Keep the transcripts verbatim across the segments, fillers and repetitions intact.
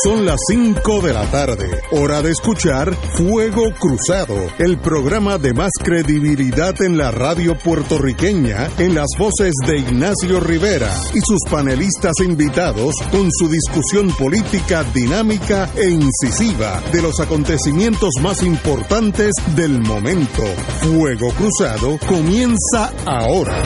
Son las cinco de la tarde, hora de escuchar Fuego Cruzado, el programa de más credibilidad en la radio puertorriqueña, en las voces de Ignacio Rivera y sus panelistas invitados con su discusión política dinámica e incisiva de los acontecimientos más importantes del momento. Fuego Cruzado comienza ahora.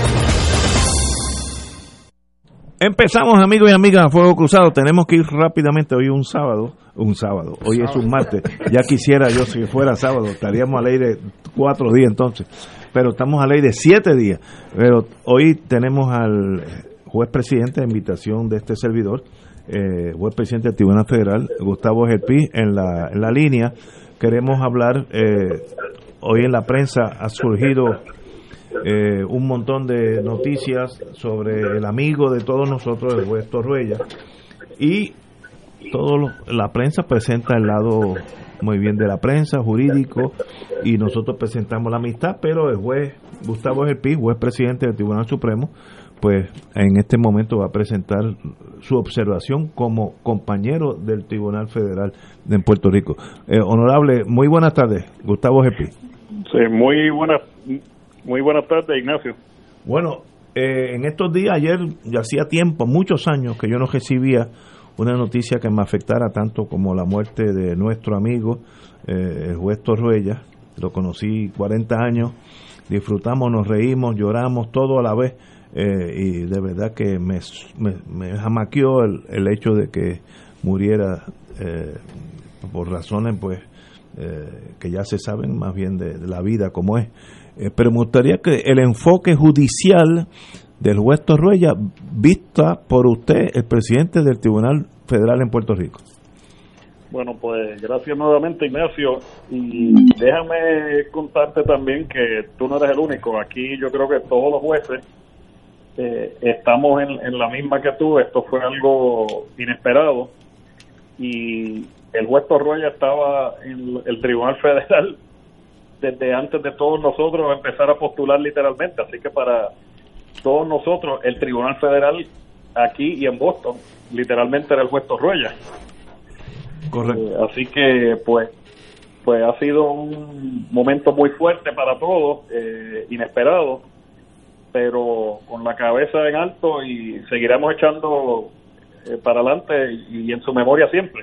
Empezamos, amigos y amigas, a Fuego Cruzado. Tenemos que ir rápidamente. Hoy es un sábado, un sábado, hoy sábado. Es un martes. Ya quisiera yo si fuera sábado, estaríamos a ley de cuatro días entonces, pero estamos a ley de siete días. Pero hoy tenemos al juez presidente, a invitación de este servidor, eh, juez presidente del Tribunal Federal, Gustavo Gelpi, en la, en la línea. Queremos hablar, eh, hoy en la prensa ha surgido Eh, un montón de noticias sobre el amigo de todos nosotros, el juez Torruella, y todo lo, la prensa presenta el lado muy bien de la prensa, jurídico, y nosotros presentamos la amistad, pero el juez Gustavo Gelpi, juez presidente del Tribunal Supremo, pues en este momento va a presentar su observación como compañero del Tribunal Federal de Puerto Rico. Eh, honorable, muy buenas tardes, Gustavo Gelpi. Sí, muy buenas Muy buenas tardes, Ignacio. Bueno, eh, en estos días, ayer, ya hacía tiempo, muchos años, que yo no recibía una noticia que me afectara tanto como la muerte de nuestro amigo, eh, el juez Torruella. Lo conocí cuarenta años, disfrutamos, nos reímos, lloramos, todo a la vez, eh, y de verdad que me, me, me jamaqueó el, el hecho de que muriera eh, por razones, pues, eh, que ya se saben más bien de, de la vida como es. Eh, pero me gustaría que el enfoque judicial del juez Torruella, vista por usted, el presidente del Tribunal Federal en Puerto Rico. Bueno, pues gracias nuevamente, Ignacio, y déjame contarte también que tú no eres el único. Aquí yo creo que todos los jueces eh, estamos en, en la misma que tú. Esto fue algo inesperado, y el juez Torruella estaba en el Tribunal Federal desde antes de todos nosotros empezar a postular literalmente, así que para todos nosotros el Tribunal Federal aquí y en Boston literalmente era el juez Torruella. Correcto. Eh, así que pues pues ha sido un momento muy fuerte para todos, eh, inesperado, pero con la cabeza en alto, y seguiremos echando eh, para adelante y, y en su memoria siempre.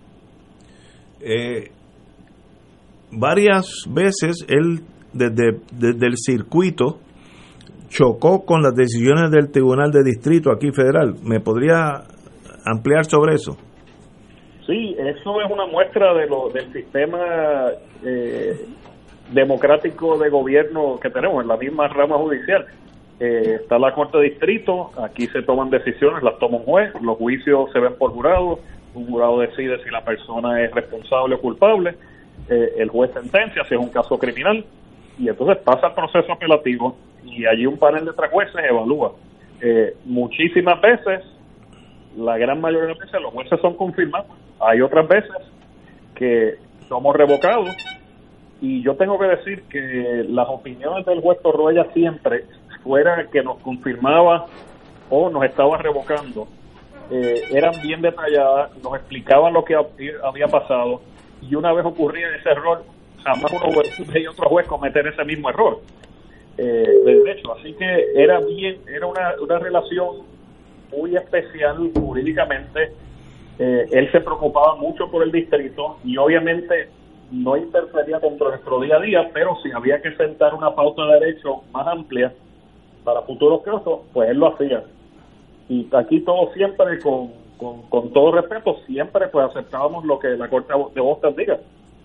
Eh Varias veces él, desde, desde el circuito, chocó con las decisiones del Tribunal de Distrito aquí federal. ¿Me podría ampliar sobre eso? Sí, eso es una muestra de lo del sistema eh, democrático de gobierno que tenemos en la misma rama judicial. Eh, está la Corte de Distrito, aquí se toman decisiones, las toma un juez, los juicios se ven por jurado, un jurado decide si la persona es responsable o culpable. Eh, el juez sentencia si es un caso criminal, y entonces pasa el proceso apelativo, y allí un panel de tres jueces evalúa. Eh, muchísimas veces, la gran mayoría de las veces, los jueces son confirmados. Hay otras veces que somos revocados, y yo tengo que decir que las opiniones del juez Torruella siempre, fuera que nos confirmaba o nos estaba revocando, eh, eran bien detalladas, nos explicaban lo que había pasado. Y una vez ocurría ese error, jamás uno veía otro juez cometer ese mismo error. Eh, de hecho, así que era bien, era una, una relación muy especial jurídicamente. Eh, él se preocupaba mucho por el distrito, y obviamente no interfería con nuestro día a día, pero si había que sentar una pauta de derecho más amplia para futuros casos, pues él lo hacía. Y aquí todo siempre con Con, con todo respeto, siempre pues aceptábamos lo que la Corte de Boston diga.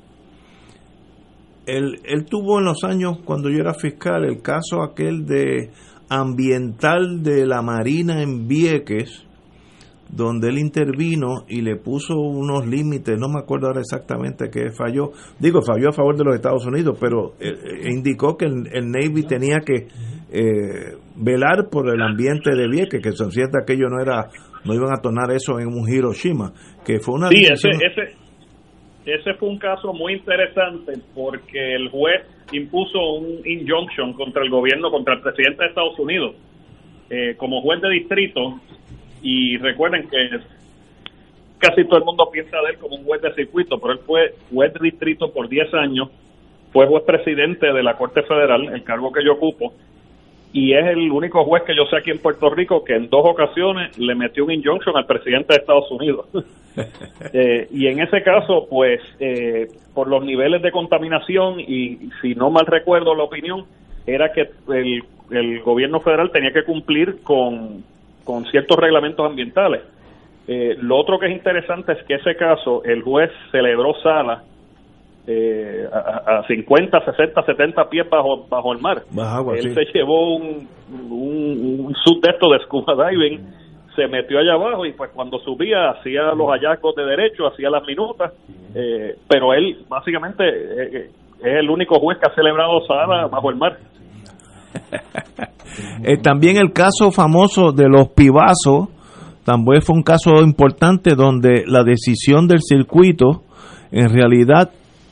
Él, él tuvo en los años, cuando yo era fiscal, el caso aquel de ambiental de la Marina en Vieques, donde él intervino y le puso unos límites, no me acuerdo ahora exactamente qué falló, digo, falló a favor de los Estados Unidos, pero eh, indicó que el, el Navy tenía que eh, velar por el ambiente de Vieques, que son cierto aquello no era, no iban a tornar eso en un Hiroshima, que fue una... Sí, ese, ese, ese fue un caso muy interesante, porque el juez impuso un injunction contra el gobierno, contra el presidente de Estados Unidos, eh, como juez de distrito. Y recuerden que casi todo el mundo piensa de él como un juez de circuito, pero él fue juez de distrito por diez años, fue juez presidente de la Corte Federal, el cargo que yo ocupo, y es el único juez que yo sé aquí en Puerto Rico que en dos ocasiones le metió un injunction al presidente de Estados Unidos. eh, y en ese caso, pues, eh, por los niveles de contaminación, y si no mal recuerdo la opinión, era que el, el gobierno federal tenía que cumplir con, con ciertos reglamentos ambientales. Eh, lo otro que es interesante es que ese caso, el juez celebró sala eh, a, a cincuenta, sesenta, setenta pies bajo bajo el mar. Agua, Él sí. se llevó un, un, un suit de esto de scuba diving, se metió allá abajo y pues cuando subía hacía los hallazgos de derecho, hacía las minutas, eh, pero él básicamente eh, es el único juez que ha celebrado sala bajo el mar. eh, también el caso famoso de los pibazos, también fue un caso importante donde la decisión del circuito en realidad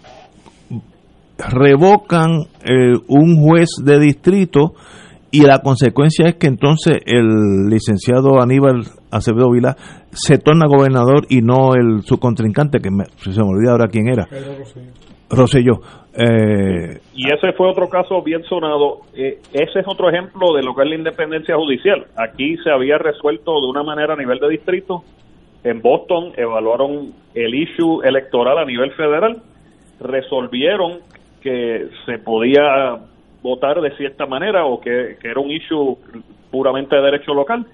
revocan eh, un juez de distrito, y la consecuencia es que entonces el licenciado Aníbal Acevedo Vilá se torna gobernador y no el su contrincante, que me, se me olvida ahora quién era, Rosselló. Eh, y ese fue otro caso bien sonado. Eh, ese es otro ejemplo de lo que es la independencia judicial. Aquí se había resuelto de una manera a nivel de distrito. En Boston evaluaron el issue electoral a nivel federal, resolvieron que se podía votar de cierta manera o que, que era un issue puramente de derecho local,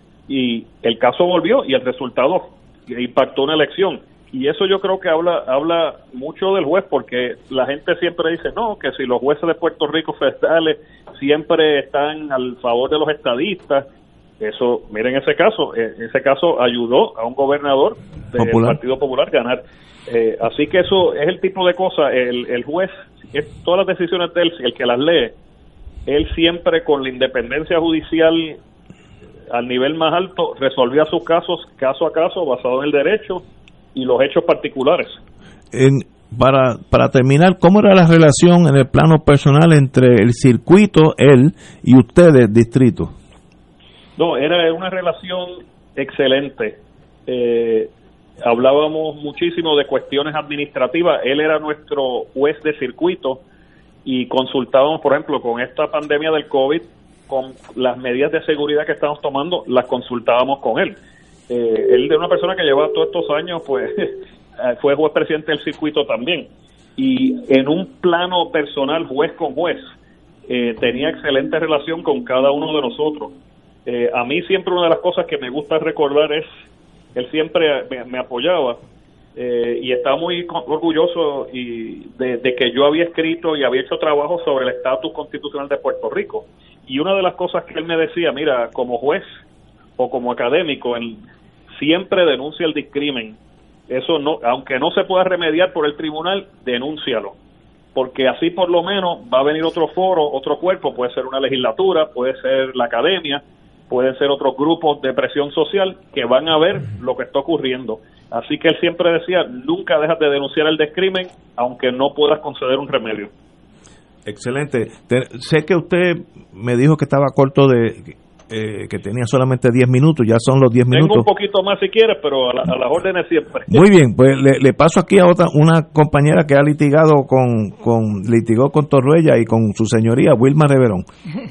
y el caso volvió y el resultado impactó una elección. Y eso yo creo que habla habla mucho del juez, porque la gente siempre dice, no, que si los jueces de Puerto Rico federales siempre están al favor de los estadistas. Eso, miren ese caso, ese caso ayudó a un gobernador del Popular. Partido Popular ganar. Eh, así que eso es el tipo de cosas, el, el juez, es, todas las decisiones de él, el que las lee, él siempre con la independencia judicial al nivel más alto resolvía sus casos caso a caso basado en el derecho y los hechos particulares. En, para, para terminar, ¿cómo era la relación en el plano personal entre el circuito, él y ustedes, distrito? No, era una relación excelente. Eh, hablábamos muchísimo de cuestiones administrativas. Él era nuestro juez de circuito y consultábamos, por ejemplo, con esta pandemia del COVID, con las medidas de seguridad que estamos tomando, las consultábamos con él. Eh, él de una persona que lleva todos estos años, pues fue juez presidente del circuito también, y en un plano personal, juez con juez, eh, tenía excelente relación con cada uno de nosotros. Eh, a mí siempre una de las cosas que me gusta recordar es, él siempre me, me apoyaba, eh, y estaba muy orgulloso y de, de que yo había escrito y había hecho trabajo sobre el estatus constitucional de Puerto Rico, y una de las cosas que él me decía, mira, como juez o como académico, él siempre denuncia el discrimen. Eso no, aunque no se pueda remediar por el tribunal, denúncialo, porque así por lo menos va a venir otro foro, otro cuerpo, puede ser una legislatura, puede ser la academia, pueden ser otros grupos de presión social que van a ver lo que está ocurriendo. Así que él siempre decía, nunca dejas de denunciar el discrimen, aunque no puedas conceder un remedio. Excelente. Te, sé que usted me dijo que estaba corto de... Eh, que tenía solamente diez minutos, ya son los diez minutos. Tengo un poquito más si quieres, pero a, la, a las órdenes siempre. Muy bien, pues le, le paso aquí a otra, una compañera que ha litigado con, con litigó con Torruella y con su señoría, Wilma Reverón.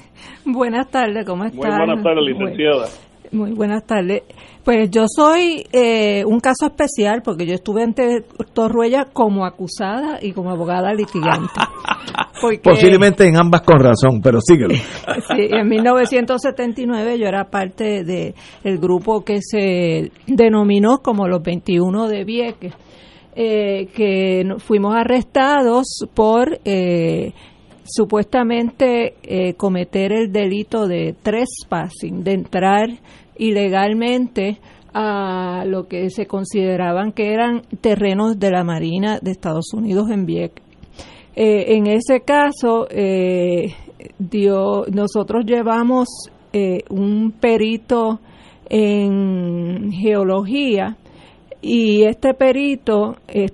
Buenas tardes, ¿cómo están? Muy buenas tardes, licenciada. Muy, muy buenas tardes. Pues yo soy eh, un caso especial porque yo estuve ante Torruella como acusada y como abogada litigante. Porque, posiblemente en ambas con razón, pero síguelo. Sí, en mil novecientos setenta y nueve yo era parte de el grupo que se denominó como los veintiuno de Vieques, eh, que fuimos arrestados por eh, supuestamente eh, cometer el delito de trespassing, de entrar ilegalmente a lo que se consideraban que eran terrenos de la Marina de Estados Unidos en Vieques. Eh, en ese caso, eh, dio, nosotros llevamos eh, un perito en geología y este perito eh,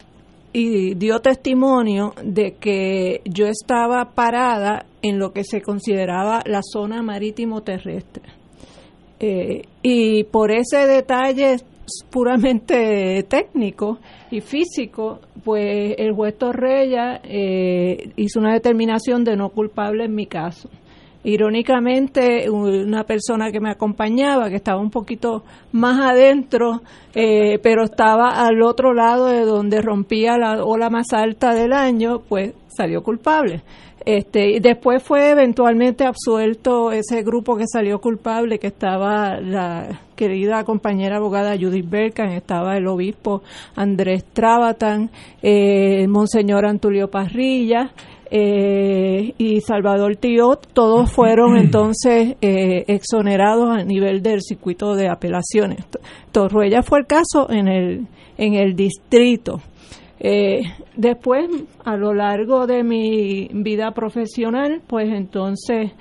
y dio testimonio de que yo estaba parada en lo que se consideraba la zona marítimo terrestre. Eh, y por ese detalle puramente técnico y físico, pues el juez Torrella eh, hizo una determinación de no culpable en mi caso. Irónicamente, una persona que me acompañaba, que estaba un poquito más adentro, eh, pero estaba al otro lado de donde rompía la ola más alta del año, pues salió culpable. Este, y después fue eventualmente absuelto ese grupo que salió culpable, que estaba la querida compañera abogada Judith Berkan, estaba el obispo Andrés Trabatán, eh, Monseñor Antulio Parrilla, Eh, y Salvador Tiot, todos fueron entonces eh, exonerados a nivel del circuito de apelaciones. Torruella fue el caso en el en el distrito. Eh, después, a lo largo de mi vida profesional, pues entonces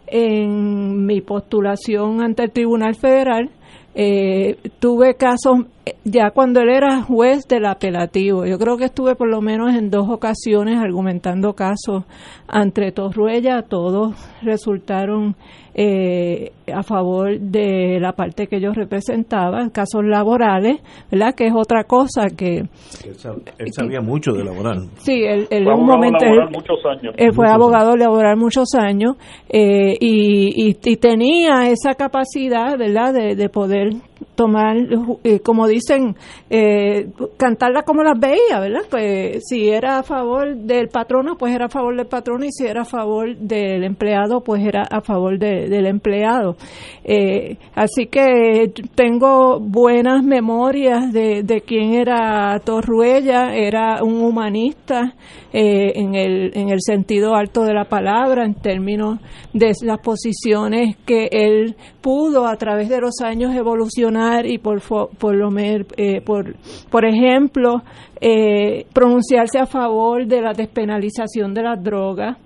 en mi postulación ante el Tribunal Federal, Eh, tuve casos ya cuando él era juez del apelativo. Yo creo que estuve por lo menos en dos ocasiones argumentando casos ante Torruella. Todos resultaron eh, a favor de la parte que yo representaba, casos laborales, ¿verdad? Que es otra cosa que... Él, sab, él sabía que, mucho de laboral. Sí, él, él fue un momento... Laboral él, muchos años. Él fue muchos abogado años. laboral muchos años eh, y, y, y tenía esa capacidad, ¿verdad?, de, de poder tomar, eh, como dicen, eh, cantarla como las veía, ¿verdad? Pues si era a favor del patrono, pues era a favor del patrono, y si era a favor del empleado, pues era a favor de, del empleado. Eh, así que tengo buenas memorias de, de quién era Torruella. Era un humanista eh, en el en el sentido alto de la palabra, en términos de las posiciones que él pudo a través de los años evolucionar y por por lo eh, por por ejemplo eh, pronunciarse a favor de la despenalización de las drogas.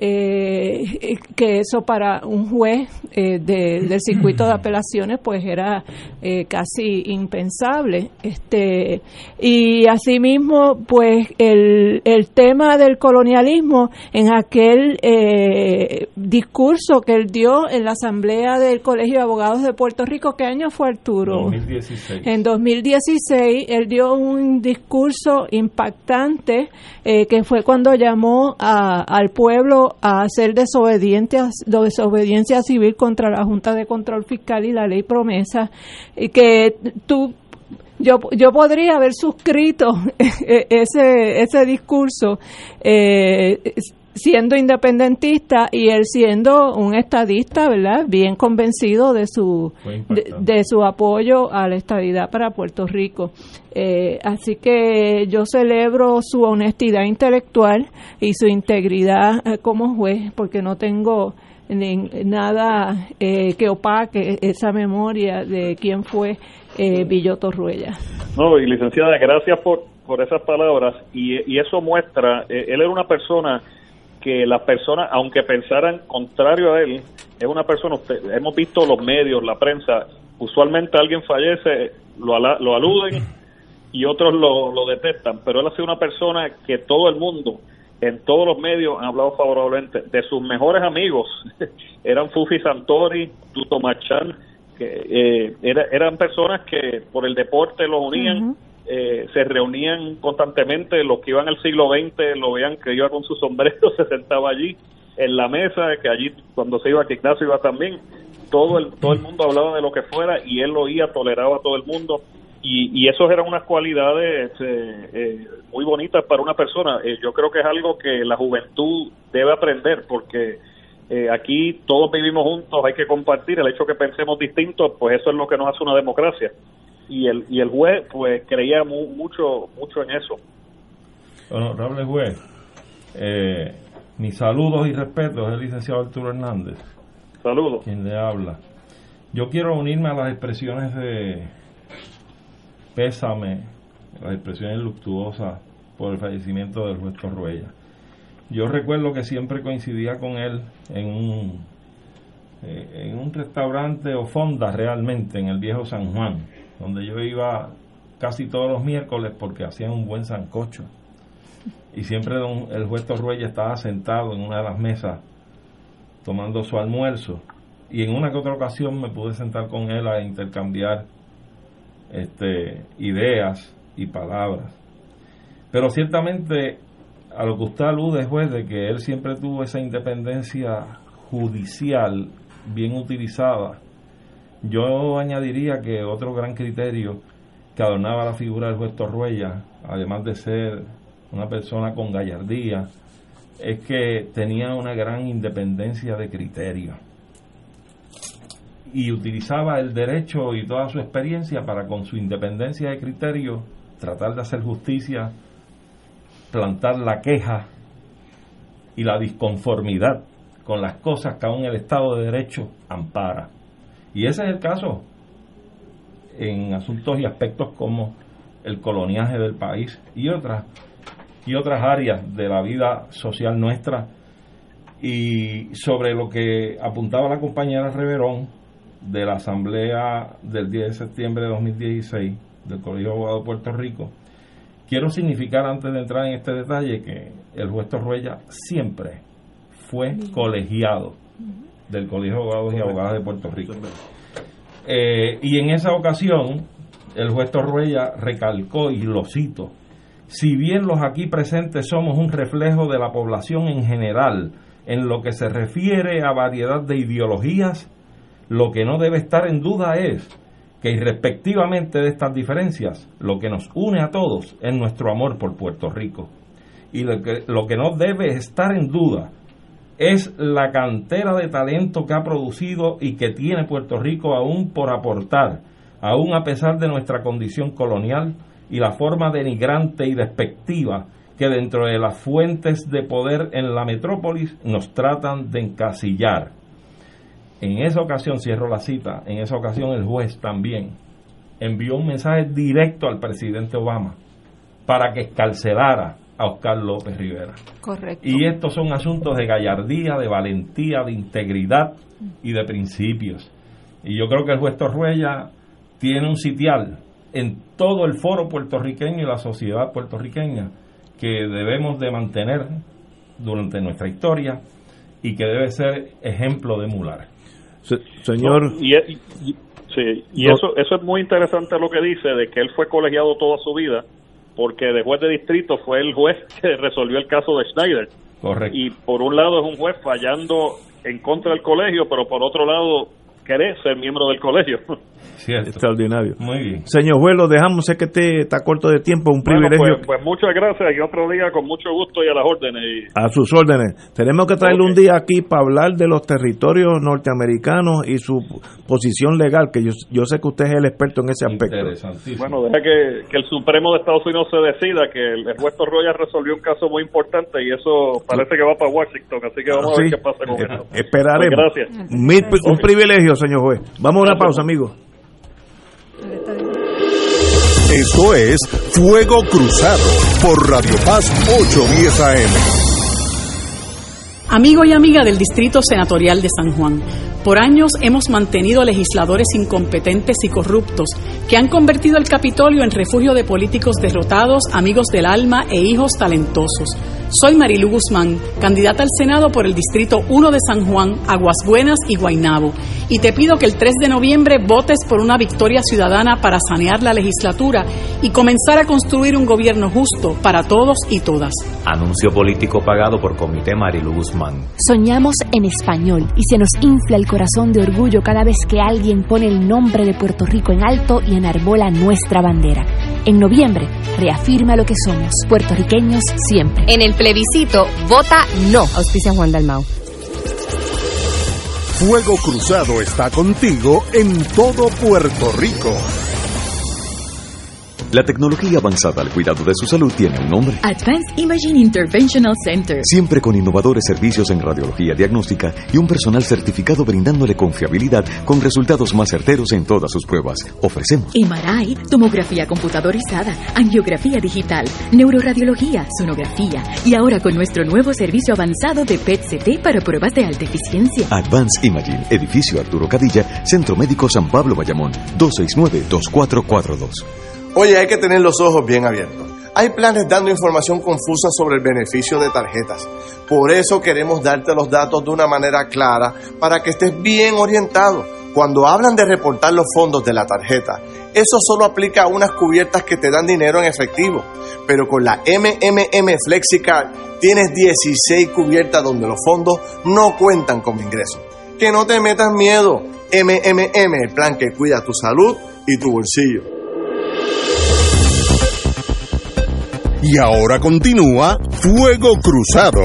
Eh, que eso para un juez eh, de, del circuito de apelaciones pues era eh, casi impensable. Este y asimismo pues el, el tema del colonialismo en aquel eh, discurso que él dio en la asamblea del Colegio de Abogados de Puerto Rico. ¿Qué año fue, Arturo? dos mil dieciséis. En dos mil dieciséis él dio un discurso impactante eh, que fue cuando llamó a, al pueblo a hacer desobediencia, desobediencia civil contra la Junta de Control Fiscal y la Ley Promesa, y que tú yo yo podría haber suscrito ese ese discurso eh, siendo independentista y él siendo un estadista, ¿verdad?, bien convencido de su de, de su apoyo a la estadidad para Puerto Rico. Eh, así que yo celebro su honestidad intelectual y su integridad eh, como juez, porque no tengo ni, nada eh, que opaque esa memoria de quién fue eh, Billo Torruella. No, y licenciada, gracias por, por esas palabras, y, y eso muestra, eh, él era una persona que las personas, aunque pensaran contrario a él, es una persona, usted, hemos visto los medios, la prensa, usualmente alguien fallece, lo, ala, lo aluden y otros lo, lo detestan, pero él ha sido una persona que todo el mundo, en todos los medios, han hablado favorablemente. De sus mejores amigos eran Fufi Santori, Tuto Machán, que eh, era, eran personas que por el deporte los unían. Uh-huh. Eh, se reunían constantemente. Los que iban al siglo veinte lo veían que iba con su sombrero, se sentaba allí en la mesa, que allí cuando se iba, que Ignacio iba también, todo el todo el mundo hablaba de lo que fuera y él lo oía, toleraba a todo el mundo, y, y eso eran unas cualidades eh, eh, muy bonitas para una persona. Eh, yo creo que es algo que la juventud debe aprender, porque eh, aquí todos vivimos juntos, hay que compartir. El hecho que pensemos distintos, pues eso es lo que nos hace una democracia. Y el y el juez pues creía mu, mucho mucho en eso. Honorable juez, eh, mis saludos y respetos al licenciado Arturo Hernández. Saludos. Quien le habla. Yo quiero unirme a las expresiones de pésame, las expresiones luctuosas por el fallecimiento del juez Torruella. Yo recuerdo que siempre coincidía con él en un eh, en un restaurante o fonda realmente en el viejo San Juan, donde yo iba casi todos los miércoles porque hacían un buen sancocho. Y siempre don, el juez Torruella estaba sentado en una de las mesas tomando su almuerzo. Y en una que otra ocasión me pude sentar con él a intercambiar este, ideas y palabras. Pero ciertamente a lo que usted alude, juez, de que él siempre tuvo esa independencia judicial bien utilizada, yo añadiría que otro gran criterio que adornaba la figura del juez Torruella, además de ser una persona con gallardía, es que tenía una gran independencia de criterio y utilizaba el derecho y toda su experiencia para, con su independencia de criterio, tratar de hacer justicia, plantar la queja y la disconformidad con las cosas que aún el Estado de Derecho ampara. Y ese es el caso en asuntos y aspectos como el coloniaje del país y otras y otras áreas de la vida social nuestra. Y sobre lo que apuntaba la compañera Reverón de la asamblea del diez de septiembre de dos mil dieciséis del Colegio de Abogados de Puerto Rico, quiero significar, antes de entrar en este detalle, que el juez Torruella siempre fue colegiado del Colegio de Abogados y Abogadas de Puerto Rico. Eh, y en esa ocasión, el juez Torruella recalcó, y lo cito: si bien los aquí presentes somos un reflejo de la población en general en lo que se refiere a variedad de ideologías, lo que no debe estar en duda es que, irrespectivamente de estas diferencias, lo que nos une a todos es nuestro amor por Puerto Rico. Y lo que, lo que no debe estar en duda es la cantera de talento que ha producido y que tiene Puerto Rico aún por aportar, aún a pesar de nuestra condición colonial y la forma denigrante y despectiva que dentro de las fuentes de poder en la metrópolis nos tratan de encasillar. En esa ocasión, cierro la cita, en esa ocasión el juez también envió un mensaje directo al presidente Obama para que excarcelara a Oscar López Rivera. Correcto. Y estos son asuntos de gallardía, de valentía, de integridad y de principios. Y yo creo que el juez Torruella tiene un sitial en todo el foro puertorriqueño y la sociedad puertorriqueña que debemos de mantener durante nuestra historia y que debe ser ejemplo de emular. Se, señor... No, y, y, y, sí, y no. eso, eso es muy interesante lo que dice, de que él fue colegiado toda su vida, porque de juez de distrito fue el juez que resolvió el caso de Schneider. Correcto. Y por un lado es un juez fallando en contra del colegio, pero por otro lado quiere ser miembro del colegio. Cierto. Extraordinario. Muy bien. Señor juez, lo dejamos, sé que usted está corto de tiempo, un Bueno, privilegio. Pues, pues muchas gracias, y otro día con mucho gusto y a las órdenes. Y... A sus órdenes. Tenemos que traerle okay. un día aquí para hablar de los territorios norteamericanos y su posición legal, que yo, yo sé que usted es el experto en ese aspecto. Bueno, deja que, que el Supremo de Estados Unidos se decida, que el, el juez Torruella resolvió un caso muy importante y eso parece que va para Washington, así que vamos sí. a ver qué pasa con eh, eso. Esperaremos. Pues gracias. Mil, un okay. privilegio, señor juez. Vamos a una pausa, amigos. Esto es Fuego Cruzado por Radio Paz ochocientos diez A M. Amigo y amiga del Distrito Senatorial de San Juan, por años hemos mantenido legisladores incompetentes y corruptos que han convertido el Capitolio en refugio de políticos derrotados, amigos del alma e hijos talentosos. Soy Marilu Guzmán, candidata al Senado por el Distrito uno de San Juan, Aguas Buenas y Guaynabo, y te pido que el tres de noviembre votes por una victoria ciudadana para sanear la legislatura y comenzar a construir un gobierno justo para todos y todas. Anuncio político pagado por Comité Marilu Guzmán. Soñamos en español y se nos infla el corazón de orgullo cada vez que alguien pone el nombre de Puerto Rico en alto y enarbola nuestra bandera. En noviembre, reafirma lo que somos, puertorriqueños siempre. En el plebiscito, vota no. Auspicia Juan Dalmau. Fuego Cruzado está contigo en todo Puerto Rico. La tecnología avanzada al cuidado de su salud tiene un nombre. Advanced Imaging Interventional Center. Siempre con innovadores servicios en radiología diagnóstica y un personal certificado brindándole confiabilidad con resultados más certeros en todas sus pruebas. Ofrecemos M R I, tomografía computadorizada, angiografía digital, neuroradiología, sonografía y ahora con nuestro nuevo servicio avanzado de P E T C T para pruebas de alta eficiencia. Advanced Imaging, edificio Arturo Cadilla, Centro Médico San Pablo Bayamón, dos seis nueve, dos cuatro cuatro dos. Oye, hay que tener los ojos bien abiertos. Hay planes dando información confusa sobre el beneficio de tarjetas. Por eso queremos darte los datos de una manera clara para que estés bien orientado. Cuando hablan de reportar los fondos de la tarjeta, eso solo aplica a unas cubiertas que te dan dinero en efectivo. Pero con la M M M FlexiCard tienes dieciséis cubiertas donde los fondos no cuentan como ingresos. Que no te metas miedo. M M M, el plan que cuida tu salud y tu bolsillo. Y ahora continúa Fuego Cruzado.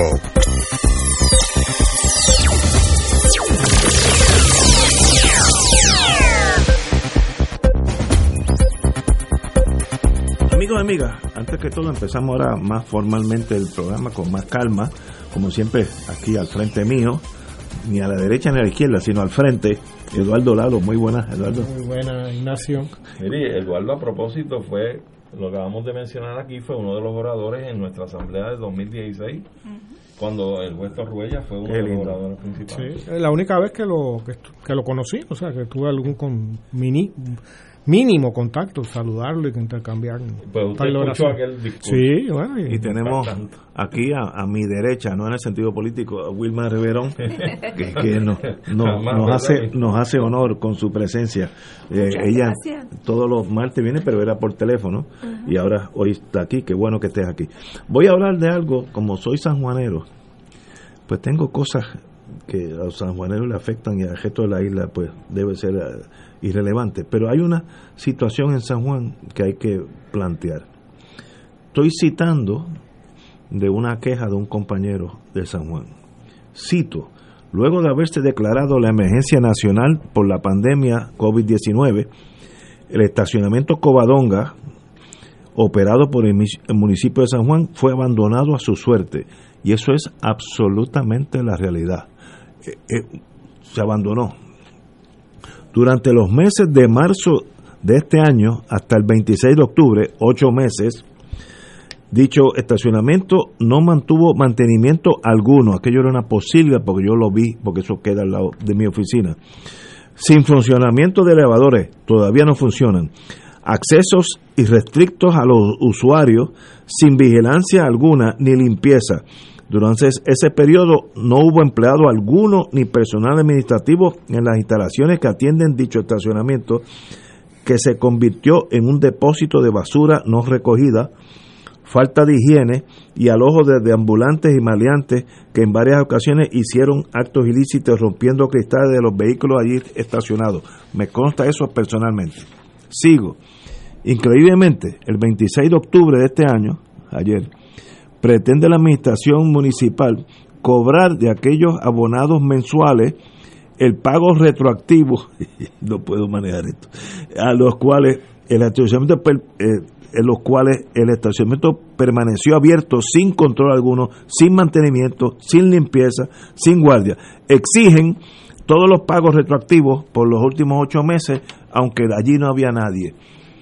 Amigos y amigas, antes que todo empezamos ahora más formalmente el programa con más calma, como siempre aquí al frente mío, ni a la derecha ni a la izquierda, sino al frente, Eduardo Lalo. Muy buenas, Eduardo. Muy buena, Ignacio. Mire, Eduardo, a propósito, fue, lo que acabamos de mencionar aquí, fue uno de los oradores en nuestra asamblea de dos mil dieciséis, uh-huh. cuando el juez Torruella fue uno de los oradores principales. Sí, la única vez que lo que, que lo conocí, o sea, que tuve algún con, mini, mínimo contacto, saludarlo y intercambiar. Pues usted escuchó aquel discurso. Sí, bueno. Y, y tenemos aquí a, a mi derecha, no en el sentido político, a Wilma Riverón, que, que no, no, nos hace nos hace honor con su presencia. Eh, ella gracias. Todos los martes viene, pero era por teléfono, uh-huh. y ahora hoy está aquí. Qué bueno que estés aquí. Voy a hablar de algo, como soy sanjuanero, pues tengo cosas que a los sanjuaneros le afectan y al resto de la isla pues debe ser uh, irrelevante, pero hay una situación en San Juan que hay que plantear. Estoy citando de una queja de un compañero de San Juan. Cito: luego de haberse declarado la emergencia nacional por la pandemia COVID diecinueve, el estacionamiento Covadonga, operado por el municipio de San Juan, fue abandonado a su suerte, y eso es absolutamente la realidad. Eh, eh, se abandonó. Durante los meses de marzo de este año hasta el veintiséis de octubre, ocho meses, dicho estacionamiento no mantuvo mantenimiento alguno. Aquello era una posibilidad porque yo lo vi, porque eso queda al lado de mi oficina. Sin funcionamiento de elevadores, todavía no funcionan. Accesos irrestrictos a los usuarios, sin vigilancia alguna ni limpieza. Durante ese periodo no hubo empleado alguno ni personal administrativo en las instalaciones que atienden dicho estacionamiento, que se convirtió en un depósito de basura no recogida, falta de higiene y alojo de, de ambulantes y maleantes que en varias ocasiones hicieron actos ilícitos rompiendo cristales de los vehículos allí estacionados. Me consta eso personalmente. Sigo. Increíblemente, el veintiséis de octubre de este año, ayer, pretende la administración municipal cobrar de aquellos abonados mensuales el pago retroactivo, no puedo manejar esto, a los cuales el estacionamiento, eh, en los cuales el estacionamiento permaneció abierto sin control alguno, sin mantenimiento, sin limpieza, sin guardia. Exigen todos los pagos retroactivos por los últimos ocho meses, aunque allí no había nadie.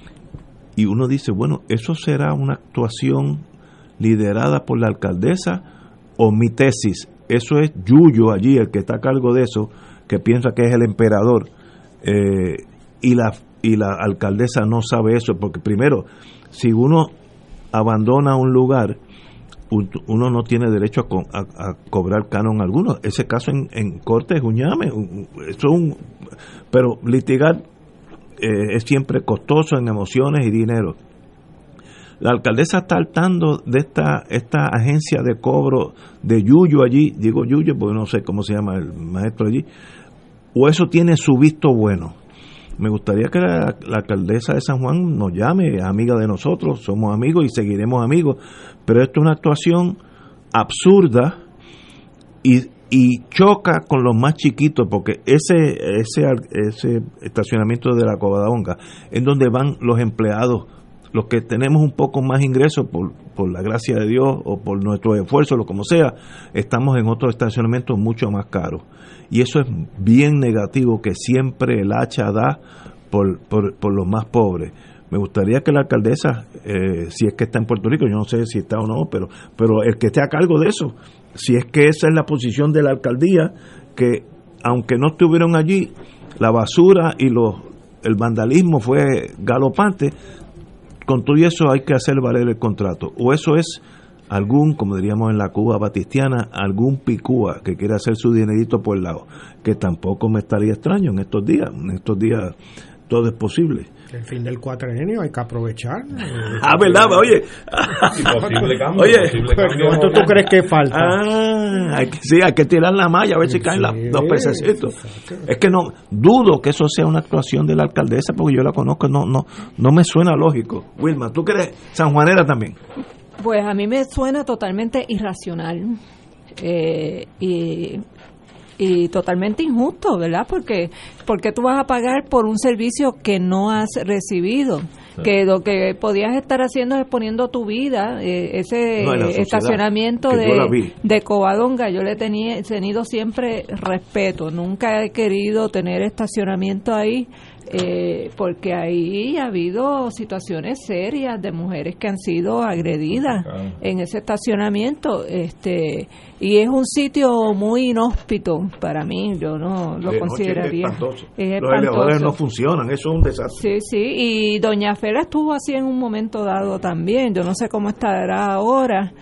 Y uno dice, bueno, ¿eso será una actuación liderada por la alcaldesa o mi tesis? Eso es Yuyo allí, el que está a cargo de eso, que piensa que es el emperador, eh, y la y la alcaldesa no sabe eso, porque primero, si uno abandona un lugar, uno no tiene derecho a, co- a, a cobrar canon alguno. Ese caso en, en corte es un llame, un, eso es un, pero litigar eh, es siempre costoso en emociones y dinero. La alcaldesa está hartando de esta esta agencia de cobro de Yuyo allí, digo Yuyo porque no sé cómo se llama el maestro allí, o eso tiene su visto bueno. Me gustaría que la, la alcaldesa de San Juan nos llame, es amiga de nosotros, somos amigos y seguiremos amigos, pero esto es una actuación absurda y, y choca con los más chiquitos, porque ese ese ese estacionamiento de la Covadonga es donde van los empleados, los que tenemos un poco más ingresos por, por la gracia de Dios o por nuestro esfuerzo, lo como sea, estamos en otros estacionamientos mucho más caros. Y eso es bien negativo, que siempre el hacha da por, por, por los más pobres. Me gustaría que la alcaldesa, eh, si es que está en Puerto Rico, yo no sé si está o no, pero, pero el que esté a cargo de eso, si es que esa es la posición de la alcaldía, que aunque no estuvieron allí, la basura y los, el vandalismo fue galopante, con todo eso hay que hacer valer el contrato. O eso es algún, como diríamos en la Cuba batistiana, algún picúa que quiera hacer su dinerito por el lado, que tampoco me estaría extraño en estos días, en estos días todo es posible. El fin del cuatrienio hay que aprovechar. Ah, ¿verdad? Oye. Posible cambio. Oye, posible cambio. ¿Cuánto tú crees que falta? Ah, hay que, sí, hay que tirar la malla a ver si sí, caen la, los pececitos. Es que no, dudo que eso sea una actuación de la alcaldesa porque yo la conozco, no no no me suena lógico. Wilma, ¿tú crees sanjuanera también? Pues a mí me suena totalmente irracional eh, y... y totalmente injusto, ¿verdad? Porque porque tú vas a pagar por un servicio que no has recibido, sí. Que lo que podías estar haciendo es poniendo tu vida, eh, ese no, sociedad, estacionamiento de, de Covadonga, yo le he tenido, tenido siempre respeto, nunca he querido tener estacionamiento ahí, eh, porque ahí ha habido situaciones serias de mujeres que han sido agredidas okay. en ese estacionamiento, este y es un sitio muy inhóspito para mí, yo no lo de consideraría. Es espantoso. Es Los elevadores no funcionan, eso es un desastre. Sí, sí, y doña Fela estuvo así en un momento dado también, yo no sé cómo estará ahora.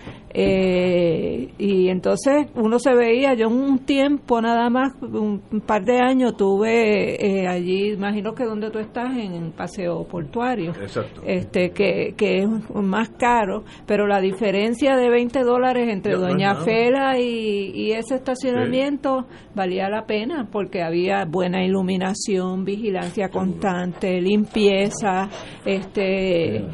Eh, y entonces uno se veía, yo un tiempo nada más, un, un par de años tuve eh, allí, imagino que donde tú estás en, en Paseo Portuario. Exacto. Este, que, que es más caro, pero la diferencia de veinte dólares entre yo, doña no, Fela y, y ese estacionamiento sí. valía la pena porque había buena iluminación, vigilancia constante, limpieza, este sí.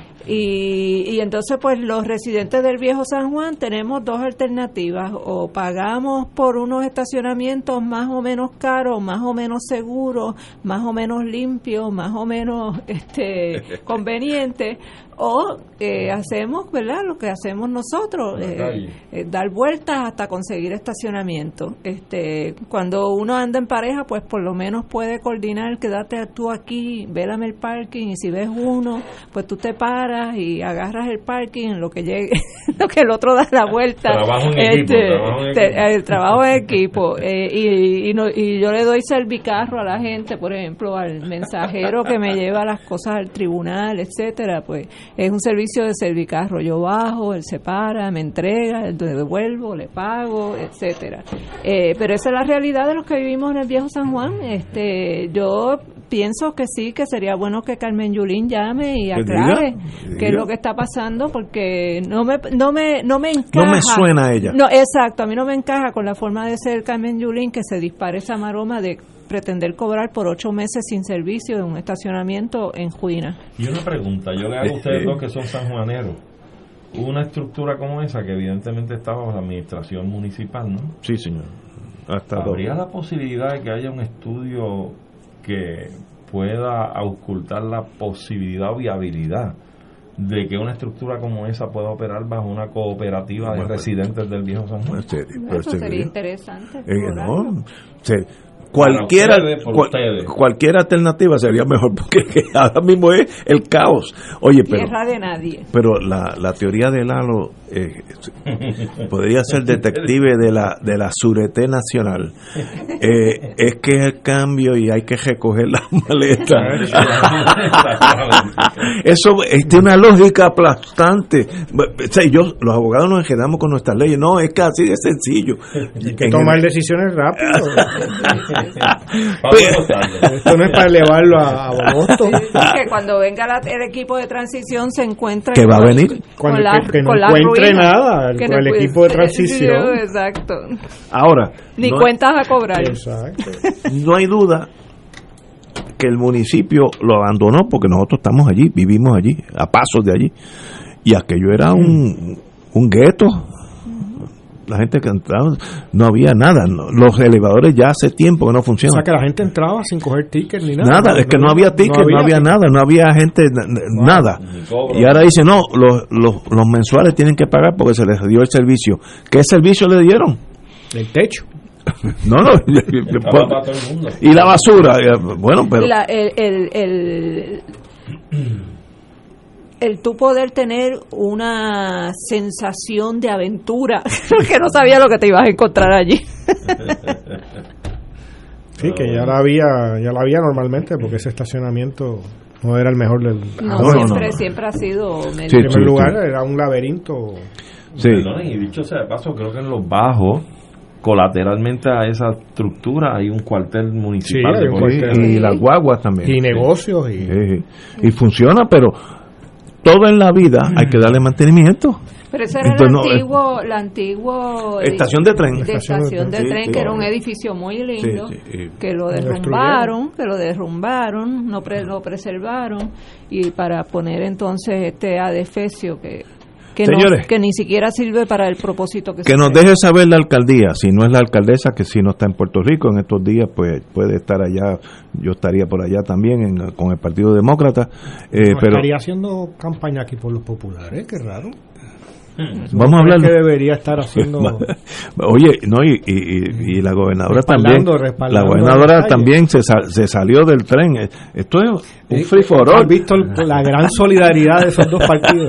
Y, y entonces pues los residentes del Viejo San Juan tenemos dos alternativas, o pagamos por unos estacionamientos más o menos caros, más o menos seguros, más o menos limpios, más o menos este convenientes, o eh, hacemos, ¿verdad?, lo que hacemos nosotros, eh, eh, dar vueltas hasta conseguir estacionamiento. Este, cuando uno anda en pareja, pues por lo menos puede coordinar, quédate tú aquí, vélame el parking, y si ves uno, pues tú te paras y agarras el parking en lo que llegue, lo que el otro da la vuelta. Trabajo en este, equipo, trabajo en te, equipo. El trabajo en equipo. Eh, y, y, no, y yo le doy servicarro a la gente, por ejemplo, al mensajero que me lleva las cosas al tribunal, etcétera, pues es un servicio de servicarro. Yo bajo, él se para, me entrega, le devuelvo, le pago, etcétera. Eh, pero esa es la realidad de los que vivimos en el Viejo San Juan. Este, yo pienso que sí, que sería bueno que Carmen Yulín llame y aclare diga, qué es lo que está pasando, porque no me no me no me encaja. No me suena a ella. No, exacto, a mí no me encaja con la forma de ser Carmen Yulín, que se dispare esa maroma de pretender cobrar por ocho meses sin servicio de un estacionamiento en Juina. Y una pregunta, yo le hago a ustedes dos que son sanjuaneros. Una estructura como esa, que evidentemente estaba bajo la administración municipal, ¿no? Sí, señor. Hasta ¿Habría todo. La posibilidad de que haya un estudio que pueda ocultar la posibilidad o viabilidad de que una estructura como esa pueda operar bajo una cooperativa de residentes del Viejo San Juan? Eso sería interesante. Eh, no, sí. Cualquiera, ustedes, cual, cualquier alternativa sería mejor, porque ahora mismo es el caos. Oye, pero tierra de nadie. Pero la, la teoría de Lalo eh, podría ser detective de la de la Sureté Nacional. Eh, es que es el cambio y hay que recoger las maletas. Eso es de una lógica aplastante. O sea, yo, los abogados nos quedamos con nuestras leyes. No, es que así de sencillo. Hay que tomar el... decisiones rápido. Esto no es para elevarlo a, a Boston. Que cuando venga la, el equipo de transición se encuentra que va a venir cuando la, que, que no con encuentre la nada el, que no el puede, equipo de transición. Sí, exacto. Ahora ni no cuentas a cobrar. Exacto. No hay duda que el municipio lo abandonó porque nosotros estamos allí, vivimos allí, a pasos de allí, y aquello era un un gueto. La gente que entraba, no había nada, no, los elevadores ya hace tiempo que no funcionan. O sea, que la gente entraba sin coger ticket ni nada. Nada, es que no había ticket, no había, no había nada, no había gente, wow, nada. Y ahora dice, no, los, los, los mensuales tienen que pagar porque se les dio el servicio. ¿Qué servicio le dieron? El techo. No, no. Y la basura, bueno, pero... La, el... el, el el tú poder tener una sensación de aventura, que no sabía lo que te ibas a encontrar allí. Sí, que ya la había, ya la había normalmente, porque ese estacionamiento no era el mejor del... No, no siempre, no, no. siempre ha sido... En sí, primer sí, lugar sí. Era un laberinto Sí. Perdonen, y dicho sea de paso, creo que en los bajos, colateralmente a esa estructura, hay un cuartel municipal. Sí, de un policía. cuartel. Y las guaguas también. Y negocios. Y, Sí. Y funciona, pero todo en la vida hay que darle mantenimiento. Pero ese era Entonces, el no, antiguo, la antigua estación de tren. de estación de Sí, tren, sí. que era un edificio muy lindo, Sí, sí, sí. que lo derrumbaron, que lo derrumbaron, no pre- lo preservaron, y para poner entonces este adefesio que que, no, Señores, que ni siquiera sirve para el propósito que, Que se nos cree. deje saber la alcaldía, si no es la alcaldesa, que si no está en Puerto Rico en estos días, pues puede estar allá, yo estaría por allá también en- con el Partido Demócrata, eh, no, pero estaría haciendo campaña aquí por los populares, qué raro. vamos a hablar que debería estar haciendo oye, no y, y, y la gobernadora también Respaldando, respaldando la gobernadora la calle. también se, sal- se salió del tren. Esto es un Sí, free for all. ¿has visto la gran solidaridad de esos dos partidos?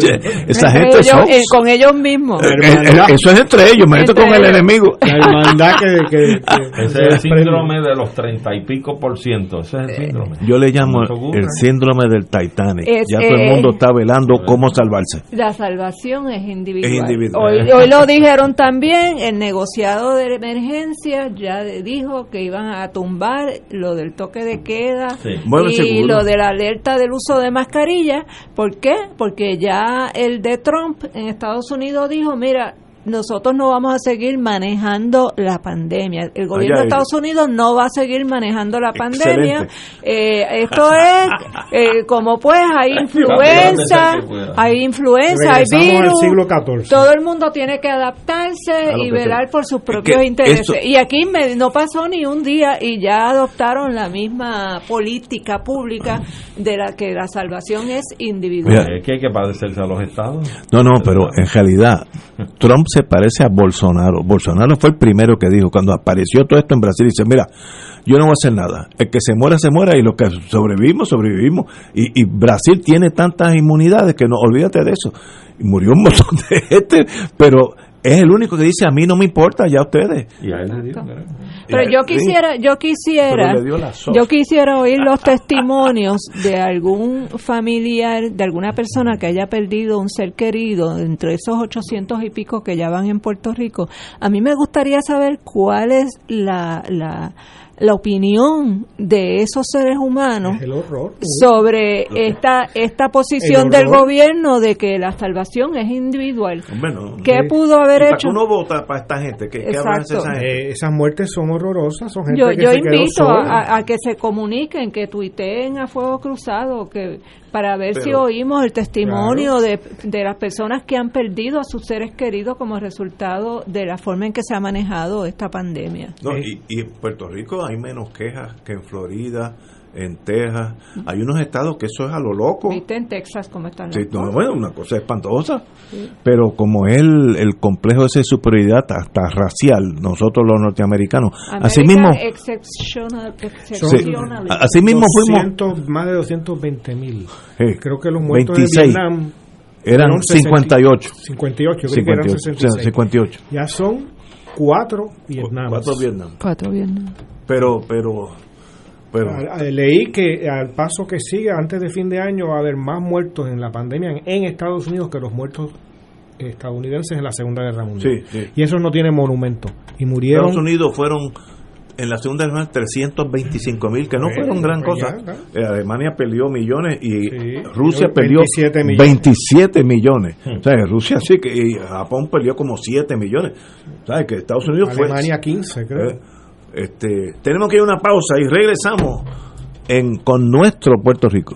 Esa Entre gente ellos, son eh, con ellos mismos. Eh, eh, eso es entre ellos, imagínate Entre con el ellos. enemigo. La hermandad que, que, que Ese es el síndrome de los treinta y pico por ciento. Ese es el síndrome. Yo le llamo Mucho gusto. el síndrome del Titanic. Es, Ya todo el eh, mundo está velando cómo salvarse. La salvación es individual. Es individual. Hoy, hoy lo dijeron también, el negociado de emergencia ya de- dijo que iban a tumbar lo del toque de queda Sí. Bueno, y seguro. lo de la alerta del uso de mascarilla. ¿Por qué? Porque ya el de Trump en Estados Unidos dijo, mira, nosotros no vamos a seguir manejando la pandemia. El gobierno Allá de Estados ellos. Unidos no va a seguir manejando la pandemia. Excelente. Eh, esto es, eh, como pues hay influenza, hay influenza, hay regresamos al virus. siglo catorce. Todo el mundo tiene que adaptarse A lo y que velar sea. por sus propios que intereses. eso- Y aquí me- no pasó ni un día y ya adoptaron la misma política pública de la que la salvación es individual. Mira, Es que hay que padecerse a los estados. No, no, pero en realidad Trump se parece a Bolsonaro. Bolsonaro fue el primero que dijo, cuando apareció todo esto en Brasil, dice, mira, yo no voy a hacer nada. El que se muera, se muera, y los que sobrevivimos, sobrevivimos. Y, y Brasil tiene tantas inmunidades que no, olvídate de eso. Y murió un montón de gente, pero es el único que dice, a mí no me importa, ya ustedes. Y a él le dio, ¿verdad? Pero yo quisiera, yo quisiera, Pero le dio la sopa. yo quisiera oír los testimonios de algún familiar, de alguna persona que haya perdido un ser querido entre esos ochocientos y pico que ya van en Puerto Rico. A mí me gustaría saber cuál es la, la, la opinión de esos seres humanos Es el horror. sobre esta esta posición El del horror. gobierno de que la salvación es individual. Hombre, no. ¿Qué Sí. pudo haber ¿Y para hecho? qué uno vota para esta gente? ¿Qué, qué habrá Exacto. esa gente? Eh, esas muertes son horrorosas, son gente Yo, que yo se quedó invito sola. a, a que se comuniquen, que tuiteen a Fuego Cruzado, que para ver Pero- si oímos el testimonio de, de las personas que han perdido a sus seres queridos como resultado de la forma en que se ha manejado esta pandemia. No, y, y en Puerto Rico hay menos quejas que en Florida, en Texas. Hay unos estados que eso es a lo loco. ¿Viste en Texas cómo están las Sí, no, cosas? bueno, una cosa espantosa. Pero como es el, el complejo ese de superioridad hasta racial, nosotros los norteamericanos, así mismo, American exceptional, sí, exceptionally. así mismo fuimos, doscientos, más de doscientos veinte mil. Sí. Creo que los muertos veintiséis. de Vietnam eran fueron cincuenta y ocho. cincuenta y ocho, yo creo que eran cincuenta y ocho, sesenta y seis. cincuenta y ocho. Ya son cuatro Vietnam. Cuatro Vietnam. Cuatro Vietnam. Pero, pero, pero, Ah, eh, Leí que al paso que sigue, antes de fin de año, va a haber más muertos en la pandemia en, en Estados Unidos que los muertos estadounidenses en la Segunda Guerra Mundial. Sí, sí. Y esos no tienen monumento. Y murieron. Estados Unidos fueron en la Segunda Guerra Mundial trescientos veinticinco mil, que no Bueno, fueron gran pues cosa. ya, Eh, Alemania perdió millones y Sí, Rusia perdió perdió veintisiete millones. veintisiete millones. O sea, Rusia sí que y Japón perdió como siete millones. ¿Sabes? Que Estados Unidos Alemania fue quince, creo. Eh, este, tenemos que ir a una pausa y regresamos en con nuestro Puerto Rico.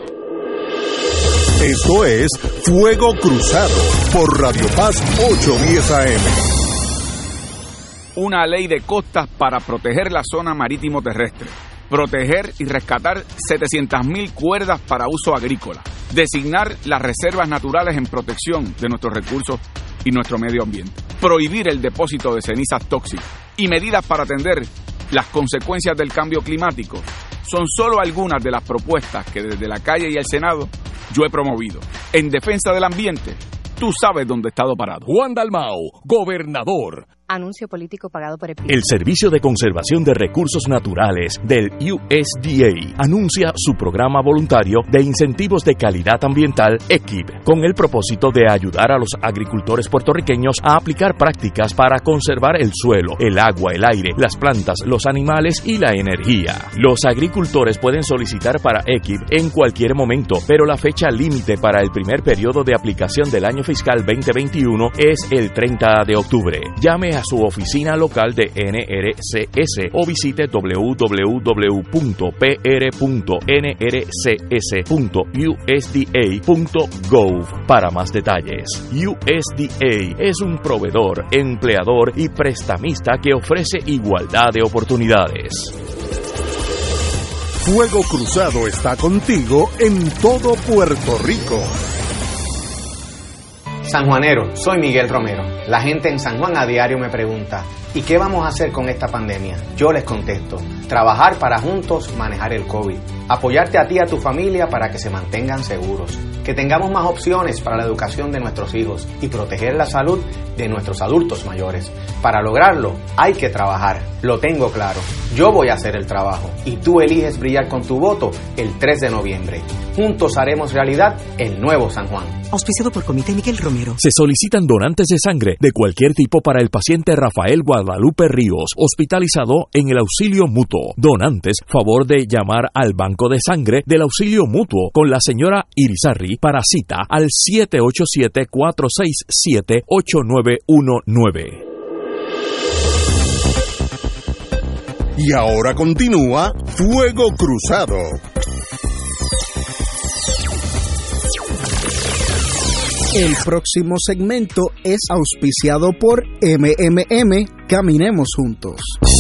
Esto es Fuego Cruzado por Radio Paz ochocientos diez A M. Una ley de costas para proteger la zona marítimo terrestre, proteger y rescatar setecientas mil cuerdas para uso agrícola, designar las reservas naturales en protección de nuestros recursos y nuestro medio ambiente, prohibir el depósito de cenizas tóxicas y medidas para atender las consecuencias del cambio climático son solo algunas de las propuestas que desde la calle y el Senado yo he promovido. En defensa del ambiente, tú sabes dónde he estado parado. Juan Dalmau, gobernador. Anuncio político pagado por Epic. El Servicio de Conservación de Recursos Naturales del U S D A anuncia su programa voluntario de incentivos de calidad ambiental E Q I B, con el propósito de ayudar a los agricultores puertorriqueños a aplicar prácticas para conservar el suelo, el agua, el aire, las plantas, los animales y la energía. Los agricultores pueden solicitar para E Q I B en cualquier momento, pero la fecha límite para el primer periodo de aplicación del año fiscal veinte veintiuno es el treinta de octubre. Llame a su oficina local de N R C S o visite w w w punto p r punto n r c s punto u s d a punto gov para más detalles. U S D A es un proveedor, empleador y prestamista que ofrece igualdad de oportunidades. Fuego Cruzado está contigo en todo Puerto Rico. Sanjuanero, soy Miguel Romero. La gente en San Juan a diario me pregunta, ¿y qué vamos a hacer con esta pandemia? Yo les contesto, trabajar para juntos manejar el COVID, apoyarte a ti y a tu familia para que se mantengan seguros, que tengamos más opciones para la educación de nuestros hijos y proteger la salud de nuestros adultos mayores. Para lograrlo hay que trabajar, lo tengo claro. Yo voy a hacer el trabajo y tú eliges brillar con tu voto el tres de noviembre. Juntos haremos realidad el nuevo San Juan. Auspiciado por Comité Miguel Romero. Se solicitan donantes de sangre de cualquier tipo para el paciente Rafael Guadalupe Ríos, hospitalizado en el Auxilio Mutuo. Donantes, favor de llamar al Banco de Sangre del Auxilio Mutuo con la señora Irizarry para cita al siete ocho siete, cuatro seis siete, ocho nueve uno nueve. Y ahora continúa Fuego Cruzado. El próximo segmento es auspiciado por M M M, Caminemos Juntos.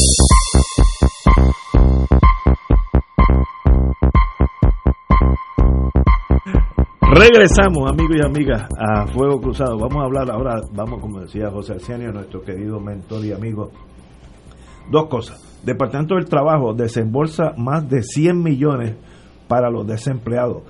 Regresamos, amigos y amigas, a Fuego Cruzado. Vamos a hablar ahora, vamos, como decía José Arsenio, nuestro querido mentor y amigo, dos cosas. Departamento del Trabajo desembolsa más de cien millones para los desempleados.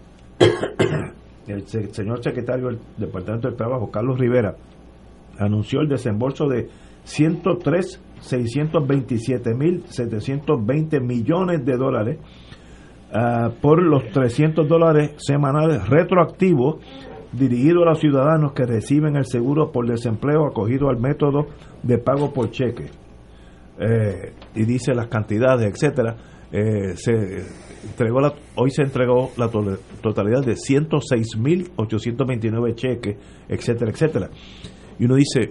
El señor secretario del Departamento del Trabajo, Carlos Rivera, anunció el desembolso de ciento tres millones seiscientos veintisiete mil setecientos veinte millones de dólares uh, por los trescientos dólares semanales retroactivos dirigidos a los ciudadanos que reciben el seguro por desempleo acogido al método de pago por cheque. Eh, y dice las cantidades, etcétera. Eh, se entregó la, hoy se entregó la to- totalidad de ciento seis mil ochocientos veintinueve cheques, etcétera, etcétera. Y uno dice,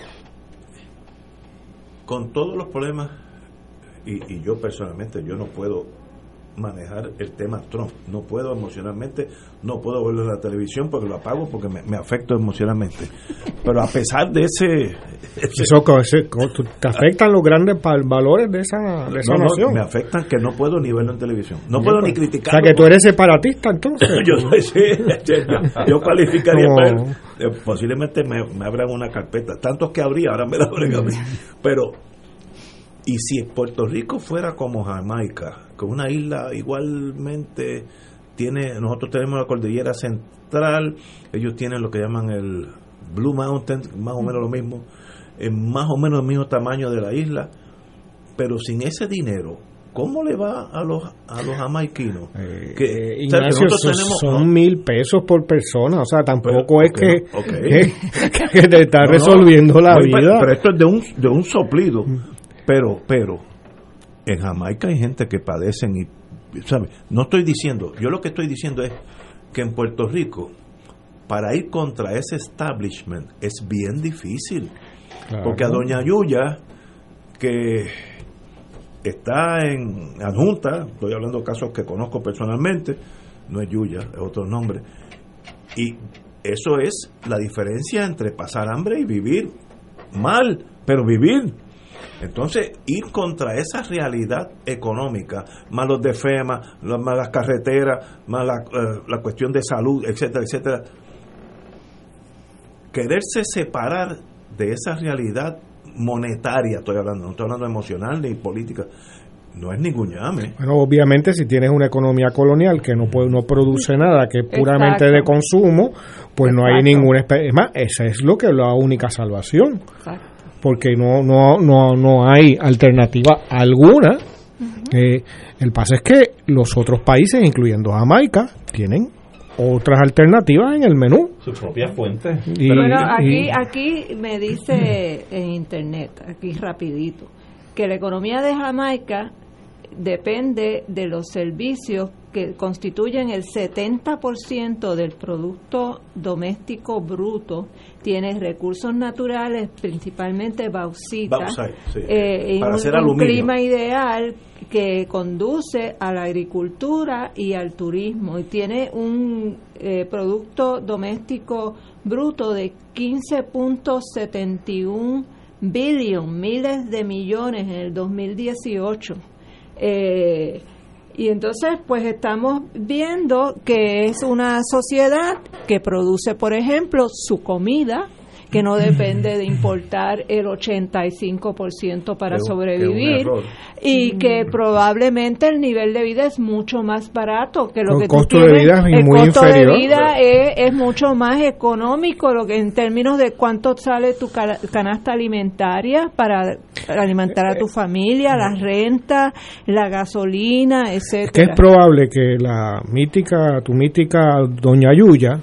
con todos los problemas, y, y yo personalmente, yo no puedo manejar el tema Trump, no puedo emocionalmente, no puedo verlo en la televisión porque lo apago porque me, me afecto emocionalmente, pero a pesar de ese, ese eso, ese te afectan los grandes valores de esa, de esa no, nación. No, me afectan que no puedo ni verlo en televisión, no sí, puedo pues, ni criticar. O sea que tú eres separatista entonces. yo soy sí, yo, yo cualificaría no. para, eh, posiblemente me, me abran una carpeta, tantos que habría, ahora me la abren a mí, pero y si Puerto Rico fuera como Jamaica, que una isla igualmente tiene, nosotros tenemos la cordillera central, ellos tienen lo que llaman el Blue Mountain, más o menos lo mismo, eh, más o menos el mismo tamaño de la isla, pero sin ese dinero, ¿cómo le va a los a los jamaiquinos? Eh, que, eh, Ignacio, o sea, son, tenemos, son no, mil pesos por persona, o sea, tampoco es okay, que, okay. que, que te está no, resolviendo no, la no, vida. Pero, pero esto es de un de un soplido, pero pero en Jamaica hay gente que padecen y, ¿sabe? No estoy diciendo, yo lo que estoy diciendo es que en Puerto Rico, para ir contra ese establishment es bien difícil. Claro. Porque a doña Yuya, que está en adjunta, estoy hablando de casos que conozco personalmente, no es Yuya, es otro nombre, y eso es la diferencia entre pasar hambre y vivir mal, pero vivir. Entonces, ir contra esa realidad económica, más los de FEMA, más las carreteras, más la, uh, la cuestión de salud, etcétera, etcétera, quererse separar de esa realidad monetaria, estoy hablando, no estoy hablando emocional ni política, no es ningún llame. Bueno, obviamente si tienes una economía colonial que no puede, no produce nada, que es puramente Exacto. de consumo, pues Exacto. no hay ninguna... Es más, esa es lo que es la única salvación. Exacto. porque no no no no hay alternativa alguna. Uh-huh. Eh, el paso es que los otros países, incluyendo Jamaica, tienen otras alternativas en el menú. Sus propias fuentes. Y, bueno, aquí, aquí me dice en internet, aquí rapidito, que la economía de Jamaica depende de los servicios que constituyen el setenta por ciento del producto doméstico bruto, tiene recursos naturales, principalmente bauxita, Bauxite, sí. eh, Para un, hacer un aluminio. clima ideal que conduce a la agricultura y al turismo, y tiene un eh, producto doméstico bruto de quince punto setenta y uno billion, miles de millones en el dos mil dieciocho. Eh, y entonces pues estamos viendo que es una sociedad que produce, por ejemplo, su comida, que no depende de importar el ochenta y cinco por ciento para sobrevivir, y que probablemente el nivel de vida es mucho más barato que lo el que costo tú tienes. de vida es el muy costo inferior. de vida es, es mucho más económico, lo que en términos de cuánto sale tu ca- canasta alimentaria para alimentar a tu familia, la renta, la gasolina, etcétera. Es que es probable que la mítica, tu mítica Doña Yuya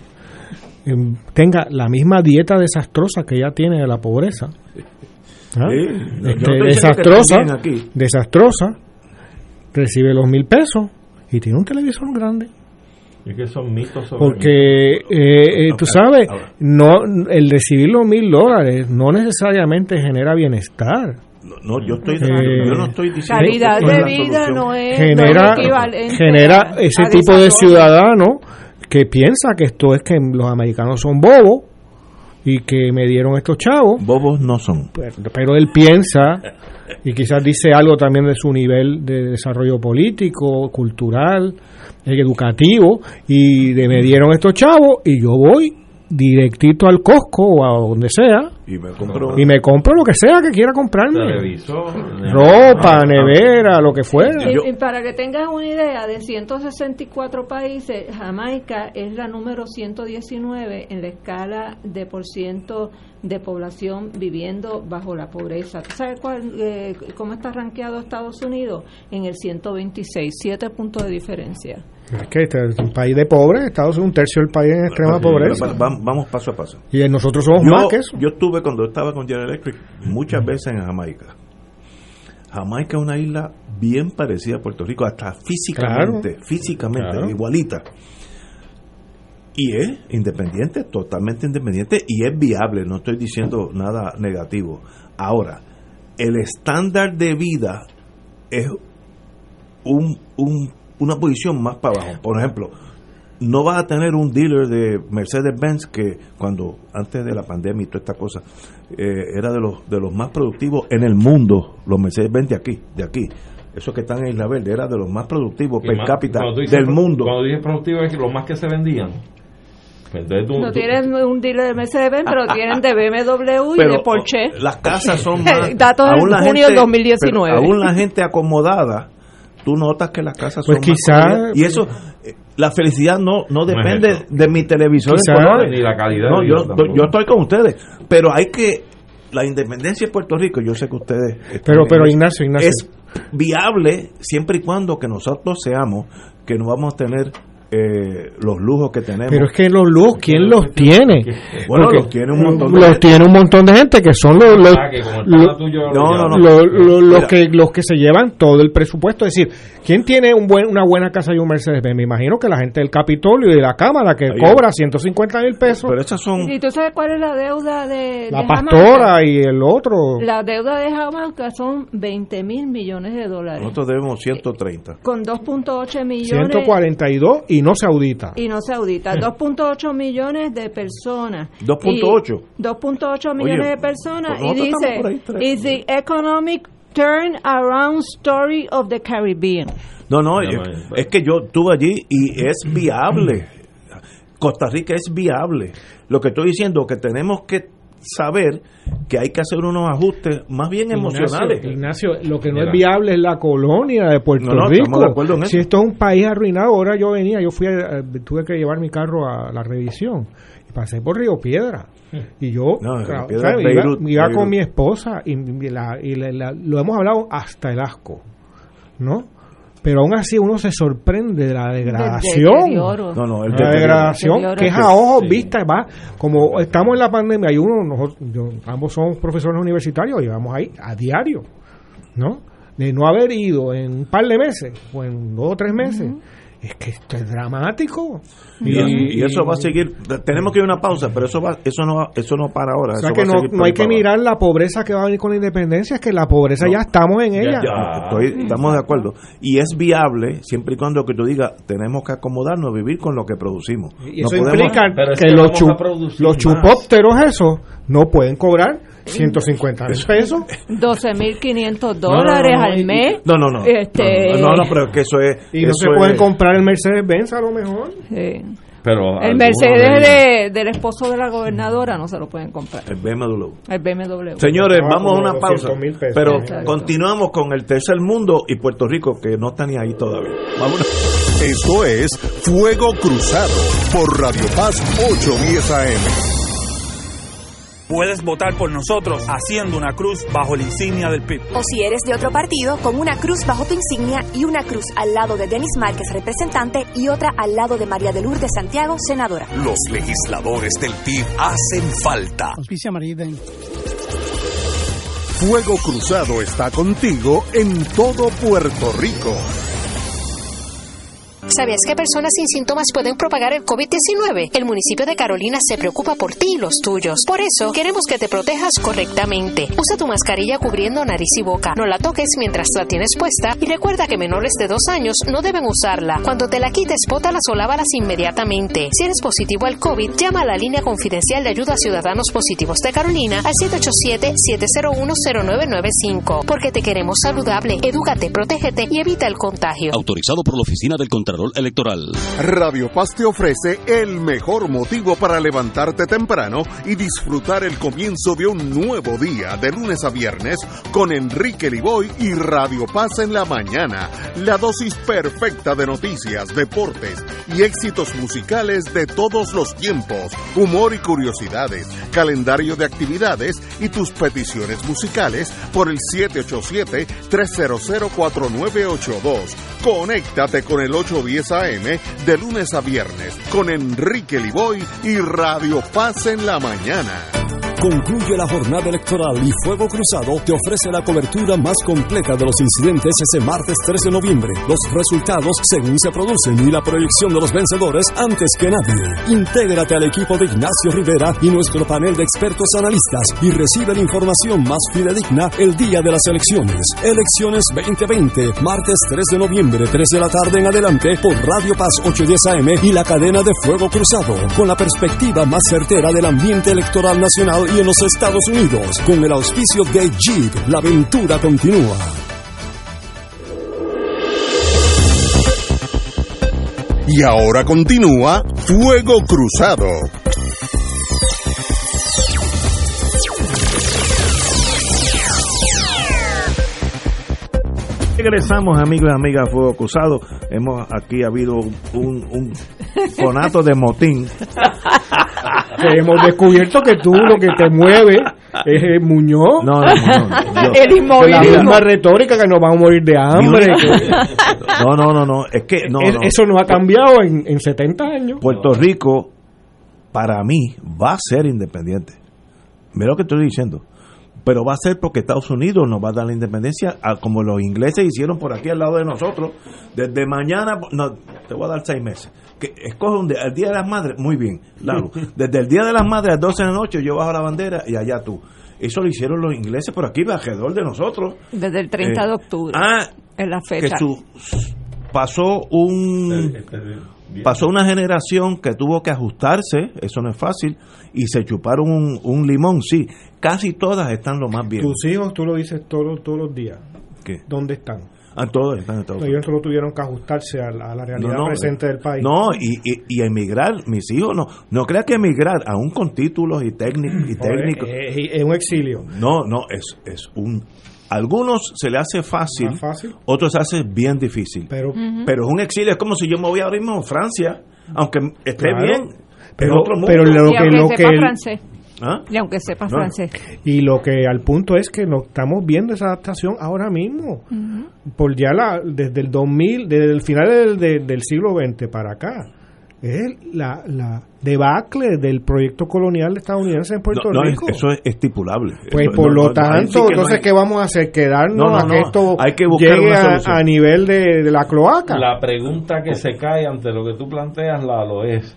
tenga la misma dieta desastrosa que ella tiene de la pobreza. ¿Ah? Sí, este, yo desastrosa, aquí. desastrosa, recibe los mil pesos y tiene un televisor grande. Es que son mitos sobre Porque mitos. eh, eh, tú sabes, no el recibir los mil dólares no necesariamente genera bienestar. No, yo estoy Eh, yo no estoy diciendo calidad que de la vida solución. no es, genera, no es equivalente genera a- ese a tipo de desarrollo. ciudadano que piensa que esto es que los americanos son bobos y que me dieron estos chavos. Bobos no son. Pero, pero él piensa, y quizás dice algo también de su nivel de desarrollo político, cultural, educativo, y de me dieron estos chavos y yo voy directito al Costco o a donde sea y me compro, y me compro lo que sea que quiera comprarme. Televisor, ropa, nevera, lo que fuera. Y, y para que tengas una idea, de ciento sesenta y cuatro países, Jamaica es la número ciento diecinueve en la escala de por ciento de población viviendo bajo la pobreza. ¿Tú sabes cuál, eh, cómo está rankeado Estados Unidos? En el ciento veintiséis, siete puntos de diferencia. Es que este es un país de pobres, Estados Unidos un tercio del país en extrema pobreza. Vamos, vamos paso a paso. Y nosotros somos yo, más que eso. Yo estuve cuando estaba con General Electric muchas veces en Jamaica. Jamaica es una isla bien parecida a Puerto Rico, hasta físicamente, Claro. físicamente, Claro. igualita. Y es independiente, totalmente independiente, y es viable, no estoy diciendo nada negativo. Ahora, el estándar de vida es un, un, una posición más para abajo. Por ejemplo, no vas a tener un dealer de Mercedes-Benz que cuando, antes de la pandemia y toda esta cosa, eh, era de los de los más productivos en el mundo, los Mercedes-Benz de aquí, de aquí. Esos que están en Isla Verde, era de los más productivos Y per más- cápita cuando tú dices del pro- mundo. Cuando dices productivo es que los más que se vendían. Entonces tú- No tú- tienen un dealer de Mercedes-Benz, pero tienen de B M W y Pero de Porsche. las casas son más... Datos aún de la junio del gente- dos mil diecinueve. pero aún la gente acomodada, tú notas que las casas Pues son quizá- más coloridas. Y eso, eh, la felicidad no no No es depende eso. de mi televisor Quizá- en colores. Ni la calidad No, de yo, vida tampoco. yo estoy con ustedes, pero hay que... La independencia de Puerto Rico, yo sé que ustedes... están Pero, en pero eso, Ignacio, Ignacio. es viable siempre y cuando que nosotros seamos, que no vamos a tener eh, los lujos que tenemos. Pero es que los lujos, ¿quién los tiene? Bueno, Porque los tiene un montón de los gente. tiene un montón de gente que son los, los, Ah, que como el los- pana tuyo lo no, no, no. los- los- los Mira. que los que se llevan todo el presupuesto. Es decir, ¿quién tiene un buen, una buena casa y un Mercedes-Benz? Me imagino que la gente del Capitolio y de la Cámara que Ahí cobra ciento cincuenta mil pesos. Pero esas son... ¿Y tú sabes cuál es la deuda de, La de pastora Jamaica? y el otro. La deuda de Jamaica son veinte mil millones de dólares. Nosotros debemos ciento treinta. Con dos punto ocho millones. ciento cuarenta y dos y no se audita. Y no se audita. dos punto ocho millones de personas. dos punto ocho. Y dos punto ocho millones Oye, de personas. pues Y nosotros dice, estamos por ahí, tres. is the economic turnaround story of the Caribbean. No, no, Ya, es, man. es que yo estuve allí y es viable. Costa Rica es viable. Lo que estoy diciendo es que tenemos que saber que hay que hacer unos ajustes más bien emocionales. Ignacio, lo que no Mira. es viable es la colonia de Puerto No, no, Rico. estamos de acuerdo en eso. Si esto es un país arruinado, ahora yo venía, yo fui, a- tuve que llevar mi carro a la revisión. pasé por Río Piedra. Y yo no, claro, Piedra, ¿sabes? Beirut, iba, iba Beirut. con mi esposa y, y, la, y la, la, lo hemos hablado hasta el asco, ¿no? Pero aún así uno se sorprende de la degradación. No, no, el la degradación deterioro. que es a ojos sí. vistas, va, como estamos en la pandemia, hay uno, nosotros, yo, ambos somos profesores universitarios y vamos ahí a diario, ¿no? De no haber ido en un par de meses o en dos o tres meses. Uh-huh. Es que esto es dramático. Y, y, y eso va a seguir. Tenemos que ir a una pausa, pero eso va, eso no, eso no para ahora. O sea eso que va no, no hay que mirar la pobreza que va a venir con la independencia, es que la pobreza no. ya estamos en ella. Ya, ya, estoy, estamos de acuerdo. Y es viable siempre y cuando que tú digas, tenemos que acomodarnos, vivir con lo que producimos. Y no eso podemos, implica que, que los, chu, los chupópteros esos no pueden cobrar ciento cincuenta mil pesos, doce mil quinientos dólares no, no, no, al mes. No, no, no. Este... No, no, no, pero que eso es. Y no eso se pueden es... comprar el Mercedes-Benz a lo mejor. Sí. Pero el Mercedes de, del esposo de la gobernadora no se lo pueden comprar. El B M W. El B M W. Señores, vamos a una pausa. Pesos, pero exacto. Continuamos con el tercer mundo y Puerto Rico, que no está ni ahí todavía. Vámonos. Esto es Fuego Cruzado por Radio Paz ochocientos diez A M. Puedes votar por nosotros haciendo una cruz bajo la insignia del P I B. O si eres de otro partido, con una cruz bajo tu insignia y una cruz al lado de Denis Márquez, representante, y otra al lado de María de Lourdes Santiago, senadora. Los legisladores del P I B hacen falta. Auspicia Mariden. Fuego Cruzado está contigo en todo Puerto Rico. ¿Sabías que personas sin síntomas pueden propagar el COVID diecinueve? El municipio de Carolina se preocupa por ti y los tuyos. Por eso, queremos que te protejas correctamente. Usa tu mascarilla cubriendo nariz y boca. No la toques mientras la tienes puesta y recuerda que menores de dos años no deben usarla. Cuando te la quites, bótalas o lávalas inmediatamente. Si eres positivo al COVID, llama a la línea confidencial de ayuda a ciudadanos positivos de Carolina al siete ocho siete, siete cero uno, cero nueve nueve cinco. Porque te queremos saludable, edúcate, protégete y evita el contagio. Autorizado por la Oficina del Contralor Electoral. Radio Paz te ofrece el mejor motivo para levantarte temprano y disfrutar el comienzo de un nuevo día de lunes a viernes con Enrique Liboy y Radio Paz en la mañana. La dosis perfecta de noticias, deportes y éxitos musicales de todos los tiempos, humor y curiosidades, calendario de actividades y tus peticiones musicales por el siete ocho siete, tres cero cero, cuatro nueve ocho dos. Conéctate con el ochocientos diez A M de lunes a viernes con Enrique Liboy y Radio Paz en la mañana. Concluye la jornada electoral y Fuego Cruzado te ofrece la cobertura más completa de los incidentes ese martes tres de noviembre. Los resultados según se producen y la proyección de los vencedores antes que nadie. Intégrate al equipo de Ignacio Rivera y nuestro panel de expertos analistas y recibe la información más fidedigna el día de las elecciones. Elecciones veinte veinte, martes tres de noviembre, tres de la tarde en adelante por Radio Paz ochocientos diez A M y la cadena de Fuego Cruzado, con la perspectiva más certera del ambiente electoral nacional y en los Estados Unidos, con el auspicio de Jeep. La aventura continúa. Y ahora continúa Fuego Cruzado. Regresamos, amigos y amigas, Fuego Cruzado. Hemos aquí ha habido un, un conato de motín. Que hemos descubierto que tú lo que te mueve es el Muñoz. No, no, no, no. Yo, el inmovilismo. La misma retórica que nos vamos a morir de hambre. No, no, no, no. Es que no, es, no. Eso no ha cambiado en, en setenta años. Puerto Rico, para mí, va a ser independiente. Mira lo que estoy diciendo. Pero va a ser porque Estados Unidos nos va a dar la independencia, a, como los ingleses hicieron por aquí al lado de nosotros. Desde mañana, no, te voy a dar seis meses. Que escoge un día, el Día de las Madres, muy bien, claro. Desde el Día de las Madres a las doce de la noche yo bajo la bandera y allá tú. Eso lo hicieron los ingleses por aquí, alrededor de nosotros. Desde el treinta eh, de octubre. Ah, en la fecha. Que su, pasó un... Pasó una generación que tuvo que ajustarse, eso no es fácil, y se chuparon un, un limón, sí. Casi todas están lo más bien. Tus hijos, tú lo dices todos, todos los días. ¿Qué? ¿Dónde están? Ah, todos están en Estados Unidos. Ellos solo tuvieron que ajustarse a la, a la realidad no, no, presente del país. No, y, y, y emigrar, mis hijos, no no creas que emigrar, aún con títulos y, técnicos y técnicos. Es, es, es un exilio. No, no, es, es un... Algunos se le hace fácil, ¿Más fácil? Otros se hace bien difícil. Pero, uh-huh. pero es un exilio, es como si yo me voy ahora mismo a Francia, aunque esté claro. bien. Pero, pero lo y que lo sepa que francés. ¿Ah? Y aunque sepa no. francés. Y lo que al punto es que no estamos viendo esa adaptación ahora mismo. Uh-huh. Por ya la desde el dos mil, desde el final del, del, del siglo veinte para acá. Es la, la debacle del proyecto colonial estadounidense en Puerto no, no, Rico. Eso es estipulable. Pues eso, por no, lo no, tanto, sí entonces, no hay... ¿qué vamos a hacer? ¿Quedarnos no, no, a que no, esto hay que buscar llegue una a, solución. a nivel de, de la cloaca? La pregunta que se cae ante lo que tú planteas, Lalo, es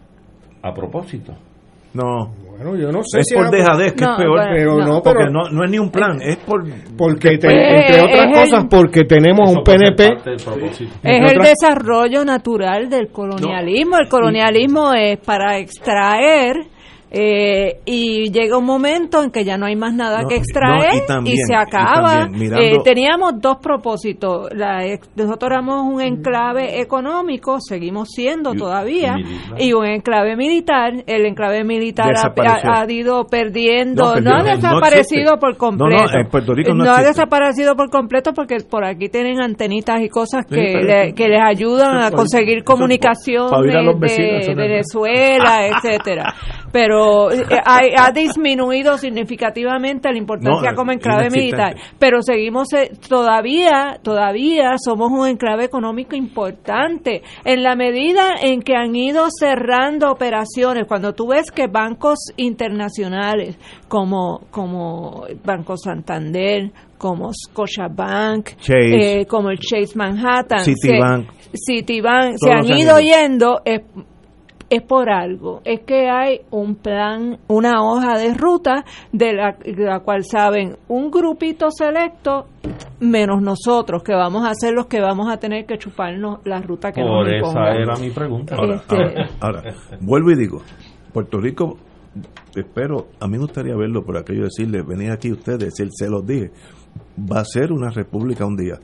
a propósito. No. Bueno, yo no sé es si por era... dejadez, que no, es peor. bueno, pero no, no, porque pero... no, no es ni un plan, es por... Porque, te, pues, entre otras es cosas, el, porque tenemos un P N P... Es el otras... desarrollo natural del colonialismo. No. El colonialismo y... es para extraer... Eh, y llega un momento en que ya no hay más nada no, que extraer no, y, también, y se acaba. Y también, mirando... eh, teníamos dos propósitos. La, nosotros éramos un enclave económico, seguimos siendo y, todavía, y, y un enclave militar. El enclave militar ha, ha ido perdiendo, no, no ha desaparecido no por completo. No, no, en Puerto Rico no, no ha desaparecido por completo porque por aquí tienen antenitas y cosas que, sí, pero, le, que les ayudan a conseguir comunicaciones de Venezuela, etcétera. Pero ha, ha disminuido significativamente la importancia no, como enclave militar, pero seguimos eh, todavía todavía somos un enclave económico importante en la medida en que han ido cerrando operaciones. Cuando tú ves que bancos internacionales como como Banco Santander, como Scotiabank, eh, como el Chase Manhattan, Citibank, se, Citibank se han ido yendo eh, es por algo, es que hay un plan, una hoja de ruta de la, de la cual saben un grupito selecto menos nosotros, que vamos a ser los que vamos a tener que chuparnos la ruta que por nos esa impongan. Era mi pregunta. Ahora, este, ahora, ahora, vuelvo y digo, Puerto Rico, espero, a mí me gustaría verlo por aquello de decirle, venir aquí ustedes, decir, se los dije, va a ser una república un día,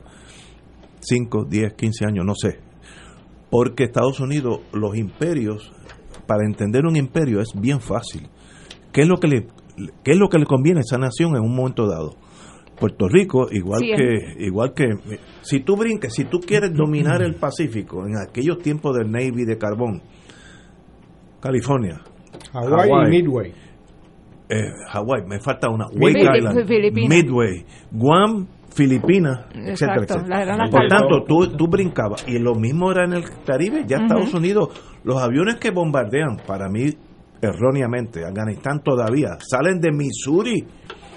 cinco, diez, quince años, no sé. Porque Estados Unidos, los imperios, para entender un imperio es bien fácil. ¿Qué es lo que le, qué es lo que le conviene a esa nación en un momento dado? Puerto Rico, igual sí, que, igual que, si tú brincas, si tú quieres dominar el Pacífico en aquellos tiempos del Navy de carbón, California, Hawái y Midway, eh, Hawái, me falta una, Wake Island, Filipinas. Midway, Guam, Filipinas, etcétera, etcétera. Por tanto, tú, tú brincabas, y lo mismo era en el Caribe, ya uh-huh. Estados Unidos, los aviones que bombardean, para mí, erróneamente, Afganistán todavía, salen de Missouri,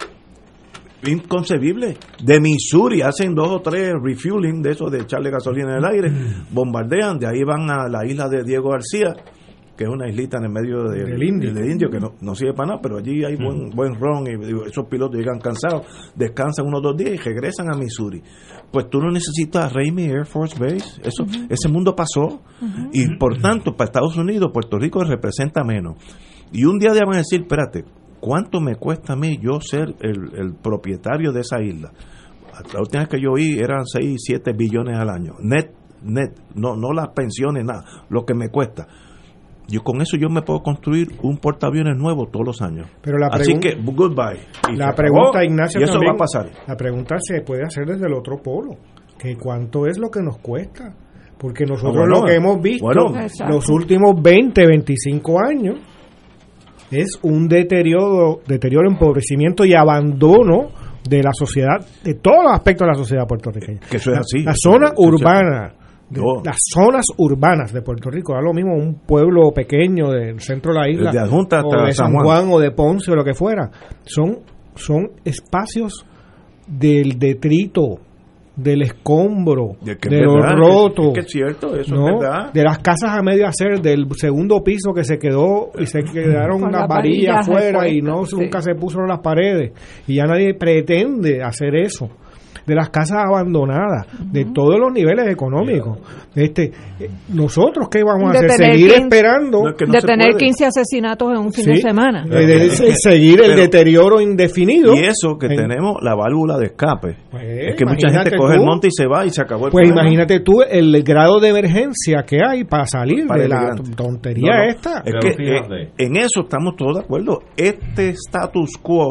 inconcebible, de Missouri, hacen dos o tres refueling de eso, de echarle gasolina en el aire, bombardean, de ahí van a la isla de Diego García, que es una islita en el medio de, del indio, del indio que no, no sirve para nada, pero allí hay buen, buen ron y digo, esos pilotos llegan cansados, descansan unos dos días y regresan a Missouri. Pues tú no necesitas Ramey Air Force Base, eso, uh-huh. ese mundo pasó, uh-huh. y por tanto para Estados Unidos, Puerto Rico representa menos. Y un día van a decir, espérate, ¿cuánto me cuesta a mí yo ser el, el propietario de esa isla? La última vez que yo oí eran seis, siete billones al año, net, net, no, no las pensiones, nada, lo que me cuesta. Yo con eso yo me puedo construir un portaaviones nuevo todos los años. Pero la Así que goodbye. Y la pregunta, Ignacio, y eso también, va a pasar. La pregunta se puede hacer desde el otro polo, que cuánto es lo que nos cuesta, porque nosotros ah, bueno, lo que hemos visto bueno, los últimos veinte, veinticinco años es un deterioro, deterioro, empobrecimiento y abandono de la sociedad, de todos los aspectos de la sociedad puertorriqueña. Que eso es así. La, la zona urbana. De oh. Las zonas urbanas de Puerto Rico, da lo mismo un pueblo pequeño del centro de la isla, de Adjunta hasta o de San Juan. Juan o de Ponce o lo que fuera, son, son espacios del detrito, del escombro, de, de lo roto, es que es cierto, eso ¿no? es verdad. De las casas a medio hacer, del segundo piso que se quedó y se quedaron con unas la varillas afuera y no sí. nunca se puso en las paredes y ya nadie pretende hacer eso. De las casas abandonadas, uh-huh. de todos los niveles económicos. Este, nosotros qué vamos a de hacer, seguir quince, esperando, no, no de tener puede. quince asesinatos en un fin sí, de semana, de, de, de seguir el Pero, deterioro indefinido. Y eso que en, tenemos la válvula de escape, pues, es que mucha gente tú, coge el monte y se va y se acabó el Pues problema. Imagínate tú el grado de emergencia que hay para salir para de la grande. tontería no, no, esta. Es que eh, en eso estamos todos de acuerdo. Este status quo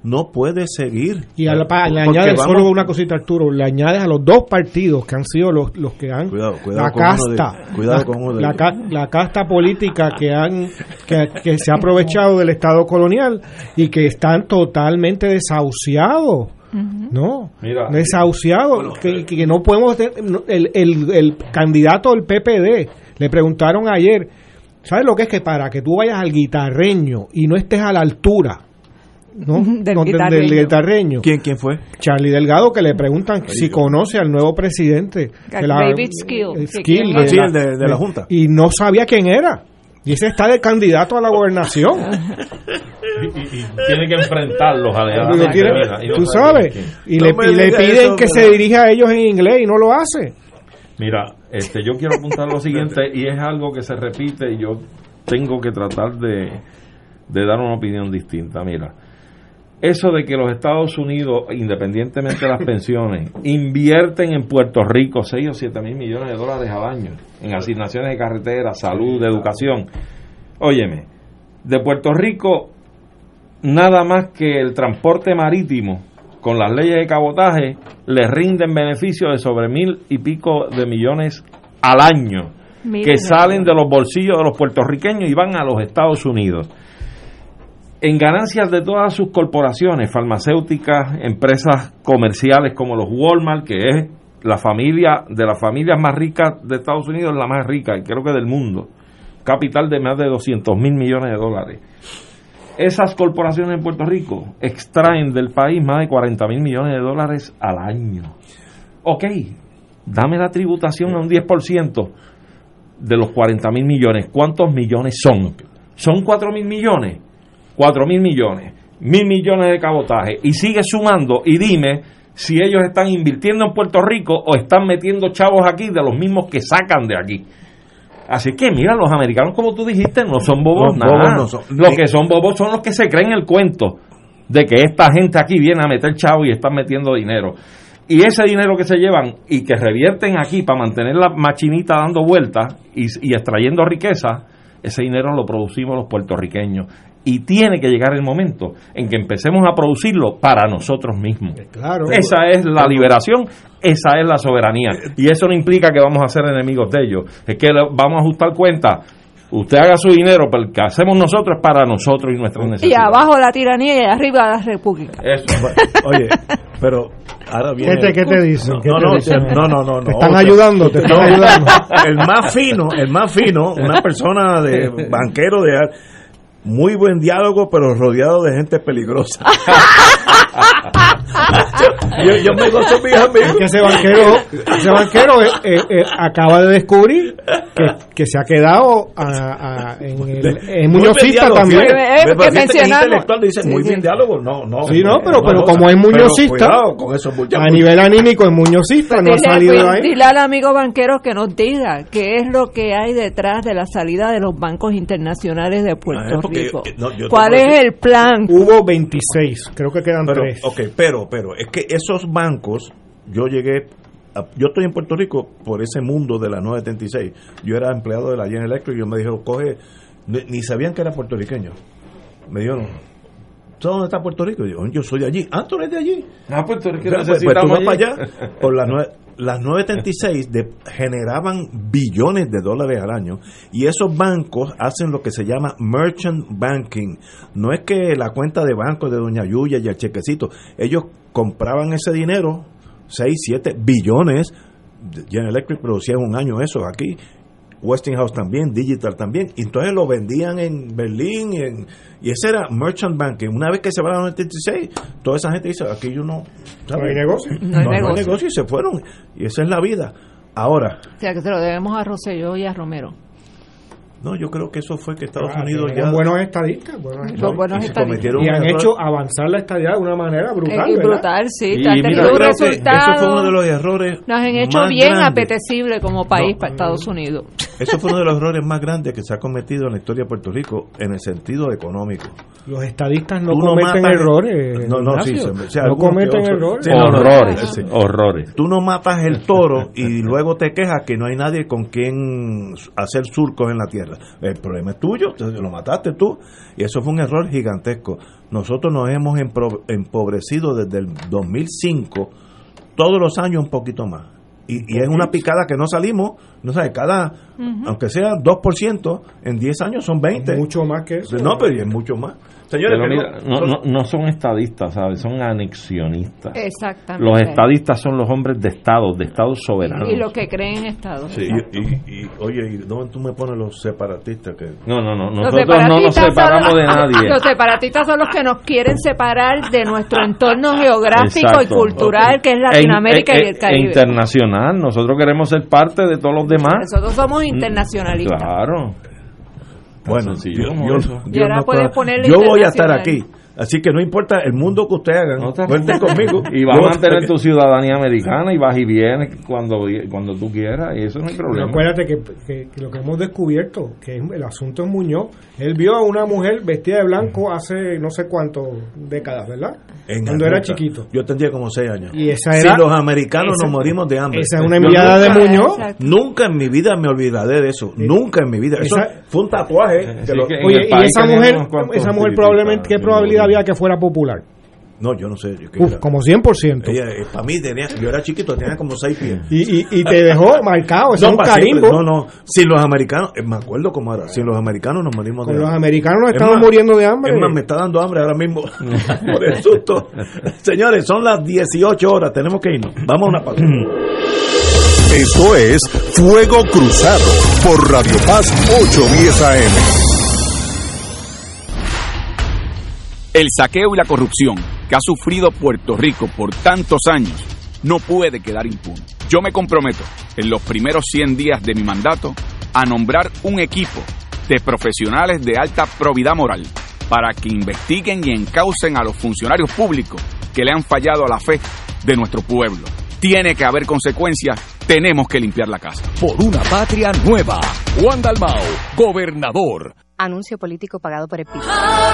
no puede seguir. Y a la, pa, le añades vamos, solo una cosita, Arturo, le añades a los dos partidos que han sido los, los que han cuidado, cuidado la casta, de, cuidado la, con uno de la, ca, la casta política que han que, que se ha aprovechado del Estado colonial y que están totalmente desahuciados. Uh-huh. No, Mira, desahuciados, bueno, que, que no podemos tener, el, el, el candidato del P P D le preguntaron ayer, ¿sabes lo que es que para que tú vayas al guitarreño y no estés a la altura, ¿no? Del, no, guitarreño. del guitarreño? ¿Quién quién fue? Charlie Delgado, que le preguntan Ay, si yo. conoce al nuevo presidente de la, David Skill, Skill de, de, la, de, de la Junta. Y no sabía quién era. Y ese está de candidato a la gobernación. y, y, y tiene que enfrentarlos alegadamente. Tiene, y no tú sabes. Y no le, y le piden eso, que pero... se dirija a ellos en inglés y no lo hace. Mira, este, yo quiero apuntar lo siguiente, y es algo que se repite y yo tengo que tratar de, de dar una opinión distinta. Mira, eso de que los Estados Unidos, independientemente de las pensiones, invierten en Puerto Rico seis o siete mil millones de dólares al año en asignaciones de carretera, salud, de educación. Óyeme, de Puerto Rico nada más que el transporte marítimo con las leyes de cabotaje le rinden beneficios de sobre mil y pico de millones al año Miren que salen de los bolsillos de los puertorriqueños y van a los Estados Unidos. En ganancias de todas sus corporaciones, farmacéuticas, empresas comerciales como los Walmart, que es la familia de las familias más ricas de Estados Unidos, la más rica, y creo que del mundo, capital de más de doscientos mil millones de dólares. Esas corporaciones en Puerto Rico extraen del país más de cuarenta mil millones de dólares al año. Ok, dame la tributación a un diez por ciento de los cuarenta mil millones. ¿Cuántos millones son? ¿Son cuatro mil millones? cuatro mil millones, mil millones de cabotaje, y sigue sumando, y dime si ellos están invirtiendo en Puerto Rico o están metiendo chavos aquí de los mismos que sacan de aquí. Así que mira, los americanos, como tú dijiste, no son bobos, no, nada. Bobos no son. Los que son bobos son los que se creen el cuento de que esta gente aquí viene a meter chavos y están metiendo dinero. Y ese dinero que se llevan y que revierten aquí para mantener la machinita dando vueltas y, y extrayendo riqueza, ese dinero lo producimos los puertorriqueños. Y tiene que llegar el momento en que empecemos a producirlo para nosotros mismos. Claro. Esa es la liberación, esa es la soberanía. Y eso no implica que vamos a ser enemigos de ellos. Es que vamos a ajustar cuentas. Usted haga su dinero, pero el que hacemos nosotros es para nosotros y nuestras necesidades. Y abajo la tiranía y arriba la república. Eso. Oye, pero ahora viene... ¿Qué te, qué te dicen? No, no, no, no, no, no. Te están no, ayudando, te están no, ayudando. El más fino, el más fino, una persona de banquero de... Muy buen diálogo, pero rodeado de gente peligrosa. yo, yo me gozo mis amigos. Que ese banquero, ese banquero eh, eh, eh, acaba de descubrir que, que se ha quedado a, a, en el en muñozista también. Me, me, me intelectual dice muy bien diálogo, no, no. Sí, no, pero, pero como es muñozista, con eso a nivel anímico es muñozista, no ha salido de ahí. Dile al amigo banquero que nos diga qué es lo que hay detrás de la salida de los bancos internacionales de Puerto Rico. Rico. No, ¿Cuál es decir, el plan? Hubo veintiséis, creo que quedan pero, tres. Ok, pero, pero es que esos bancos, yo llegué, a, yo estoy en Puerto Rico por ese mundo de la nueve setenta y seis. Yo era empleado de la General Electric y yo me dijeron, coge, ni, ni sabían que era puertorriqueño. Me dijeron, ¿dónde está Puerto Rico? Y yo, yo soy de allí. Ah, tú eres de allí. Ah, Puerto Rico. Pues, pues tú vas para allá por la nueve. Las nueve setenta y seis de, generaban billones de dólares al año y esos bancos hacen lo que se llama merchant banking. No es que la cuenta de banco de Doña Yuya y el chequecito. Ellos compraban ese dinero, seis, siete billones. General Electric producía en un año eso aquí. Westinghouse también, Digital también, y entonces lo vendían en Berlín y, en, y ese era merchant banking. Una vez que se va a la noventa y seis, toda esa gente dice, aquí yo no, no hay negocio, no hay no, negocio. no hay negocio y se fueron, y esa es la vida. Ahora, o sea que se lo debemos a Rosselló y a Romero. No, yo creo que eso fue que Estados ah, Unidos ya... buenos estadistas. Buenos estadistas. No, buenos y, estadistas. y han hecho avanzar la estadidad de una manera brutal, es ¿verdad? brutal, sí. Y, y mira, un resultado, eso fue uno de los errores nos han hecho más bien grandes. apetecible como país no, para Estados no, Unidos. Eso fue uno de los errores más grandes que se ha cometido en la historia de Puerto Rico en el sentido económico. Los estadistas no Tú cometen matas, errores. No, no, sí, se, o sea, no cometen errores. Sí, horrores, no, sí. horrores. Tú no matas el toro y luego te quejas que no hay nadie con quien hacer surcos en la tierra. El problema es tuyo, lo mataste tú. Y eso fue un error gigantesco. Nosotros nos hemos empobrecido desde el dos mil cinco, todos los años un poquito más. Y, y es una picada que no salimos, no sabes, cada, uh-huh. aunque sea dos por ciento, en diez años son veinte. Mucho más que eso. No, pero es mucho más. Señores, pero mira, no, no, no son estadistas, ¿sabes? Son anexionistas. Exactamente. Los estadistas son los hombres de estados, de estados soberanos. Y los que creen en estados. Sí, y, y, y, oye, ¿y dónde tú me pones los separatistas? Que... No, no, no, nosotros no nos separamos son, de nadie. Los separatistas son los que nos quieren separar de nuestro entorno geográfico Exacto. y cultural, okay. que es Latinoamérica e, e, y el Caribe. E internacional, nosotros queremos ser parte de todos los demás. Nosotros somos internacionalistas. Claro. Bueno, sí, yo, yo, yo, y ahora no puedes ponerle yo voy a estar aquí, así que no importa el mundo que usted haga, no cuente conmigo. Y vas a mantener tu ciudadanía americana y vas y vienes cuando cuando tú quieras, y eso no hay problema. Pero acuérdate que, que, que lo que hemos descubierto, que el asunto es Muñoz, él vio a una mujer vestida de blanco hace no sé cuántas décadas, ¿verdad? En cuando era chiquito. Yo tendría como seis años. Y esa era, si los americanos esa, nos morimos de hambre. Esa es una enviada de Muñoz. Nunca en mi vida me olvidaré de eso. Sí. Nunca en mi vida. Eso esa, fue un tatuaje. Sí, lo, que oye, y esa mujer, esa mujer probablemente, ¿qué probabilidad había que fuera popular? No, yo no sé. Yo Uf, era, como cien por ciento. Ella, para mí, tenía, yo era chiquito, tenía como seis pies. Y, y, y te dejó marcado, eso no, es un carimbo. No, no, si los americanos, me acuerdo cómo era, si los americanos nos morimos de hambre. Con los americanos nos estamos más, muriendo de hambre. Es más, me está dando hambre ahora mismo por el susto. Señores, son las dieciocho horas, tenemos que irnos. Vamos a una pausa. Esto es Fuego Cruzado por Radio Paz ochocientos diez A M. El saqueo y la corrupción que ha sufrido Puerto Rico por tantos años no puede quedar impune. Yo me comprometo en los primeros cien días de mi mandato a nombrar un equipo de profesionales de alta probidad moral para que investiguen y encaucen a los funcionarios públicos que le han fallado a la fe de nuestro pueblo. Tiene que haber consecuencias, tenemos que limpiar la casa. Por una patria nueva, Juan Dalmau, gobernador. Anuncio político pagado por el P I B.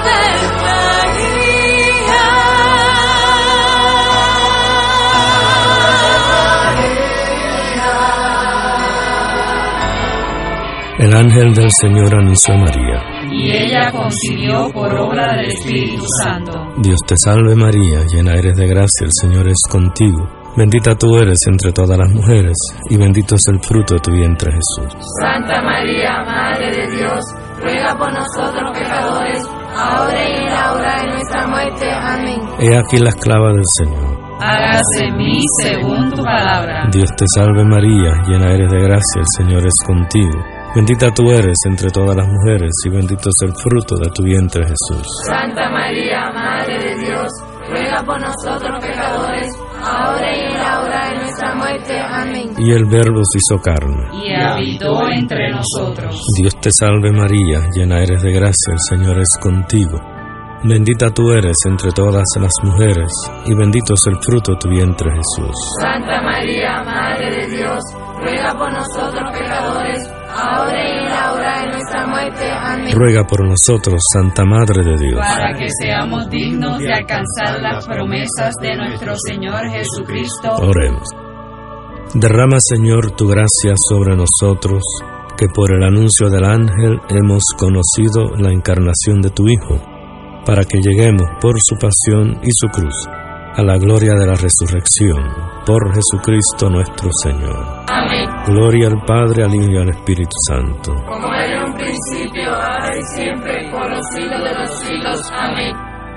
El ángel del Señor anunció a María. Y ella concibió por obra del Espíritu Santo. Dios te salve María, llena eres de gracia, el Señor es contigo. Bendita tú eres entre todas las mujeres, y bendito es el fruto de tu vientre Jesús. Santa María, Madre de Dios, ruega por nosotros pecadores, ahora y en la hora de nuestra muerte. Amén. He aquí la esclava del Señor. Hágase en mí según tu palabra. Dios te salve María, llena eres de gracia, el Señor es contigo. Bendita tú eres entre todas las mujeres, y bendito es el fruto de tu vientre Jesús. Santa María, Madre de Dios, ruega por nosotros pecadores, ahora y en la hora de nuestra muerte. Amén. Y el Verbo se hizo carne, y habitó entre nosotros. Dios te salve María, llena eres de gracia, el Señor es contigo. Bendita tú eres entre todas las mujeres, y bendito es el fruto de tu vientre Jesús. Santa María, Madre de Dios, ruega por nosotros pecadores, ahora y en la hora de nuestra muerte. Amén. Ruega por nosotros, Santa Madre de Dios, para que seamos dignos de alcanzar las promesas de nuestro Señor Jesucristo. Oremos. Derrama, Señor, tu gracia sobre nosotros, que por el anuncio del ángel hemos conocido la encarnación de tu Hijo, para que lleguemos por su pasión y su cruz a la gloria de la resurrección, por Jesucristo nuestro Señor. Amén. Gloria al Padre, al Hijo y al Espíritu Santo. Como era en un principio, ahora y siempre, por los siglos de los siglos. Amén.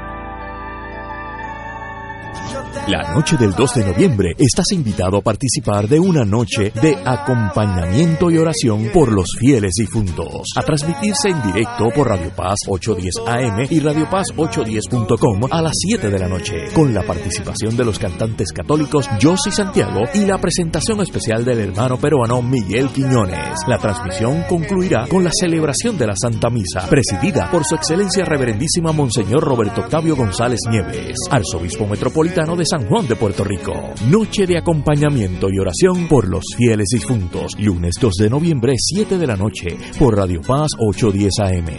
La noche del dos de noviembre estás invitado a participar de una noche de acompañamiento y oración por los fieles difuntos, a transmitirse en directo por Radio Paz ochocientos diez A M y Radio Paz ochocientos diez punto com a las siete de la noche, con la participación de los cantantes católicos Josy Santiago y la presentación especial del hermano peruano Miguel Quiñones. La transmisión concluirá con la celebración de la Santa Misa, presidida por su excelencia reverendísima Monseñor Roberto Octavio González Nieves, arzobispo metropolitano de San San Juan de Puerto Rico. Noche de acompañamiento y oración por los fieles difuntos. Lunes dos de noviembre, siete de la noche, por Radio Paz ochocientos diez A M.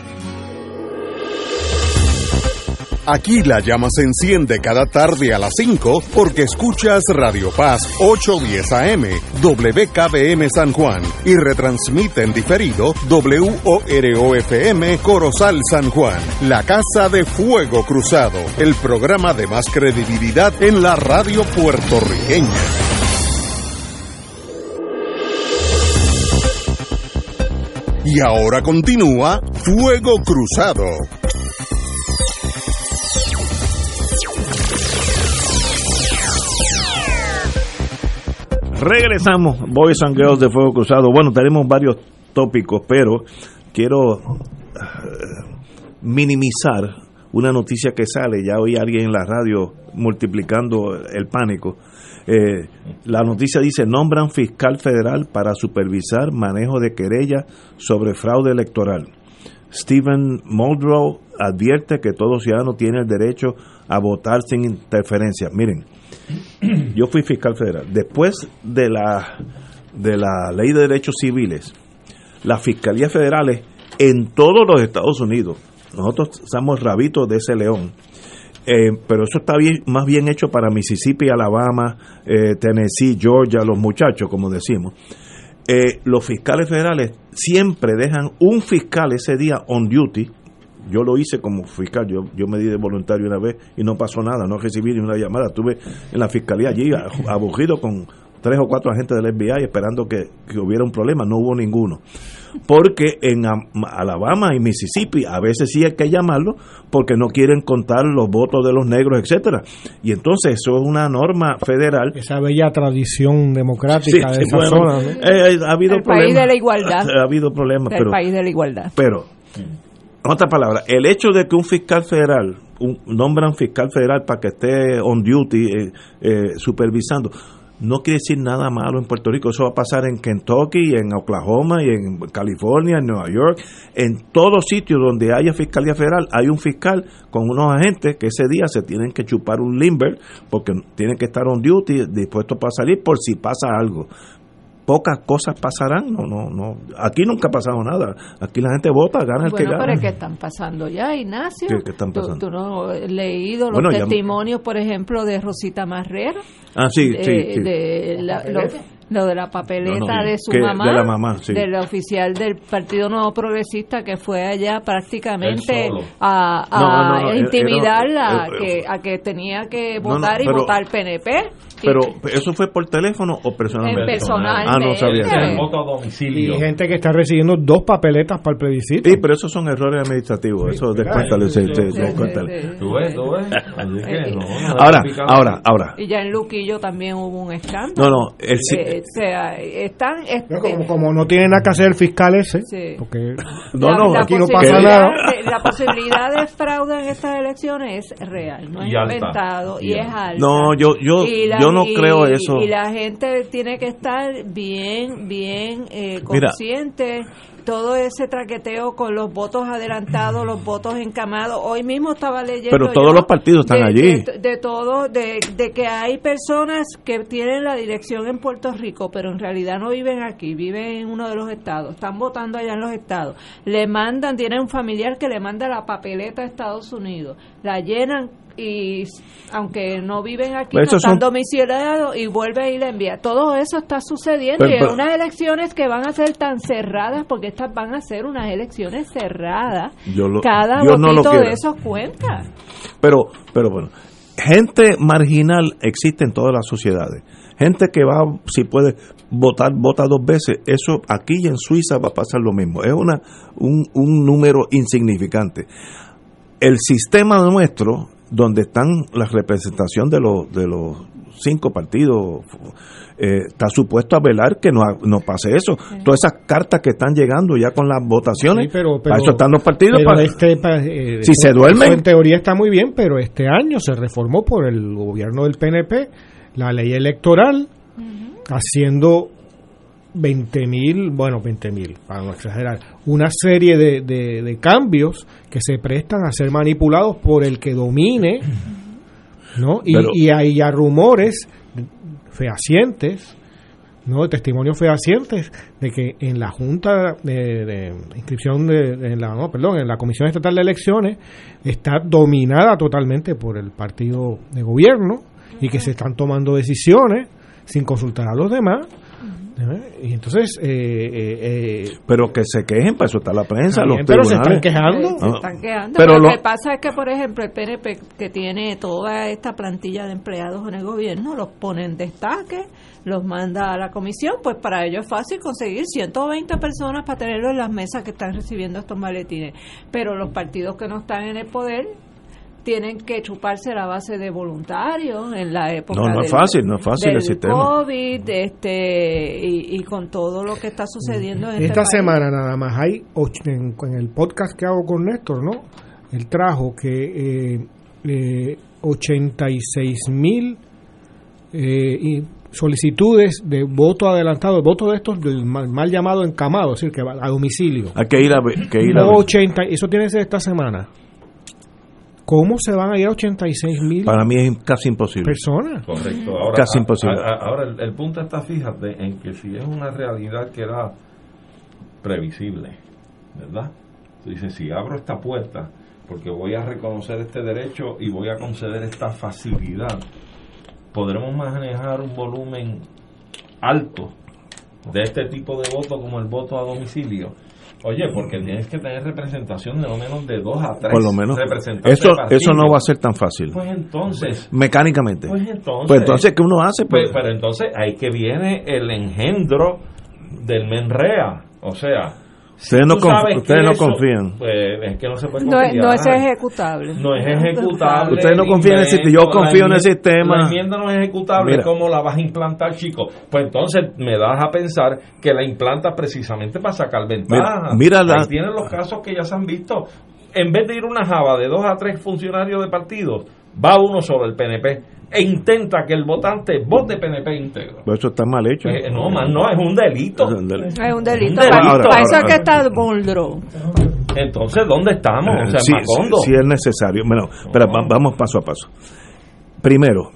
Aquí la llama se enciende cada tarde a las cinco porque escuchas Radio Paz ochocientos diez A M, W K B M San Juan y retransmite en diferido W O R O F M Corozal San Juan, la Casa de Fuego Cruzado, el programa de más credibilidad en la radio puertorriqueña. Y ahora continúa Fuego Cruzado. Regresamos, Boys and Girls de Fuego Cruzado. Bueno, tenemos varios tópicos, pero quiero uh, minimizar una noticia que sale. Ya oí a alguien en la radio multiplicando el pánico. Eh, la noticia dice: nombran fiscal federal para supervisar manejo de querella sobre fraude electoral. Stephen Muldrow advierte que todo ciudadano tiene el derecho a votar sin interferencia. Miren, yo fui fiscal federal. Después de la de la Ley de Derechos Civiles, las fiscalías federales en todos los Estados Unidos, nosotros somos rabitos de ese león, eh, pero eso está bien, más bien hecho para Mississippi, Alabama, eh, Tennessee, Georgia, los muchachos, como decimos. Eh, los fiscales federales siempre dejan un fiscal ese día on duty. Yo lo hice como fiscal, yo, yo me di de voluntario una vez y no pasó nada, no recibí ni una llamada. Estuve en la fiscalía allí aburrido con tres o cuatro agentes del F B I esperando que, que hubiera un problema, no hubo ninguno. Porque en Alabama y Mississippi a veces sí hay que llamarlo porque no quieren contar los votos de los negros, etcétera. Y entonces eso es una norma federal. Esa bella tradición democrática sí, de sí, esa bueno, zona, ¿no? eh, ha habido el problemas, país de la igualdad. Ha habido problemas, el pero país de la igualdad. Pero en otras palabras, el hecho de que un fiscal federal, un, nombran fiscal federal para que esté on duty eh, eh, supervisando, no quiere decir nada malo en Puerto Rico. Eso va a pasar en Kentucky, en Oklahoma, y en California, en Nueva York. En todos sitios donde haya fiscalía federal hay un fiscal con unos agentes que ese día se tienen que chupar un limber porque tienen que estar on duty, dispuestos para salir por si pasa algo. Pocas cosas pasarán, no, no, no. Aquí nunca ha pasado nada. Aquí la gente vota, gana el bueno, que gana. Bueno, pero es que están pasando ya, Ignacio. ¿Qué, qué están pasando? ¿Tú, tú no has leído los bueno, testimonios, ya... por ejemplo, de Rosita Marrero? Ah, sí, de, sí, sí. De la, lo, lo de la papeleta no, no, sí. de su que, mamá, de la mamá, sí. del oficial del Partido Nuevo Progresista que fue allá prácticamente a, a no, no, no, intimidarla, eh, eh, eh, a, que, a que tenía que votar no, no, pero, y votar P N P. Pero, ¿eso fue por teléfono o personalmente? Personalmente. Ah, no sabía. El voto a domicilio. Y gente que está recibiendo dos papeletas para el plebiscito. Sí, pero esos son errores administrativos. Sí, eso descuéntale. Sí, sí, sí, sí, descuéntale. Sí, sí. Tú ves, tú ves. Así que no, no ahora, ahora, ahora. Y ya en Luquillo también hubo un escándalo. No, no. El, eh, o sea, están... Este, no, como, como no tiene nada que hacer el fiscal ese. Sí. Porque no, no, aquí no pasa nada. De, la posibilidad de fraude en estas elecciones es real. No es inventado y, y es alta. No, yo, yo, la, yo no y, creo eso. Y la gente tiene que estar bien, bien eh, consciente. Mira, todo ese traqueteo con los votos adelantados, los votos encamados. Hoy mismo estaba leyendo. Pero todos los partidos están de, allí. De, de todo, de, de que hay personas que tienen la dirección en Puerto Rico, pero en realidad no viven aquí, viven en uno de los estados. Están votando allá en los estados. Le mandan, tienen un familiar que le manda la papeleta a Estados Unidos. La llenan. Y aunque no viven aquí, no están son... domiciliados y vuelve y le envía. Todo eso está sucediendo pero, y pero, en unas elecciones que van a ser tan cerradas, porque estas van a ser unas elecciones cerradas. Lo, Cada yo votito no de esos cuenta. Pero, pero bueno, gente marginal existe en todas las sociedades. Gente que va, si puede votar, vota dos veces. Eso aquí y en Suiza va a pasar lo mismo. Es una un, un número insignificante. El sistema nuestro, donde están la representación de los de los cinco partidos, eh, está supuesto a velar que no, no pase eso. Sí. Todas esas cartas que están llegando ya con las votaciones, sí, pero, pero, para eso están los partidos. Para, este, para, eh, si se duermen. En teoría está muy bien, pero este año se reformó por el gobierno del P N P la ley electoral, uh-huh. haciendo veinte mil, bueno, veinte mil, para no exagerar, una serie de, de, de cambios que se prestan a ser manipulados por el que domine ¿no? Y, Pero, y hay ya rumores fehacientes, ¿no? Testimonios fehacientes de que en la Junta de, de inscripción de, de la, no, perdón, en la Comisión Estatal de Elecciones está dominada totalmente por el partido de gobierno y que se están tomando decisiones sin consultar a los demás. ¿Eh? Y entonces eh, eh, eh, pero que se quejen, para eso está la prensa, los pero tribunales. se están quejando. Se están quejando. Pero Pero lo lo que pasa es que, por ejemplo, el P N P, que tiene toda esta plantilla de empleados en el gobierno, los pone en destaque, los manda a la comisión, pues para ellos es fácil conseguir ciento veinte personas para tenerlo en las mesas que están recibiendo estos maletines. Pero los partidos que no están en el poder tienen que chuparse la base de voluntarios en la época no no es del, fácil no es fácil del el sistema COVID, este y, y con todo lo que está sucediendo en esta este semana nada más hay och- en, en el podcast que hago con Néstor, ¿no? Él trajo que eh, eh, ochenta y seis mil eh, y solicitudes de voto adelantado, voto de estos del mal, mal llamado encamado, es decir, que va a domicilio. hay que ir a ver, que ir a ver. ochenta, eso tiene que ser esta semana. ¿Cómo se van a ir a ochenta y seis mil Para mí es casi imposible. personas? Correcto. Ahora, Casi a- imposible. a- a- ahora, el, el punto está, fíjate, en que si es una realidad que era previsible, ¿verdad? Tú dices, si abro esta puerta, porque voy a reconocer este derecho y voy a conceder esta facilidad, podremos manejar un volumen alto de este tipo de voto como el voto a domicilio. Oye, porque tienes que tener representación de lo menos de dos a tres Por lo menos. representantes Eso, de partido. eso no va a ser tan fácil. Pues entonces... Mecánicamente. Pues entonces... Pues entonces, ¿qué uno hace? Pues, Pues, pero entonces, ahí que viene el engendro del MENREA. O sea... ustedes no, tú sabes conf- ustedes que no eso- confían. Pues es que no se puede no, confiar. no es ejecutable. No es ejecutable. Ustedes no el confían en el sistema. Yo invento, confío en la el enmienda- sistema. La enmienda no es ejecutable. Mira. ¿Cómo la vas a implantar, chico? Pues entonces me das a pensar que la implantas precisamente para sacar ventaja. Mira- mira la- Ahí tienen los casos que ya se han visto. En vez de ir una java de dos a tres funcionarios de partidos, va uno solo, el P N P, e intenta que el votante vote P N P íntegro. Pues eso está mal hecho. Eh, no, man, no, es un delito. Es un delito. Es un delito. Un Para, delito. para eso es Ahora, que está Boldro. Entonces, ¿dónde estamos? O sea, Sí, en Macondo. sí, sí es necesario. Bueno, pero va- vamos paso a paso. Primero,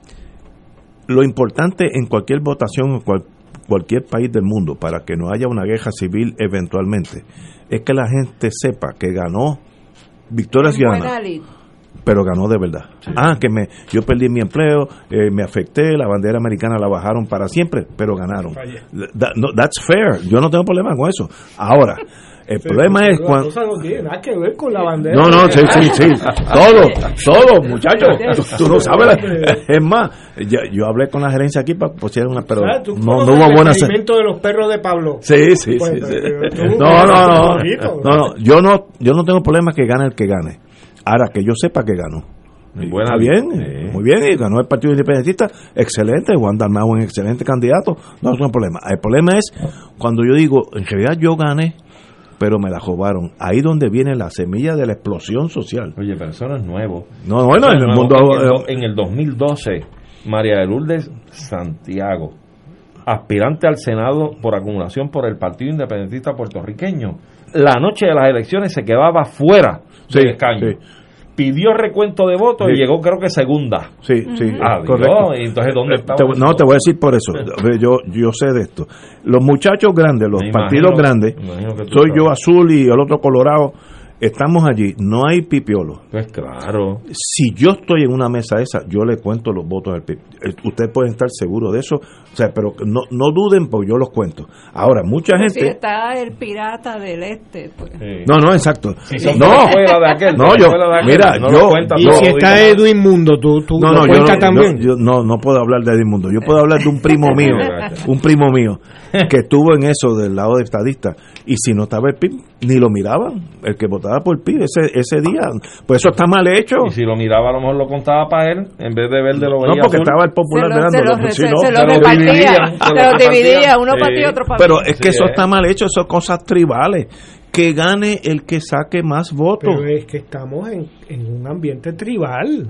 lo importante en cualquier votación en cual- cualquier país del mundo, para que no haya una guerra civil eventualmente, es que la gente sepa que ganó Victoria Ciudadana, Buena lid. pero ganó de verdad. Ah, que me yo perdí mi empleo, eh, me afecté, la bandera americana la bajaron para siempre, pero ganaron. That- no, that's fair, yo no tengo problema con eso. Ahora, el problema es La cuando... cosa no tiene nada que ver con la bandera. No, no, sí, sí, sí. Todo, todo, muchachos. Tú, tú no sabes. la- Es más, ya- yo hablé con la gerencia aquí para pusieran una, pero ¿Sabes? Tú no, conoces no hubo el buena. experimento de los perros de Pablo. Sí, sí, Pues, sí. sí. eh, tú No, conoces no, tu no, favorito. no, no. Yo no, yo no tengo problema que gane el que gane. Ahora que yo sepa que ganó. Y buena Está bien, lid. eh, muy bien, y ganó el Partido Independentista, excelente, Juan Dalmau es un excelente candidato, no es un problema. El problema es cuando yo digo, en realidad yo gané, pero me la robaron. Ahí donde viene la semilla de la explosión social. Oye, pero eso no es nuevo. No, bueno, Eso en no el es mundo... nuevo. En el, do- en el dos mil doce, María de Lourdes Santiago, aspirante al Senado por acumulación por el Partido Independentista Puertorriqueño, la noche de las elecciones se quedaba fuera Sí, del escaño. sí. Pidió recuento de votos y Sí. llegó, creo que segunda. Sí, sí, Adiós. correcto. Y entonces, ¿dónde estaba Te- eso? no, te voy a decir por eso. Yo, yo sé de esto. Los muchachos grandes, los Me partidos imagino- grandes, me imagino que tú soy sabes. yo azul y el otro colorado, estamos allí. No hay pipiolo. Pues claro. Si yo estoy en una mesa esa, yo le cuento los votos del P I B. Eh, Ustedes pueden estar seguros de eso. O sea, pero no, no duden porque yo los cuento. Ahora, mucha Pero si gente... está el pirata del este, pues. No, no, exacto. Si son no, fuera de aquel, no, fuera yo, de aquel, mira, no yo, lo cuentas Y todo, si está diga. Edwin Mundo, tú, tú no, lo no, yo cuentas no, también. yo- yo no, no puedo hablar de Edmundo. Yo puedo hablar de un primo mío, un primo mío, que estuvo en eso del lado de estadista. Y si no estaba el P I B, ni lo miraban. El que votaba por el P I B ese, ese día. Pues eso está mal hecho. Y si lo miraba, a lo mejor lo contaba para él, en vez de verde lo veía No, porque azul. estaba el popular Se lo- se mirándolo. lo- pues, se- si no, se lo se lo repartía, dividían, se se lo lo repartían. dividía, uno Sí. para ti, otro para Pero mí. es que Sí, eso es. está mal hecho, eso son cosas tribales. Que gane el que saque más votos. Pero es que estamos en, en un ambiente tribal.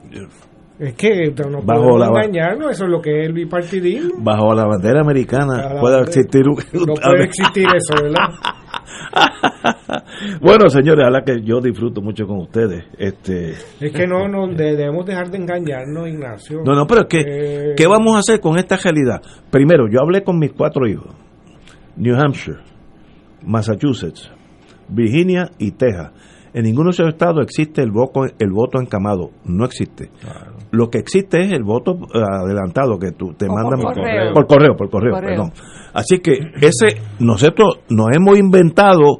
Es que no Bajo podemos la- engañarnos, eso es lo que es el bipartidismo. Bajo la bandera americana Bajo la puede bandera- existir un... No puede existir eso, ¿verdad? Bueno, señores, a la que yo disfruto mucho con ustedes. Este, es que no, no de, debemos dejar de engañarnos, Ignacio. No, no, pero es que, eh... ¿qué vamos a hacer con esta realidad? Primero, yo hablé con mis cuatro hijos: New Hampshire, Massachusetts, Virginia y Texas. En ninguno de esos estados existe el voto, el voto encamado. No existe. Claro. Lo que existe es el voto adelantado que tú te mandan por correo. por correo, por correo, correo. perdón. Así que ese nosotros nos hemos inventado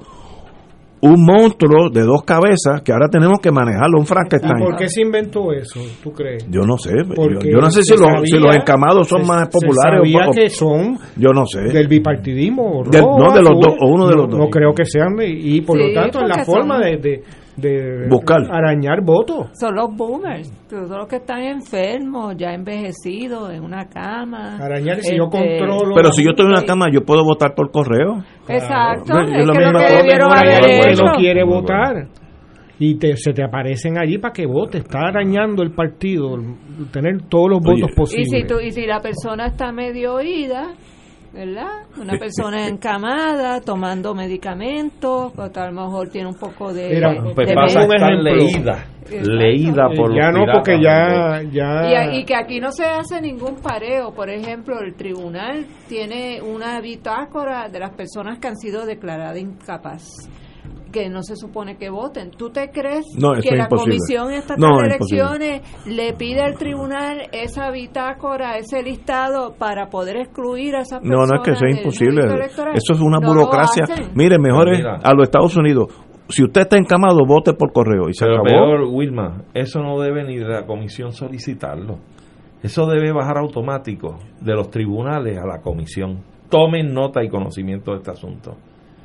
un monstruo de dos cabezas que ahora tenemos que manejarlo, un Frankenstein. ¿Y por qué se inventó eso, tú crees? Yo no sé, yo, yo no sé si, lo, sabía, si los encamados son se, más populares se sabía o, que son yo no sé del bipartidismo del, rojo, no de los azul, dos o uno de los no, dos. No creo que sean de, y por sí, lo tanto es la forma son, de, de, de buscar arañar votos. Son los boomers, todos los que están enfermos, ya envejecidos en una cama. Arañar si este, yo controlo. Pero si yo estoy en una cama, yo puedo votar por correo. Exacto, claro. es, es lo que mismo lo que debieron haber que hecho. no quiere votar y te, se te aparecen allí para que vote, está arañando el partido, tener todos los Oye, votos posibles. Y si, tú, y si la persona está medio oída, ¿verdad? Una persona encamada, tomando medicamentos, o a lo mejor tiene un poco de... Mira, de, pues de pasa a estar ejemplo. leída, leída por ya los no, porque ya... piratas, ya... Y, y que aquí no se hace ningún pareo. Por ejemplo, el tribunal tiene una bitácora de las personas que han sido declaradas incapaz, que no se supone que voten. ¿Tú te crees no, que la imposible. Comisión Estatal no, de imposible. Elecciones le pide al tribunal esa bitácora, ese listado para poder excluir a esas personas? No, no es que eso es imposible. Eso es una no burocracia. Mire, mejor es a los Estados Unidos. Si usted está encamado, vote por correo y se Pero acabó. peor, Wilma, eso no debe ni de la comisión solicitarlo. Eso debe bajar automático de los tribunales a la comisión. Tomen nota y conocimiento de este asunto.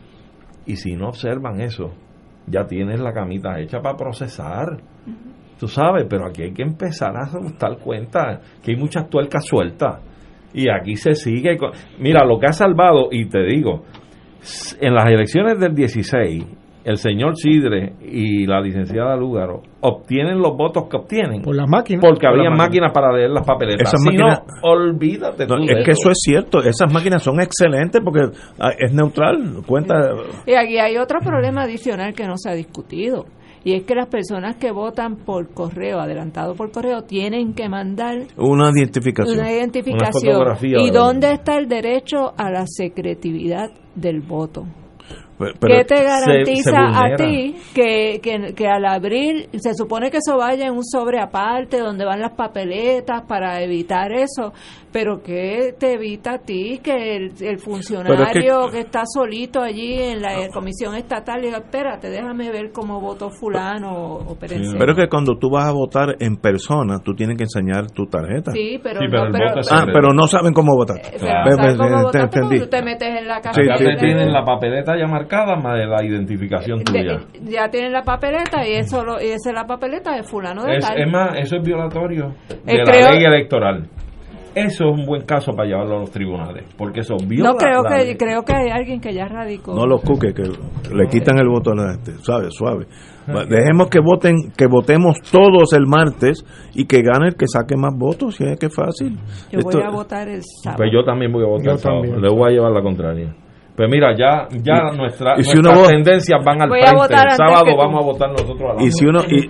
Y si no observan eso, ya tienes la camita hecha para procesar. Tú sabes, pero aquí hay que empezar a dar cuenta que hay muchas tuercas sueltas. Y aquí se sigue. Con... Mira, lo que ha salvado, y te digo, en las elecciones del dieciséis, el señor Sidre y la licenciada Lúgaro obtienen los votos que obtienen por las máquinas, porque por había la máquinas para leer las papeletas. Esas si máquinas, no, olvídate no, tú es de que eso. eso es cierto, esas máquinas son excelentes porque es neutral, cuenta. Y aquí hay otro problema adicional que no se ha discutido, y es que las personas que votan por correo, adelantado por correo, tienen que mandar una identificación, una identificación. Una fotografía ¿Y de... dónde está el derecho a la secretividad del voto? Pero ¿Qué te garantiza se, se a ti que, que, que al abrir, se supone que eso vaya en un sobre aparte donde van las papeletas para evitar eso, pero ¿qué te evita a ti que el, el funcionario que, que está solito allí en la comisión estatal diga, espérate, déjame ver cómo votó fulano o, o perencero? Pero es que cuando tú vas a votar en persona, tú tienes que enseñar tu tarjeta. Sí, pero, sí, no, pero, pero, ah, pero no saben cómo votar. Eh, claro. Pero no saben cómo votar te, porque tú te metes en la cajita. Sí, ya te tienen la papeleta ya marcada más de la identificación tuya. De, ya tienen la papeleta y eso lo, y esa es la papeleta de fulano de es, tal. Es más, eso es violatorio de eh, la creo, ley electoral. Eso es un buen caso para llevarlo a los tribunales, porque eso viola No creo la que ley. creo que hay alguien que ya radicó. No los cuques que le quitan el voto a la gente, suave, suave. Dejemos que voten, que votemos todos el martes y que gane el que saque más votos, y es que es fácil. Yo Esto, voy a votar el sábado. Pues yo también voy a votar Yo el sábado. también. Le voy a llevar la contraria. Pues mira, ya ya y, nuestra, y si nuestras uno tendencias van al voy frente. El sábado que vamos a votar nosotros a la y si uno y,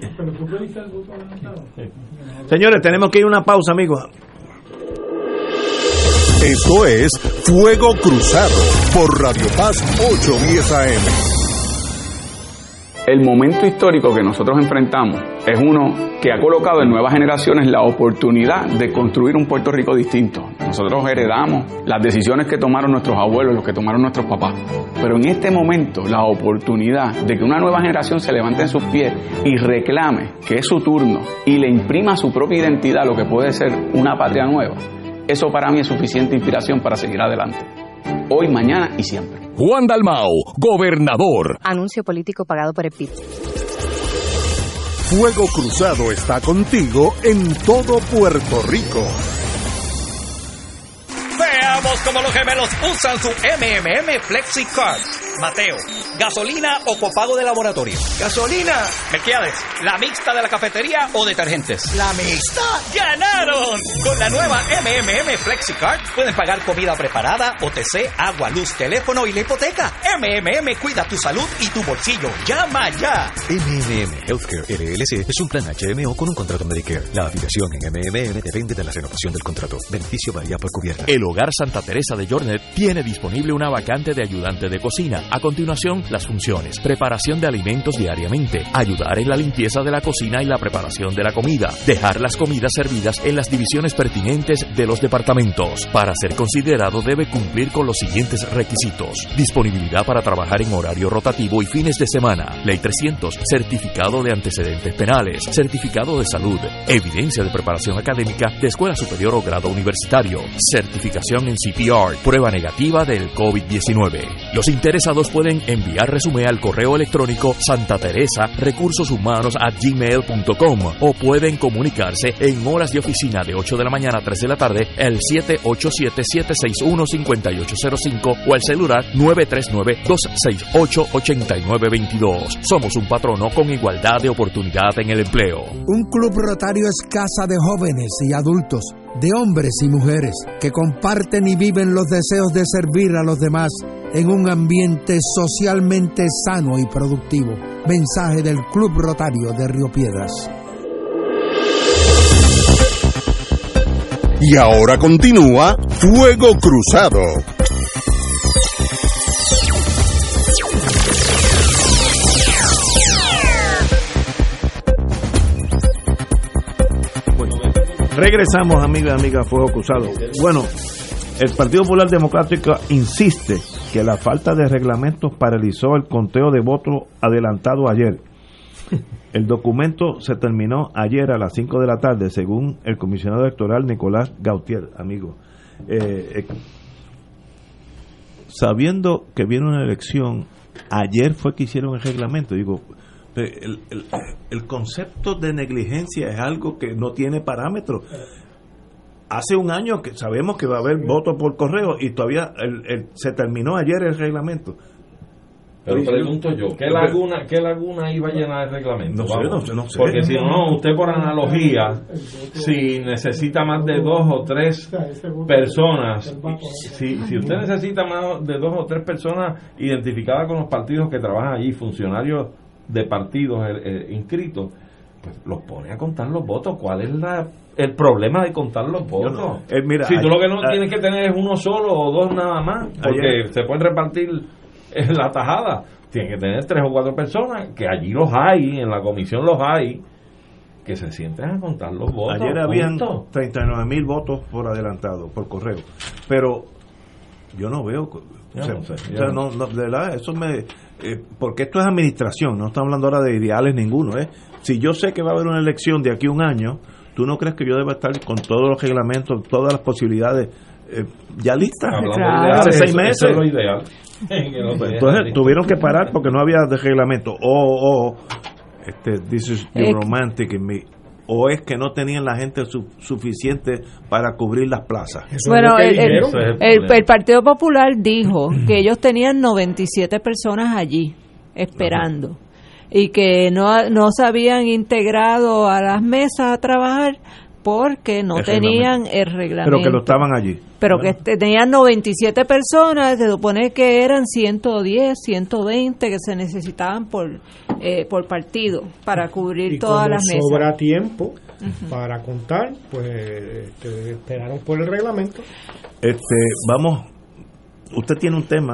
Señores, tenemos que ir a una pausa, amigos. Esto es Fuego Cruzado por Radio Paz ochocientos diez A M. El momento histórico que nosotros enfrentamos es uno que ha colocado en nuevas generaciones la oportunidad de construir un Puerto Rico distinto. Nosotros heredamos las decisiones que tomaron nuestros abuelos, los que tomaron nuestros papás. Pero en este momento, la oportunidad de que una nueva generación se levante en sus pies y reclame que es su turno y le imprima su propia identidad a lo que puede ser una patria nueva, eso para mí es suficiente inspiración para seguir adelante. Hoy, mañana y siempre. Juan Dalmau, gobernador. Anuncio político pagado por el P I B. Fuego Cruzado está contigo en todo Puerto Rico. Veamos como los gemelos usan su M M M FlexiCard. Mateo, ¿gasolina o copago de laboratorio? ¡Gasolina! Melquiades, ¿la mixta de la cafetería o detergentes? ¡La mixta! ¡Ganaron! Con la nueva M M M FlexiCard pueden pagar comida preparada, O T C, agua, luz, teléfono y la hipoteca. M M M cuida tu salud y tu bolsillo. ¡Llama ya! M M M Healthcare L L C es un plan H M O con un contrato Medicare. La afiliación en M M M depende de la renovación del contrato. Beneficio varía por cubierta. El Hogar Santa Teresa de Jornet tiene disponible una vacante de ayudante de cocina. A continuación, las funciones: preparación de alimentos diariamente, ayudar en la limpieza de la cocina y la preparación de la comida, dejar las comidas servidas en las divisiones pertinentes de los departamentos. Para ser considerado debe cumplir con los siguientes requisitos: disponibilidad para trabajar en horario rotativo y fines de semana, Ley trescientos, certificado de antecedentes penales, certificado de salud, evidencia de preparación académica de escuela superior o grado universitario, certificación en C P R, prueba negativa del COVID diecinueve. Los interesados pueden enviar resumen al correo electrónico santateresa recursos humanos arroba gmail punto com o pueden comunicarse en horas de oficina de ocho de la mañana a tres de la tarde el siete ocho siete, siete seis uno, cinco ocho cero cinco o al celular nueve tres nueve, dos seis ocho, ocho nueve dos dos. Somos un patrono con igualdad de oportunidad en el empleo. Un club rotario es casa de jóvenes y adultos, de hombres y mujeres que comparten y viven los deseos de servir a los demás en un ambiente socialmente sano y productivo. Mensaje del Club Rotario de Río Piedras. Y ahora continúa Fuego Cruzado. Regresamos, amigas y amigas, Fuego Cruzado. Bueno, el Partido Popular Democrático insiste que la falta de reglamentos paralizó el conteo de votos adelantado ayer. El documento se terminó ayer a las cinco de la tarde, según el comisionado electoral Nicolás Gautier, amigo. Eh, eh, sabiendo que viene una elección, ayer fue que hicieron el reglamento. Digo, el, el, el concepto de negligencia es algo que no tiene parámetros. Hace un año que sabemos que va a haber votos por correo y todavía el, el, se terminó ayer el reglamento. Pero pregunto yo, ¿qué laguna, qué laguna iba a llenar el reglamento? No sé, no sé, no sé. Porque si no, usted por analogía, si necesita más de dos o tres personas, si, si usted necesita más de dos o tres personas identificadas con los partidos que trabajan allí, funcionarios de partidos eh, eh, inscritos, pues los pone a contar los votos. ¿Cuál es la el problema de contar los votos? No, eh, mira, si tú ayer, lo que no a, tienes que tener es uno solo o dos nada más, porque ayer, se pueden repartir en la tajada. Tienes que tener tres o cuatro personas, que allí los hay, en la comisión los hay, que se sienten a contar los votos. Ayer habían treinta y nueve mil votos por adelantado, por correo. Pero yo no veo... Yo o sea, no sé, o sea, no, no, de verdad, eso me... Eh, porque esto es administración, no estamos hablando ahora de ideales ninguno. ¿eh? Si yo sé que va a haber una elección de aquí a un año, ¿tú no crees que yo deba estar con todos los reglamentos, todas las posibilidades eh, ya listas? Claro. Hace seis meses. Eso es lo ideal. Entonces tuvieron que parar porque no había de reglamento. O, o este, this is the romantic in me. O es que no tenían la gente su, suficiente para cubrir las plazas. Eso bueno, es el, el, el, el, el Partido Popular dijo que ellos tenían noventa y siete personas allí esperando. Ajá. Y que no, no se habían integrado a las mesas a trabajar porque no el tenían reglamento. el reglamento. Pero que lo estaban allí. Pero bueno. que tenían noventa y siete personas, se supone que eran ciento diez, ciento veinte que se necesitaban por eh, por partido para cubrir y todas las mesas. Y sobra tiempo uh-huh. para contar, pues este, esperaron por el reglamento. Este, vamos, usted tiene un tema,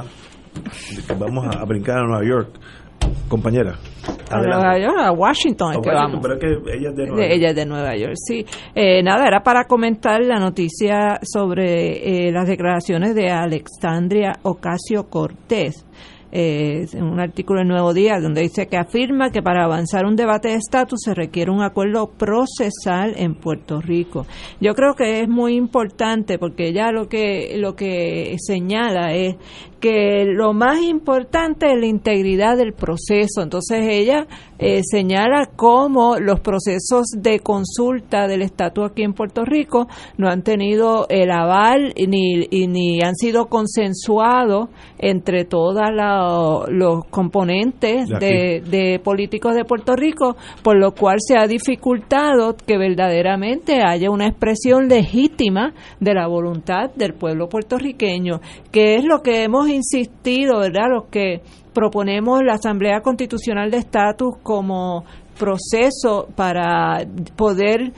vamos a, a brincar a Nueva York. Compañera, a Nueva York, a Washington, a es que Washington vamos. Pero es que ella es de Nueva York. Ella es de Nueva York, sí. Eh, nada, era para comentar la noticia sobre eh, las declaraciones de Alexandria Ocasio-Cortez. Eh, en un artículo en Nuevo Día donde dice que afirma que para avanzar un debate de estatus se requiere un acuerdo procesal en Puerto Rico. Yo creo que es muy importante porque ella lo que lo que señala es que lo más importante es la integridad del proceso. Entonces ella eh, señala cómo los procesos de consulta del estatus aquí en Puerto Rico no han tenido el aval ni, y, ni han sido consensuados entre todos los componentes de, de políticos de Puerto Rico, por lo cual se ha dificultado que verdaderamente haya una expresión legítima de la voluntad del pueblo puertorriqueño, que es lo que hemos insistido, ¿verdad? Los que proponemos la Asamblea Constitucional de Estatus como proceso para poder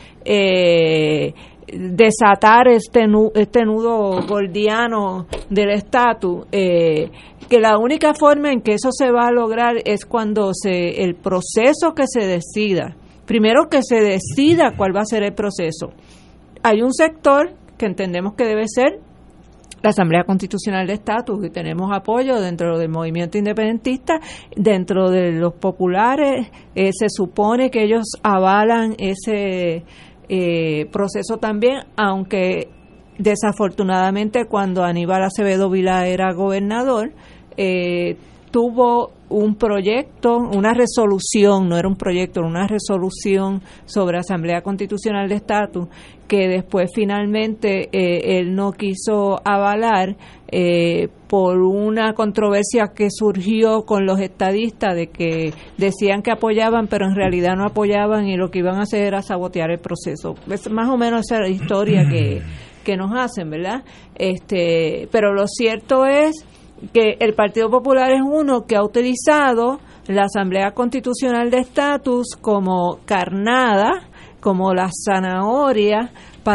eh, desatar este nudo, este nudo gordiano del estatus, eh, que la única forma en que eso se va a lograr es cuando se el proceso que se decida, primero que se decida cuál va a ser el proceso. Hay un sector que entendemos que debe ser la Asamblea Constitucional de Estatus, y tenemos apoyo dentro del movimiento independentista, dentro de los populares, eh, se supone que ellos avalan ese eh, proceso también, aunque desafortunadamente cuando Aníbal Acevedo Vilá era gobernador, eh, tuvo un proyecto, una resolución, no era un proyecto, era una resolución sobre Asamblea Constitucional de Estatus, que después finalmente eh, él no quiso avalar eh, por una controversia que surgió con los estadistas de que decían que apoyaban, pero en realidad no apoyaban y lo que iban a hacer era sabotear el proceso. Es más o menos esa es la historia que, que nos hacen, ¿verdad? Este, pero lo cierto es que el Partido Popular es uno que ha utilizado la Asamblea Constitucional de Estatus como carnada, como la zanahoria,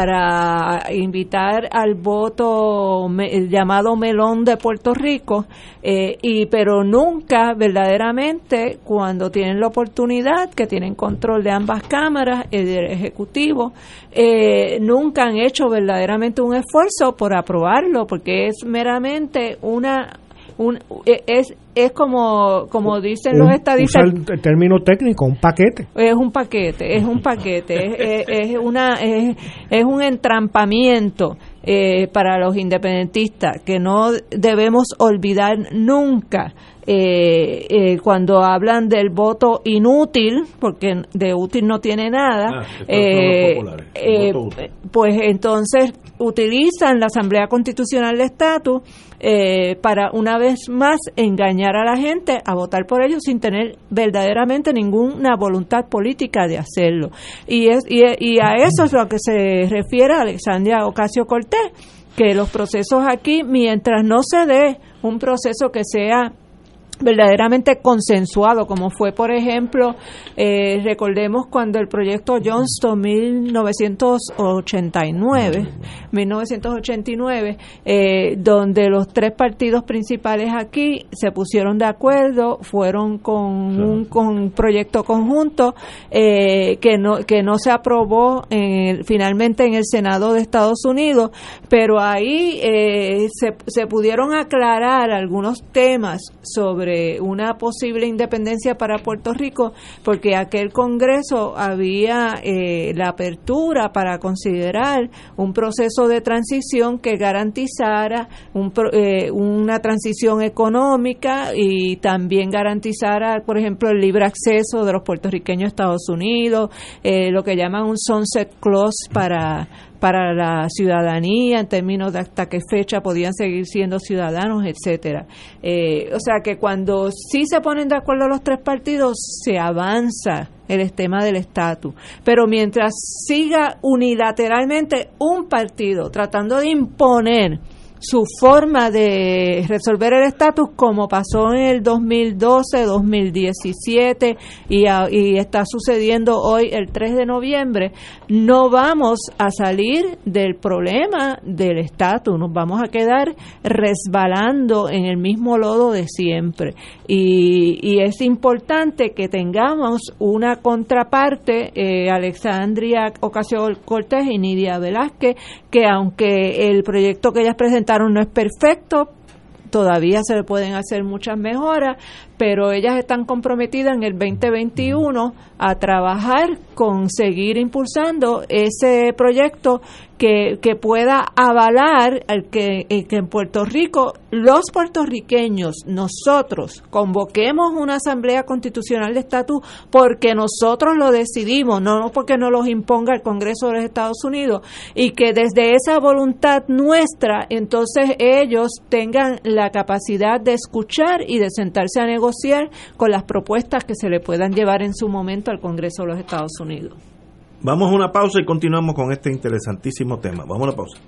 para invitar al voto me, el llamado melón de Puerto Rico, eh, y pero nunca verdaderamente, cuando tienen la oportunidad, que tienen control de ambas cámaras, el Ejecutivo, eh, nunca han hecho verdaderamente un esfuerzo por aprobarlo, porque es meramente una un es es como como dicen un, los estadistas, el término técnico, un paquete. Es un paquete, es un paquete, es, es, es una es, es un entrampamiento eh, para los independentistas que no debemos olvidar nunca. Eh, eh, cuando hablan del voto inútil, porque de útil no tiene nada, ah, eh, eh, pues entonces utilizan la Asamblea Constitucional de Estatus eh, para una vez más engañar a la gente a votar por ellos sin tener verdaderamente ninguna voluntad política de hacerlo. Y, es, y, y a eso es lo que se refiere Alexandria Ocasio-Cortez, que los procesos aquí, mientras no se dé un proceso que sea verdaderamente consensuado, como fue, por ejemplo, eh, recordemos cuando el proyecto Johnston mil novecientos ochenta y nueve, eh, donde los tres partidos principales aquí se pusieron de acuerdo, fueron con claro. un con proyecto conjunto eh, que no que no se aprobó en el, finalmente en el Senado de Estados Unidos, pero ahí eh, se, se pudieron aclarar algunos temas sobre una posible independencia para Puerto Rico, porque aquel Congreso había eh, la apertura para considerar un proceso de transición que garantizara un, eh, una transición económica y también garantizara, por ejemplo, el libre acceso de los puertorriqueños a Estados Unidos, eh, lo que llaman un sunset clause para para la ciudadanía, en términos de hasta qué fecha podían seguir siendo ciudadanos, etcétera. Eh, o sea que cuando sí se ponen de acuerdo los tres partidos, se avanza el tema del estatus. Pero mientras siga unilateralmente un partido tratando de imponer su forma de resolver el estatus, como pasó en el dos mil doce, dos mil diecisiete y, a, y está sucediendo hoy el tres de noviembre, no vamos a salir del problema del estatus, nos vamos a quedar resbalando en el mismo lodo de siempre. Y, y es importante que tengamos una contraparte, eh, Alexandria Ocasio-Cortez y Nidia Velázquez, que aunque el proyecto que ellas presentaron no es perfecto, todavía se le pueden hacer muchas mejoras, pero ellas están comprometidas en el veinte veintiuno a trabajar con seguir impulsando ese proyecto que, que pueda avalar el que, el que en Puerto Rico los puertorriqueños, nosotros, convoquemos una asamblea constitucional de estatus porque nosotros lo decidimos, no porque nos los imponga el Congreso de los Estados Unidos, y que desde esa voluntad nuestra, entonces ellos tengan la capacidad de escuchar y de sentarse a negociar con las propuestas que se le puedan llevar en su momento al Congreso de los Estados Unidos. Vamos a una pausa y continuamos con este interesantísimo tema. Vamos a una pausa.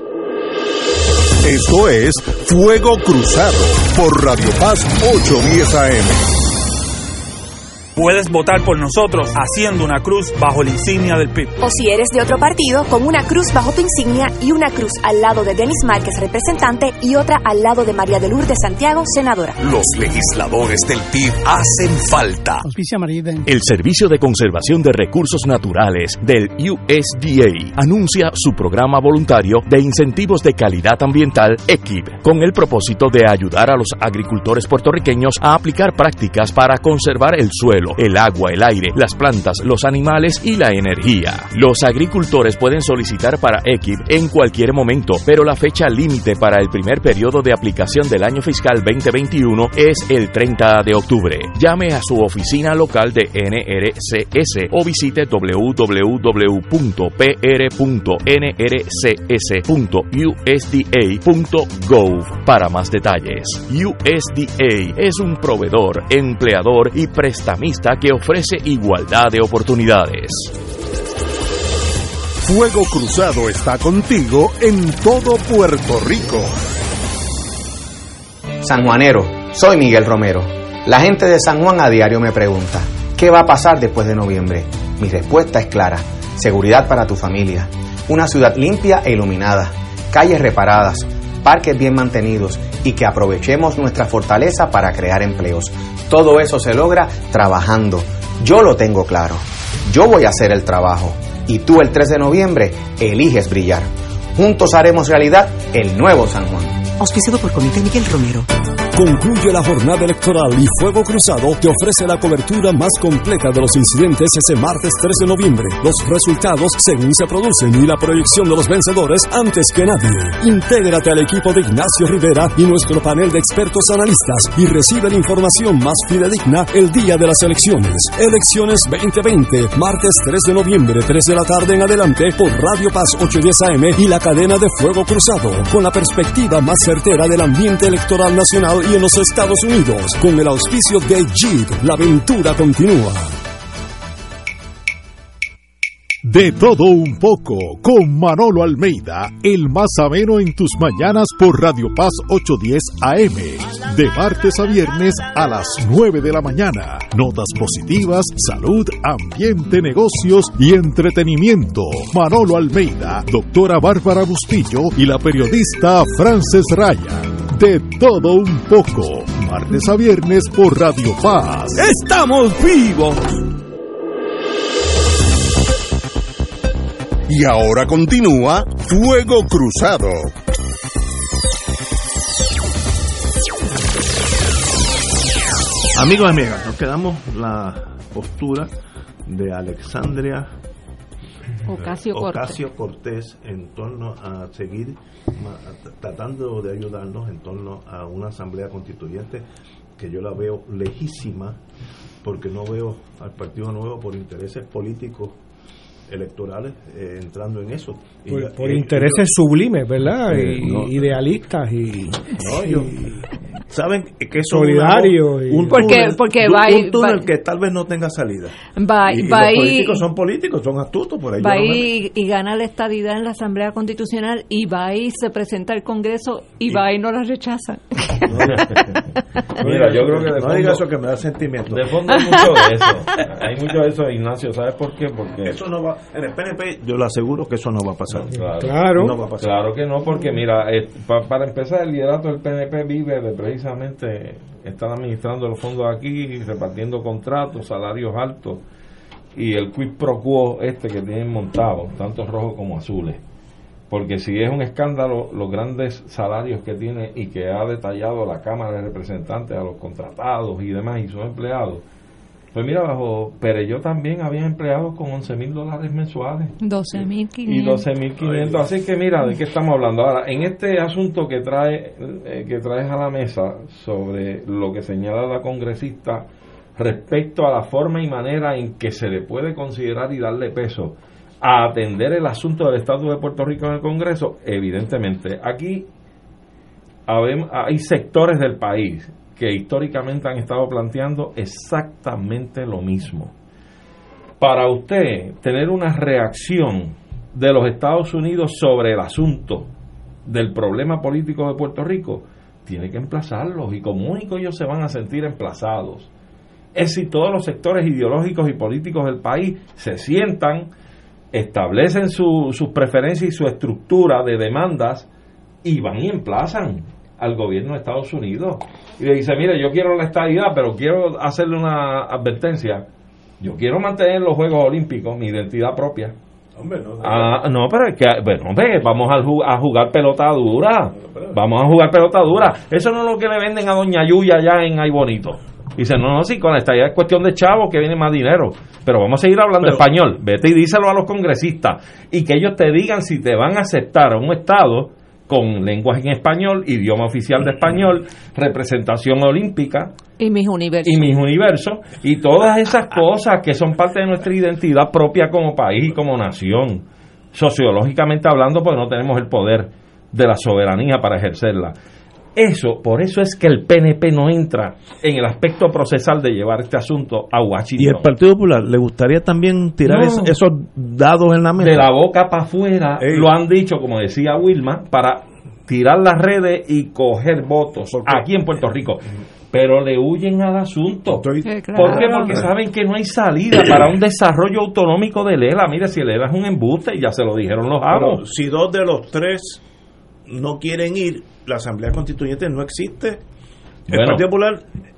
Esto es Fuego Cruzado por Radio Paz ochocientos diez A M. Puedes votar por nosotros haciendo una cruz bajo la insignia del P I B. O si eres de otro partido, con una cruz bajo tu insignia y una cruz al lado de Denis Márquez, representante, y otra al lado de María de Lourdes Santiago, senadora. Los legisladores del P I B hacen falta. Auspicia Marida. El Servicio de Conservación de Recursos Naturales del U S D A anuncia su programa voluntario de incentivos de calidad ambiental E Q I B, con el propósito de ayudar a los agricultores puertorriqueños a aplicar prácticas para conservar el suelo, el agua, el aire, las plantas, los animales y la energía. Los agricultores pueden solicitar para E Q I B en cualquier momento, pero la fecha límite para el primer periodo de aplicación del año fiscal veinte veintiuno es el treinta de octubre. Llame a su oficina local de N R C S o visite w w w punto p r punto n r c s punto u s d a punto gov para más detalles. U S D A es un proveedor, empleador y prestamista que ofrece igualdad de oportunidades. Fuego Cruzado está contigo en todo Puerto Rico. Sanjuanero, soy Miguel Romero. La gente de San Juan a diario me pregunta, ¿qué va a pasar después de noviembre? Mi respuesta es clara: seguridad para tu familia, una ciudad limpia e iluminada, calles reparadas, parques bien mantenidos y que aprovechemos nuestra fortaleza para crear empleos. Todo eso se logra trabajando. Yo lo tengo claro. Yo voy a hacer el trabajo y tú el tres de noviembre eliges brillar. Juntos haremos realidad el nuevo San Juan. Auspiciado por Comité Miguel Romero. Concluye la jornada electoral y Fuego Cruzado te ofrece la cobertura más completa de los incidentes ese martes tres de noviembre. Los resultados según se producen y la proyección de los vencedores antes que nadie. Intégrate al equipo de Ignacio Rivera y nuestro panel de expertos analistas y recibe la información más fidedigna el día de las elecciones. Elecciones veinte veinte, martes tres de noviembre, tres de la tarde en adelante por Radio Paz ochocientos diez A M y la cadena de Fuego Cruzado, con la perspectiva más certera del ambiente electoral nacional y en los Estados Unidos, con el auspicio de Jeep. La aventura continúa. De todo un poco, con Manolo Almeida, el más ameno en tus mañanas por Radio Paz ochocientos diez A M, de martes a viernes a las nueve de la mañana. Notas positivas, salud, ambiente, negocios y entretenimiento. Manolo Almeida, doctora Bárbara Bustillo y la periodista Frances Ryan. De todo un poco, martes a viernes por Radio Paz. ¡Estamos vivos! Y ahora continúa Fuego Cruzado. Amigos y amigas, nos quedamos la postura de Alexandria Ocasio, Ocasio Cortés en torno a seguir tratando de ayudarnos en torno a una asamblea constituyente que yo la veo lejísima, porque no veo al Partido Nuevo por intereses políticos electorales eh, entrando en eso y por, ya, por y, intereses y, sublimes, ¿verdad? Eh, y, no, idealistas y, no, yo, y saben que eso solidario es un porque túnel, porque un, va un túnel va, que tal vez no tenga salida. Va, y, y va los y, políticos son políticos, son astutos por ahí. Va y, y gana la estadidad en la Asamblea Constitucional y va y se presenta al Congreso y, y va y no la rechaza. No, Mira, yo creo que de no fondo, diga eso que me da sentimiento. De fondo hay mucho de eso. Hay mucho de eso, Ignacio. ¿Sabes por qué? Porque eso no va en el P N P. Yo le aseguro que eso no va a pasar. Claro, claro, no va a pasar. Claro que no, porque mira, eh, pa, para empezar, el liderato del P N P vive de precisamente estar administrando los fondos aquí, repartiendo contratos, salarios altos y el quid pro quo este que tienen montado, tanto rojos como azules. porque si es un escándalo los grandes salarios que tiene y que ha detallado la Cámara de Representantes a los contratados y demás y sus empleados, pues mira, bajo Perelló también había empleados con once mil dólares mensuales doce mil quinientos y doce mil quinientos. Así que mira, ¿de qué estamos hablando? Ahora, en este asunto que trae eh, que traes a la mesa sobre lo que señala la congresista respecto a la forma y manera en que se le puede considerar y darle peso a atender el asunto del estatus de Puerto Rico en el Congreso, evidentemente aquí hay sectores del país que históricamente han estado planteando exactamente lo mismo. Para usted tener una reacción de los Estados Unidos sobre el asunto del problema político de Puerto Rico, tiene que emplazarlos, y como único ellos se van a sentir emplazados es si todos los sectores ideológicos y políticos del país se sientan, establecen su, sus preferencias y su estructura de demandas y van y emplazan al gobierno de Estados Unidos y le dice, mire, yo quiero la estadidad, pero quiero hacerle una advertencia, yo quiero mantener los Juegos Olímpicos, mi identidad propia. Hombre, no, no, ah, no, pero es que, bueno, hombre, vamos a, a jugar pelota dura, vamos a jugar pelota dura, eso no es lo que le venden a Doña Yuya allá en Ay Bonito. Dice, no, no, sí, con la estadidad es cuestión de chavos que viene más dinero, pero vamos a seguir hablando pero, español, vete y díselo a los congresistas y que ellos te digan si te van a aceptar a un estado con lenguaje en español, idioma oficial de español, representación olímpica y mis universos y mis universos y todas esas cosas que son parte de nuestra identidad propia como país y como nación, sociológicamente hablando, pues no tenemos el poder de la soberanía para ejercerla. Eso, por eso es que el P N P no entra en el aspecto procesal de llevar este asunto a Washington. ¿Y el Partido Popular le gustaría también tirar no, es, esos dados en la mesa? De la boca para afuera, Ey. lo han dicho, como decía Wilma, para tirar las redes y coger votos aquí en Puerto Rico. Pero le huyen al asunto. Sí, claro. ¿Por qué? Porque saben que no hay salida para un desarrollo autonómico de Lela. Mire, si Lela es un embuste, y ya se lo dijeron los amos. Pero si dos de los tres no quieren ir, la Asamblea Constituyente no existe. El bueno, Partido Popular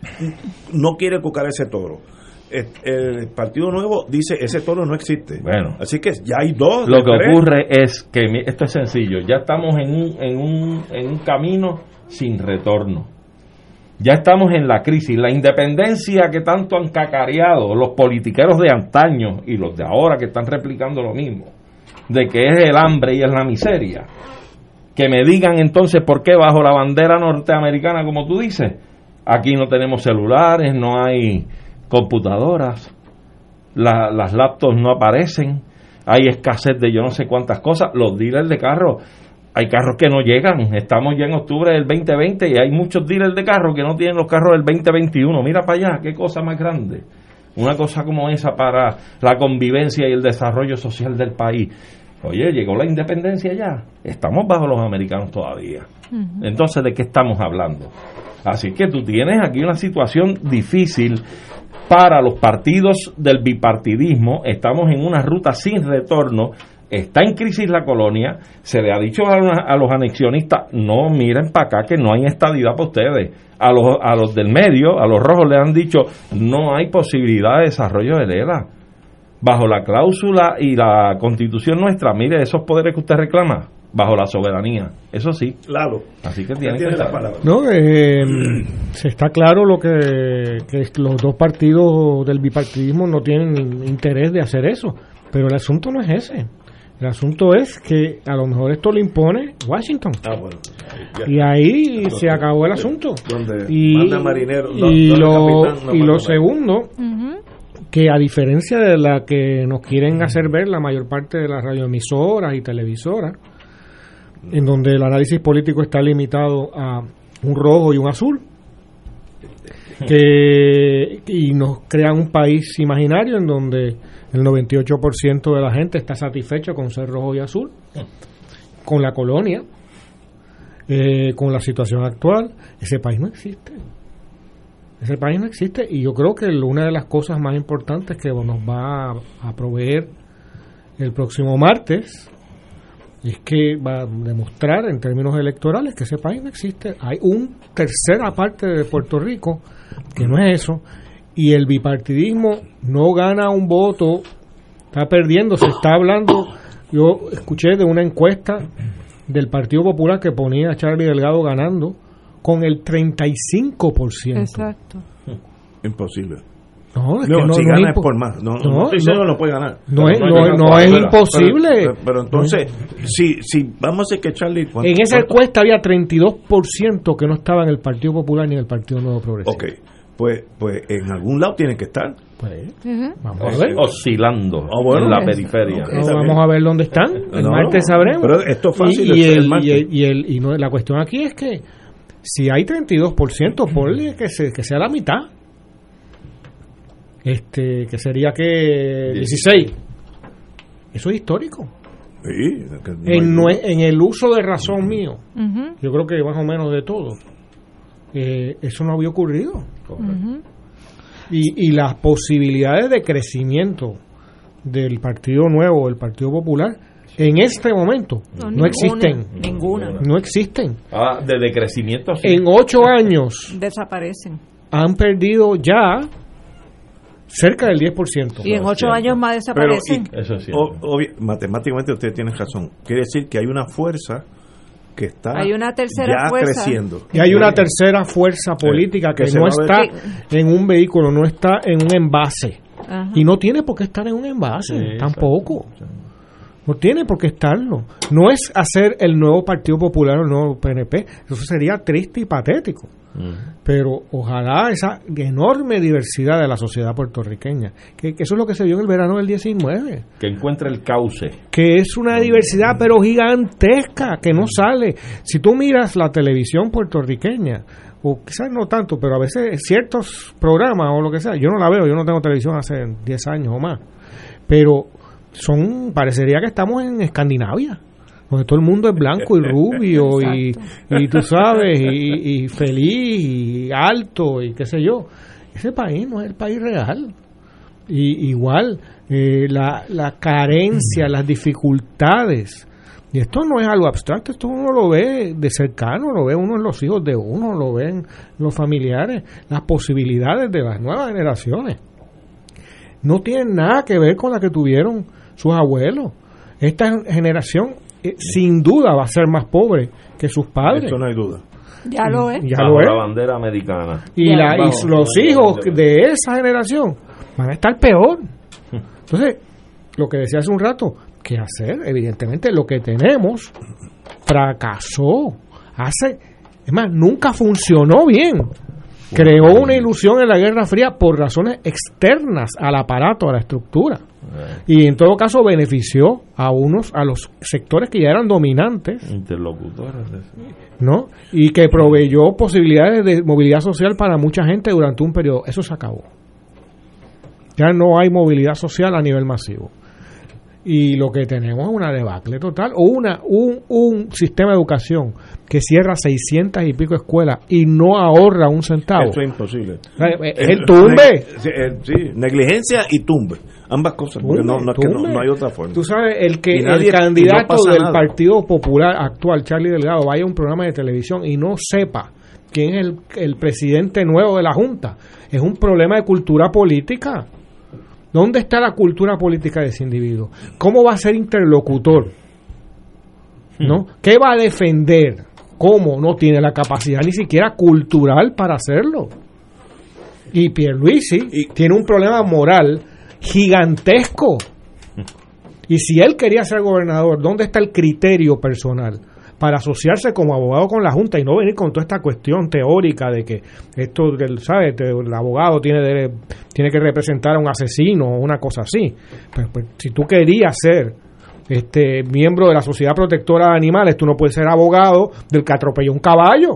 no quiere cucar ese toro. El, el Partido Nuevo dice ese toro no existe. Bueno, así que ya hay dos. Lo que tres. ocurre es que esto es sencillo. Ya estamos en un, en un, en un camino sin retorno. Ya estamos en la crisis. La independencia que tanto han cacareado los politiqueros de antaño y los de ahora que están replicando lo mismo, de que es el hambre y es la miseria. Que me digan entonces por qué bajo la bandera norteamericana, como tú dices, aquí no tenemos celulares, no hay computadoras, la, las laptops no aparecen, hay escasez de yo no sé cuántas cosas, los dealers de carros, hay carros que no llegan, estamos ya en octubre del veinte veinte y hay muchos dealers de carros que no tienen los carros del veinte veintiuno, mira para allá, qué cosa más grande, una cosa como esa para la convivencia y el desarrollo social del país. Oye, llegó la independencia ya, estamos bajo los americanos todavía. Uh-huh. Entonces, ¿de qué estamos hablando? Así que tú tienes aquí una situación difícil para los partidos del bipartidismo, estamos en una ruta sin retorno, está en crisis la colonia, se le ha dicho a, una, a los anexionistas, no miren para acá que no hay estadidad para ustedes, a los, a los del medio, a los rojos le han dicho, no hay posibilidad de desarrollo de Lela. Bajo la cláusula y la constitución nuestra, mire, esos poderes que usted reclama, bajo la soberanía, eso sí. Claro. Así que tiene, tiene que la palabra. No, eh, se está claro lo que, que los dos partidos del bipartidismo no tienen interés de hacer eso, pero el asunto no es ese. El asunto es que a lo mejor esto lo impone Washington. Ah, bueno. Ya. Y ahí se acabó el asunto. Donde y, manda marinero, y no, lo, capitán, no y lo marinero. segundo, uh-huh. que a diferencia de la que nos quieren hacer ver la mayor parte de las radioemisoras y televisoras, en donde el análisis político está limitado a un rojo y un azul, que y nos crean un país imaginario en donde el noventa y ocho por ciento de la gente está satisfecho con ser rojo y azul, con la colonia, eh, con la situación actual. Ese país no existe. Ese país no existe y yo creo que una de las cosas más importantes que nos va a, a proveer el próximo martes es que va a demostrar en términos electorales que ese país no existe. Hay una tercera parte de Puerto Rico que no es eso y el bipartidismo no gana un voto, está perdiendo, se está hablando Yo escuché de una encuesta del Partido Popular que ponía a Charlie Delgado ganando con el treinta y cinco por ciento. Exacto. Imposible. No, es no, que no, si no gana es es por más. No, no, no estoy diciendo que no puede ganar. No es, no, no, no, no es pero, imposible. Pero, pero, pero entonces, si, si vamos a decir que Charlie... ¿cuánto, en esa cuánto? encuesta había treinta y dos por ciento que no estaba en el Partido Popular ni en el Partido Nuevo Progresista. Ok, pues, pues en algún lado tiene que estar. Pues, uh-huh. vamos a ver. Oscilando oh, bueno, en la es, periferia. Okay, no, vamos a ver dónde están. El no, martes sabremos. Pero esto es fácil. Y, y, el, el martes. y, el, y, el, y no, la cuestión aquí es que si hay treinta y dos por ciento, ponle que, se, que sea la mitad. Este, que sería que dieciséis. Eso es histórico. Sí, que no en, no, en el uso de razón mío, uh-huh. yo creo que más o menos de todo, eh, eso no había ocurrido. Uh-huh. y, y las posibilidades de crecimiento del Partido Nuevo, del Partido Popular, en este momento no, no ninguna, existen. Ninguna. No existen. Ah, de decrecimiento sí. En ocho años desaparecen. Han perdido ya cerca del diez por ciento. Y en ocho años más desaparecen. Pero, y, Eso es o, obvio, matemáticamente usted tiene razón. Quiere decir que hay una fuerza que está hay una tercera ya fuerza. creciendo. Y hay una tercera fuerza política que, que no está en un vehículo, no está en un envase. Ajá. Y no tiene por qué estar en un envase, sí, tampoco. No tiene por qué estarlo. No es hacer el nuevo Partido Popular o el nuevo P N P. Eso sería triste y patético. Uh-huh. Pero ojalá esa enorme diversidad de la sociedad puertorriqueña, que, que eso es lo que se vio en el verano del diecinueve. Que encuentre el cauce. Que es una diversidad pero gigantesca, que no sale. Si tú miras la televisión puertorriqueña, o quizás no tanto, pero a veces ciertos programas o lo que sea, yo no la veo, yo no tengo televisión hace diez años o más, pero son parecería que estamos en Escandinavia, donde todo el mundo es blanco y rubio y, y tú sabes y, y feliz y alto y qué sé yo. Ese país no es el país real. Y igual eh, la, la carencia, las dificultades, y esto no es algo abstracto, esto uno lo ve de cercano, lo ve uno en los hijos de uno, lo ven los familiares, las posibilidades de las nuevas generaciones no tienen nada que ver con la que tuvieron sus abuelos. Esta generación eh, sin duda va a ser más pobre que sus padres. Eso no hay duda. Ya lo es. Ya lo es. La bandera americana. Y, la, y los hijos de esa generación van a estar peor. Entonces, lo que decía hace un rato, ¿qué hacer? Evidentemente, lo que tenemos fracasó. Hace, es más, nunca funcionó bien. Creó una ilusión en la Guerra Fría por razones externas al aparato, a la estructura. Y en todo caso benefició a unos, a los sectores que ya eran dominantes. Interlocutores. ¿No? Y que proveyó posibilidades de movilidad social para mucha gente durante un periodo. Eso se acabó. Ya no hay movilidad social a nivel masivo. Y lo que tenemos es una debacle total, o una un, un sistema de educación que cierra seiscientas y pico escuelas y no ahorra un centavo. Eso es imposible. Es el tumbe. Sí, sí, negligencia y tumbe. Ambas cosas, porque no, no, es que no, no hay otra forma. Tú sabes, el que nadie, el candidato no del nada. Partido Popular actual, Charlie Delgado, vaya a un programa de televisión y no sepa quién es el, el presidente nuevo de la Junta, es un problema de cultura política. ¿Dónde está la cultura política de ese individuo? ¿Cómo va a ser interlocutor? ¿No? ¿Qué va a defender? ¿Cómo? No tiene la capacidad ni siquiera cultural para hacerlo. Y Pierluisi y, tiene un problema moral gigantesco. Y si él quería ser gobernador, ¿dónde está el criterio personal para asociarse como abogado con la Junta y no venir con toda esta cuestión teórica de que esto, ¿sabes? El abogado tiene de, tiene que representar a un asesino o una cosa así? Pues, pues si tú querías ser este miembro de la Sociedad Protectora de Animales, tú no puedes ser abogado del que atropelló un caballo,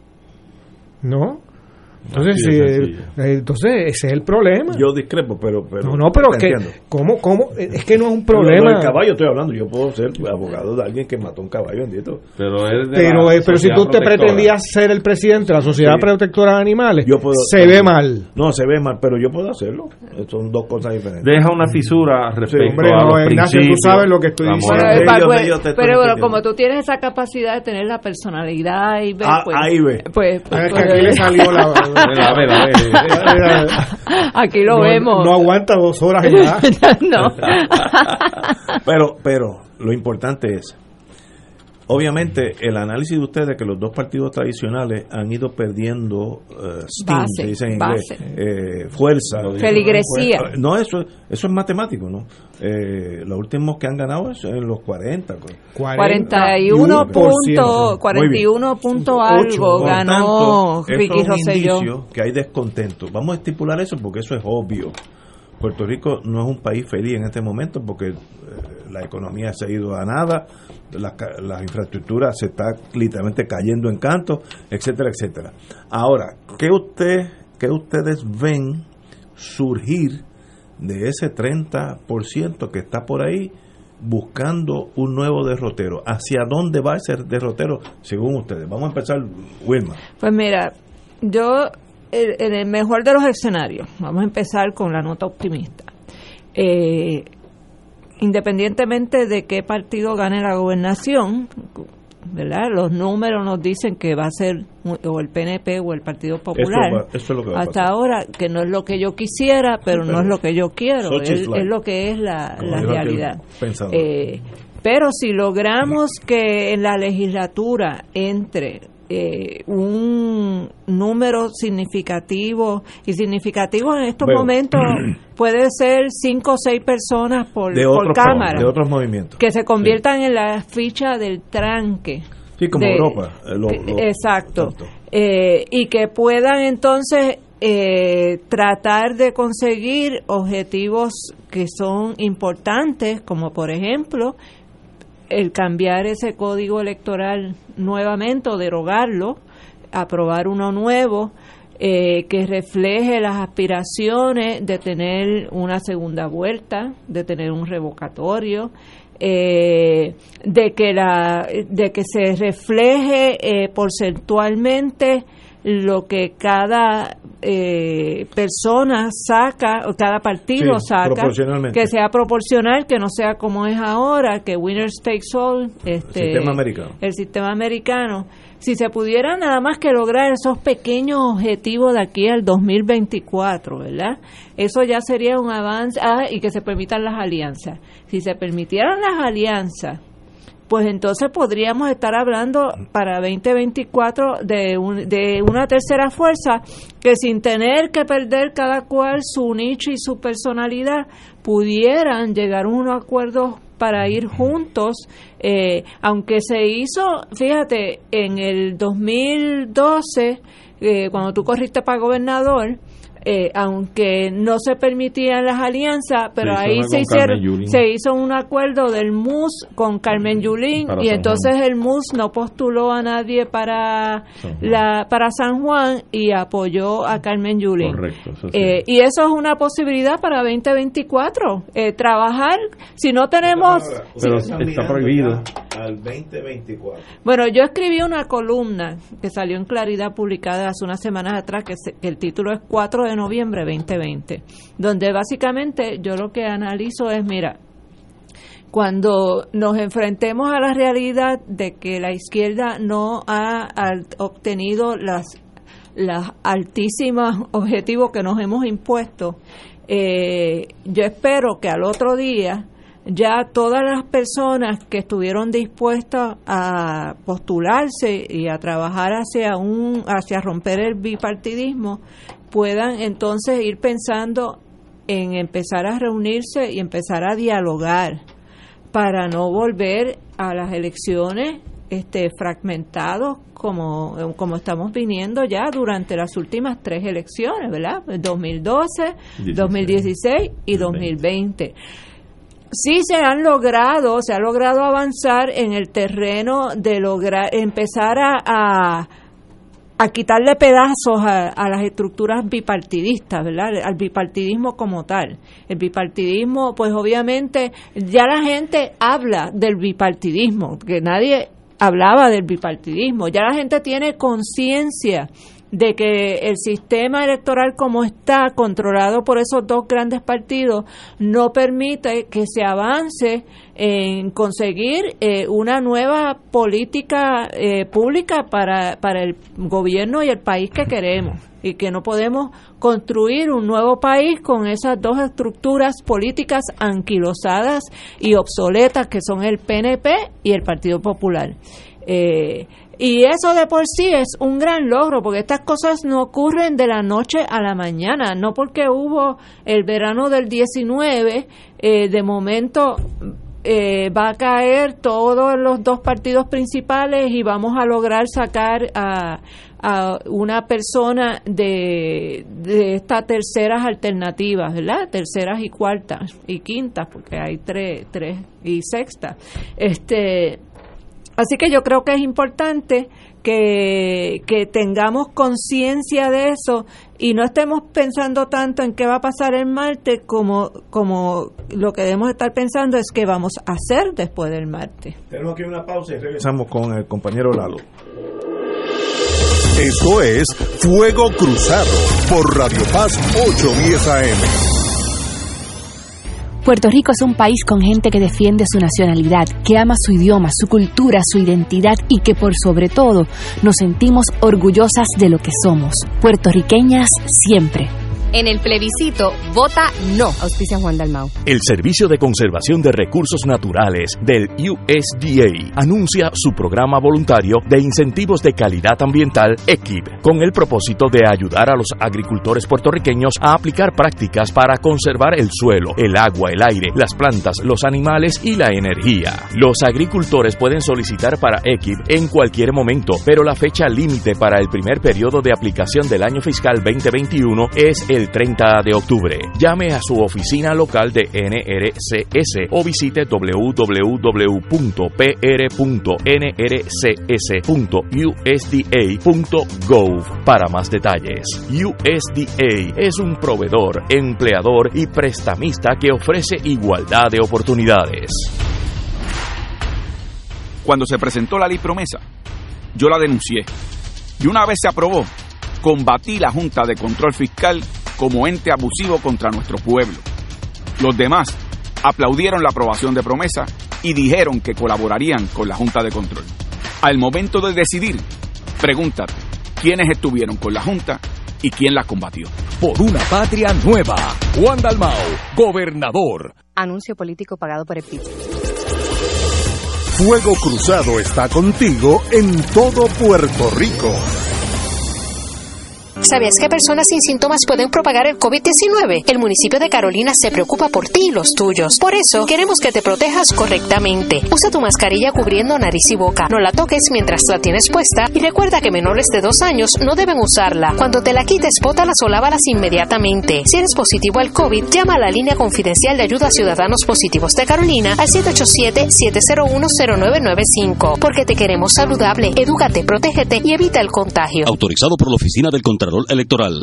¿no? Entonces, sí, eh, entonces ese es el problema. Yo discrepo, pero, pero no, no, pero que cómo, cómo es que no es un problema. No, el caballo estoy hablando. Yo puedo ser abogado de alguien que mató un caballo, bendito. Pero es de pero, eh, pero si tú te pretendías ser el presidente de la Sociedad sí. Protectora de Animales, yo puedo, se ve mal. No, se ve mal, pero yo puedo hacerlo. Son dos cosas diferentes. Deja una fisura respecto sí, hombre, a no, los Ignacio, principios. tú sabes lo que estoy diciendo. Bueno, pero, pues, yo, yo pero bueno, como tú tienes esa capacidad de tener la personalidad y ver, ah, pues, ahí ve. Pues, pues, es pues, que aquí le salió la, A ver, a ver. Aquí lo no, vemos. No aguanta dos horas ya. No. Pero, pero lo importante es, obviamente, el análisis de ustedes que los dos partidos tradicionales han ido perdiendo uh, steam, base, se dice en inglés, eh, fuerza. Feligresía. No, eso, eso es matemático, ¿no? Eh, los últimos que han ganado es en los cuarenta. cuarenta y uno punto, cuarenta y uno punto algo Por ganó tanto, Ricky eso es un Rosselló. indicio que hay descontento. Vamos a estipular eso porque eso es obvio. Puerto Rico no es un país feliz en este momento porque eh, la economía se ha ido a nada, la, la infraestructura se está literalmente cayendo en canto, etcétera, etcétera. Ahora, ¿qué usted, qué ustedes ven surgir de ese treinta por ciento que está por ahí buscando un nuevo derrotero? ¿Hacia dónde va ese derrotero según ustedes? Vamos a empezar, Wilma. Pues mira, yo en el mejor de los escenarios, vamos a empezar con la nota optimista. Eh, independientemente de qué partido gane la gobernación, ¿verdad? Los números nos dicen que va a ser o el P N P o el Partido Popular. Eso va, eso es lo que va a Hasta pasar. ahora, que no es lo que yo quisiera, pero, pero no es lo que yo quiero, es, es lo que es la, la realidad. Eh, pero si logramos que en la legislatura entre eh, un número significativo, y significativo en estos Veo. momentos puede ser cinco o seis personas por, de por otros, cámara, de otros movimientos. que se conviertan sí. en la ficha del tranque. Sí, como de, Europa. Eh, lo, lo, exacto. Eh, y que puedan entonces eh, tratar de conseguir objetivos que son importantes, como por ejemplo el cambiar ese código electoral nuevamente o derogarlo, aprobar uno nuevo eh, que refleje las aspiraciones de tener una segunda vuelta, de tener un revocatorio, eh, de que la de que se refleje eh, porcentualmente lo que cada eh, persona saca o cada partido sí, saca, que sea proporcional, que no sea como es ahora, que winners takes all, este, el sistema americano. El sistema americano. Si se pudiera nada más que lograr esos pequeños objetivos de aquí al dos mil veinticuatro, ¿verdad? Eso ya sería un avance, ah, y que se permitan las alianzas. Si se permitieran las alianzas, pues entonces podríamos estar hablando para veinte veinticuatro de, un, de una tercera fuerza que sin tener que perder cada cual su nicho y su personalidad pudieran llegar a unos acuerdos para ir juntos, eh, aunque se hizo, fíjate, en el dos mil doce, eh, cuando tú corriste para gobernador, Eh, aunque no se permitían las alianzas, pero se ahí se hicieron, se hizo un acuerdo del M U S con Carmen Yulín y San entonces Juan. El M U S no postuló a nadie para la para San Juan y apoyó a Carmen Yulín. Correcto, eso sí. eh, y eso es una posibilidad para veinte veinticuatro, eh, trabajar, si no tenemos... Pero si, está prohibido. Al veinte veinticuatro. Bueno, yo escribí una columna que salió en Claridad publicada hace unas semanas atrás, que, se, que el título es cuatro de noviembre veinte veinte, donde básicamente yo lo que analizo es, mira, cuando nos enfrentemos a la realidad de que la izquierda no ha obtenido las, las altísimos objetivos que nos hemos impuesto, eh, yo espero que al otro día ya todas las personas que estuvieron dispuestas a postularse y a trabajar hacia un hacia romper el bipartidismo puedan entonces ir pensando en empezar a reunirse y empezar a dialogar para no volver a las elecciones este fragmentados como como estamos viniendo ya durante las últimas tres elecciones, ¿verdad? dos mil doce, dieciséis. dos mil dieciséis y dos mil veinte. Sí se han logrado, se ha logrado avanzar en el terreno de lograr empezar a, a, a quitarle pedazos a, a las estructuras bipartidistas, ¿verdad? Al bipartidismo como tal. El bipartidismo, pues obviamente ya la gente habla del bipartidismo, que nadie hablaba del bipartidismo. Ya la gente tiene conciencia de que el sistema electoral como está, controlado por esos dos grandes partidos, no permite que se avance en conseguir eh, una nueva política eh, pública para, para el gobierno y el país que queremos, y que no podemos construir un nuevo país con esas dos estructuras políticas anquilosadas y obsoletas que son el P N P y el Partido Popular. Eh, y eso de por sí es un gran logro, porque estas cosas no ocurren de la noche a la mañana, no porque hubo el verano del diecinueve, eh, de momento eh, va a caer todos los dos partidos principales y vamos a lograr sacar a, a una persona de, de estas terceras alternativas, ¿verdad? Terceras y cuartas y quintas, porque hay tres, tres y sextas. Este, así que yo creo que es importante que, que tengamos conciencia de eso y no estemos pensando tanto en qué va a pasar el martes como, como lo que debemos estar pensando es qué vamos a hacer después del martes. Tenemos aquí una pausa y regresamos con el compañero Lalo. Esto es Fuego Cruzado por Radio Paz ochocientos diez A M. Puerto Rico es un país con gente que defiende su nacionalidad, que ama su idioma, su cultura, su identidad y que por sobre todo nos sentimos orgullosas de lo que somos, puertorriqueñas siempre. En el plebiscito, vota no. Auspicia Juan Dalmau. El Servicio de Conservación de Recursos Naturales del U S D A anuncia su programa voluntario de incentivos de calidad ambiental E Q I B, con el propósito de ayudar a los agricultores puertorriqueños a aplicar prácticas para conservar el suelo, el agua, el aire, las plantas, los animales y la energía. Los agricultores pueden solicitar para E Q I B en cualquier momento, pero la fecha límite para el primer periodo de aplicación del año fiscal veinte veintiuno es el treinta de octubre. Llame a su oficina local de N R C S o visite w w w punto p r punto n r c s punto u s d a punto gov para más detalles. U S D A es un proveedor, empleador y prestamista que ofrece igualdad de oportunidades. Cuando se presentó la ley promesa, yo la denuncié. Y una vez se aprobó, combatí la Junta de Control Fiscal como ente abusivo contra nuestro pueblo. Los demás aplaudieron la aprobación de promesa y dijeron que colaborarían con la Junta de Control. Al momento de decidir, pregúntate, ¿quiénes estuvieron con la Junta y quién la combatió? Por una patria nueva, Juan Dalmau, gobernador. Anuncio político pagado por el P I B. Fuego Cruzado está contigo en todo Puerto Rico. ¿Sabías que personas sin síntomas pueden propagar el COVID diecinueve? El municipio de Carolina se preocupa por ti y los tuyos. Por eso, queremos que te protejas correctamente. Usa tu mascarilla cubriendo nariz y boca. No la toques mientras la tienes puesta y recuerda que menores de dos años no deben usarla. Cuando te la quites, bótalas o lávalas inmediatamente. Si eres positivo al COVID, llama a la línea confidencial de ayuda a ciudadanos positivos de Carolina al siete ocho siete, siete cero uno, cero nueve nueve cinco. Porque te queremos saludable, edúcate, protégete y evita el contagio. Autorizado por la Oficina del Contralor Electoral.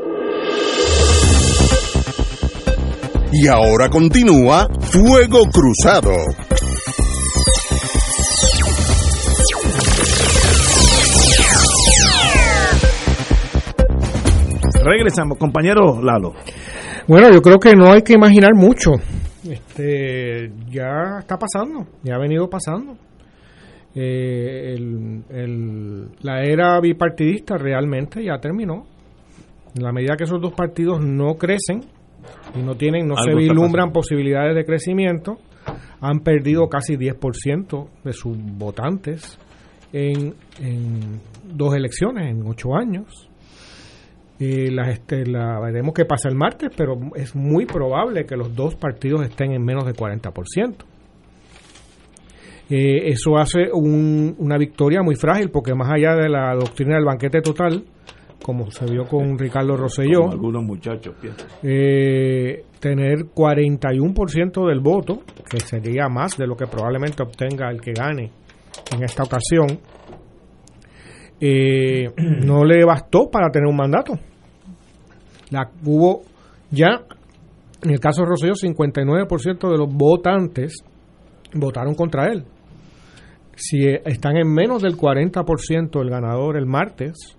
Y ahora continúa Fuego Cruzado. Regresamos, compañero Lalo. Bueno, yo creo que no hay que imaginar mucho. Este, ya está pasando, ya ha venido pasando. Eh, el, el, la era bipartidista realmente ya terminó. En la medida que esos dos partidos no crecen y no tienen, no se vislumbran posibilidades de crecimiento, han perdido casi diez por ciento de sus votantes en, en dos elecciones, en ocho años. Eh, la, este, la, veremos qué pasa el martes, pero es muy probable que los dos partidos estén en menos de cuarenta por ciento. Eh, eso hace un, una victoria muy frágil, porque más allá de la doctrina del banquete total, como se vio con Ricardo Rosselló, como algunos muchachos piensan, eh, tener cuarenta y uno por ciento del voto, que sería más de lo que probablemente obtenga el que gane en esta ocasión, eh, no le bastó para tener un mandato. La, hubo ya, en el caso de Rosselló, cincuenta y nueve por ciento de los votantes votaron contra él. Si están en menos del cuarenta por ciento el ganador el martes,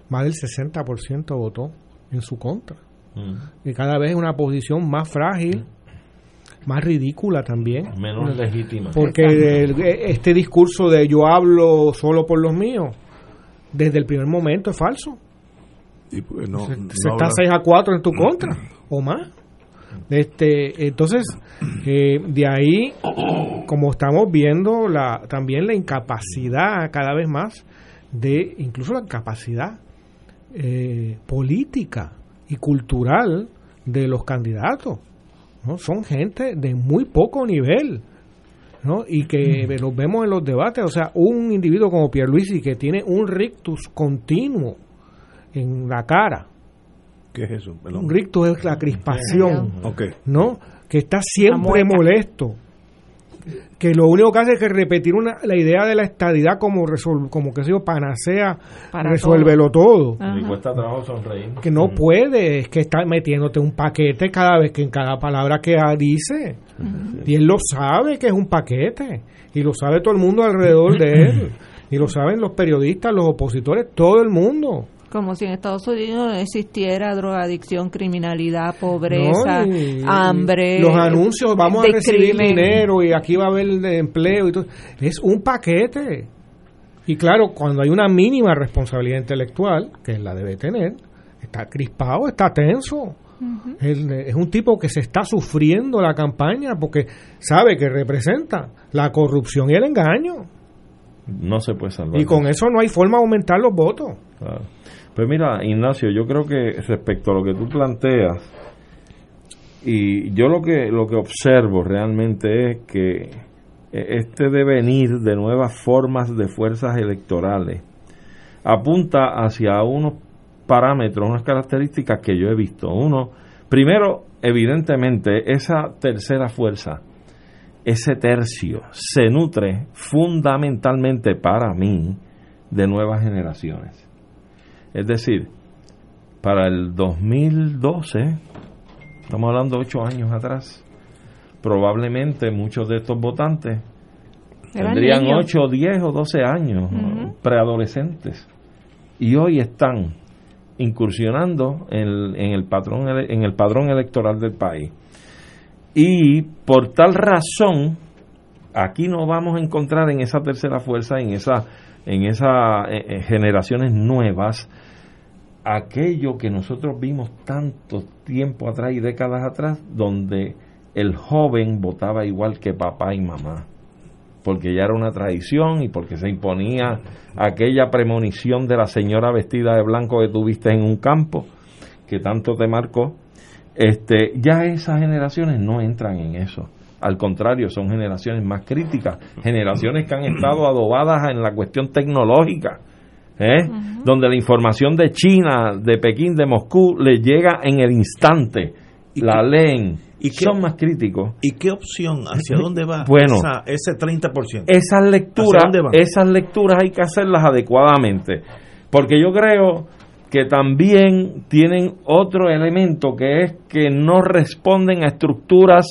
más del sesenta por ciento votó en su contra. Mm. Y cada vez es una posición más frágil, más ridícula también. Menos legítima. Porque el, este discurso de yo hablo solo por los míos, desde el primer momento es falso. Y pues no, se no se habla- está seis a cuatro en tu contra, o más. Este, entonces, eh, de ahí, como estamos viendo la también la incapacidad cada vez más de, incluso la capacidad eh, política y cultural de los candidatos, ¿no? Son gente de muy poco nivel, ¿no? Y que los vemos en los debates. O sea, un individuo como Pierluisi que tiene un rictus continuo en la cara. ¿Qué es eso? Perdón. Un rictus es la crispación, Ok. ¿no? Que está siempre La mueca. molesto. Que lo único que hace es que repetir una, la idea de la estadidad como resol, como que sea panacea, Para resuélvelo todo. Me cuesta trabajo sonreír. Que no puede, es que está metiéndote un paquete cada vez que en cada palabra que dice. Y él lo sabe que es un paquete. Y lo sabe todo el mundo alrededor de él. Y lo saben los periodistas, los opositores, todo el mundo. Como si en Estados Unidos no existiera drogadicción, criminalidad, pobreza, No, y- hambre. Los anuncios, vamos a de recibir crimen. dinero y aquí va a haber de empleo y todo. Es un paquete. Y claro, cuando hay una mínima responsabilidad intelectual, que la debe tener, está crispado, está tenso. Él, eh, es un tipo que se está sufriendo la campaña porque sabe que representa la corrupción y el engaño. No se puede salvar. Y con eso no hay forma de aumentar los votos. Claro. Pues mira, Ignacio, yo creo que respecto a lo que tú planteas, y yo lo que lo que observo realmente es que este devenir de nuevas formas de fuerzas electorales apunta hacia unos parámetros, unas características que yo he visto. Uno, primero, evidentemente, esa tercera fuerza, ese tercio, se nutre fundamentalmente para mí de nuevas generaciones. Es decir, para el dos mil doce, estamos hablando de ocho años atrás, probablemente muchos de estos votantes Eran tendrían niños. ocho, diez o doce años, Ujú. preadolescentes, y hoy están incursionando en el, en el patrón ele- en el padrón electoral del país. Y por tal razón, aquí nos vamos a encontrar en esa tercera fuerza, en esa en esas eh, eh, generaciones nuevas, aquello que nosotros vimos tanto tiempo atrás y décadas atrás, donde el joven votaba igual que papá y mamá, porque ya era una tradición y porque se imponía aquella premonición de la señora vestida de blanco que tuviste en un campo, que tanto te marcó. Este, ya esas generaciones no entran en eso. Al contrario, son generaciones más críticas, generaciones que han estado adobadas en la cuestión tecnológica, ¿eh? Donde la información de China, de Pekín, de Moscú, les llega en el instante, la leen, y qué- son más críticos. ¿Y qué opción? ¿Hacia dónde va Bueno, esa- ese treinta por ciento? Esas ¿Hacia lecturas, dónde van? esas lecturas hay que hacerlas adecuadamente, porque yo creo que también tienen otro elemento, que es que no responden a estructuras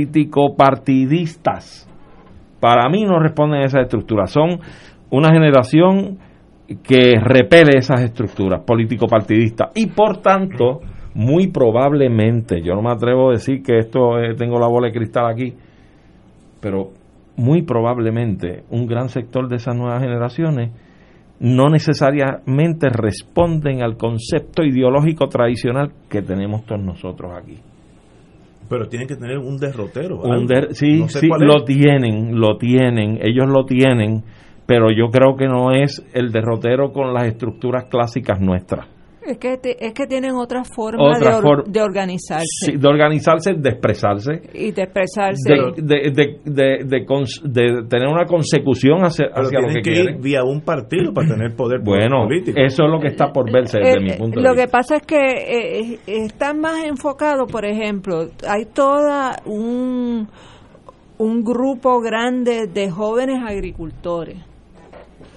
político-partidistas. Para mí no responden a esas estructuras. Son una generación que repele esas estructuras político-partidistas y por tanto, muy probablemente, yo no me atrevo a decir que esto eh, tengo la bola de cristal aquí, pero muy probablemente un gran sector de esas nuevas generaciones no necesariamente responden al concepto ideológico tradicional que tenemos todos nosotros aquí. Pero tienen que tener un derrotero. Un algo. der- sí, No sé sí, cuál es. lo tienen, lo tienen, ellos lo tienen, pero yo creo que no es el derrotero con las estructuras clásicas nuestras. Es que, te- es que tienen otra forma Otra de, or- for- de organizarse Sí, de organizarse, de expresarse, y de expresarse. de, de, de, de, de cons- de tener una consecución hacia, Pero hacia lo tienen que que quieren. ir vía un partido para tener poder Bueno, político. eso es lo que está por verse desde Eh, mi eh, punto de lo vista. que pasa es que eh, están más enfocados, por ejemplo, hay toda un, un grupo grande de jóvenes agricultores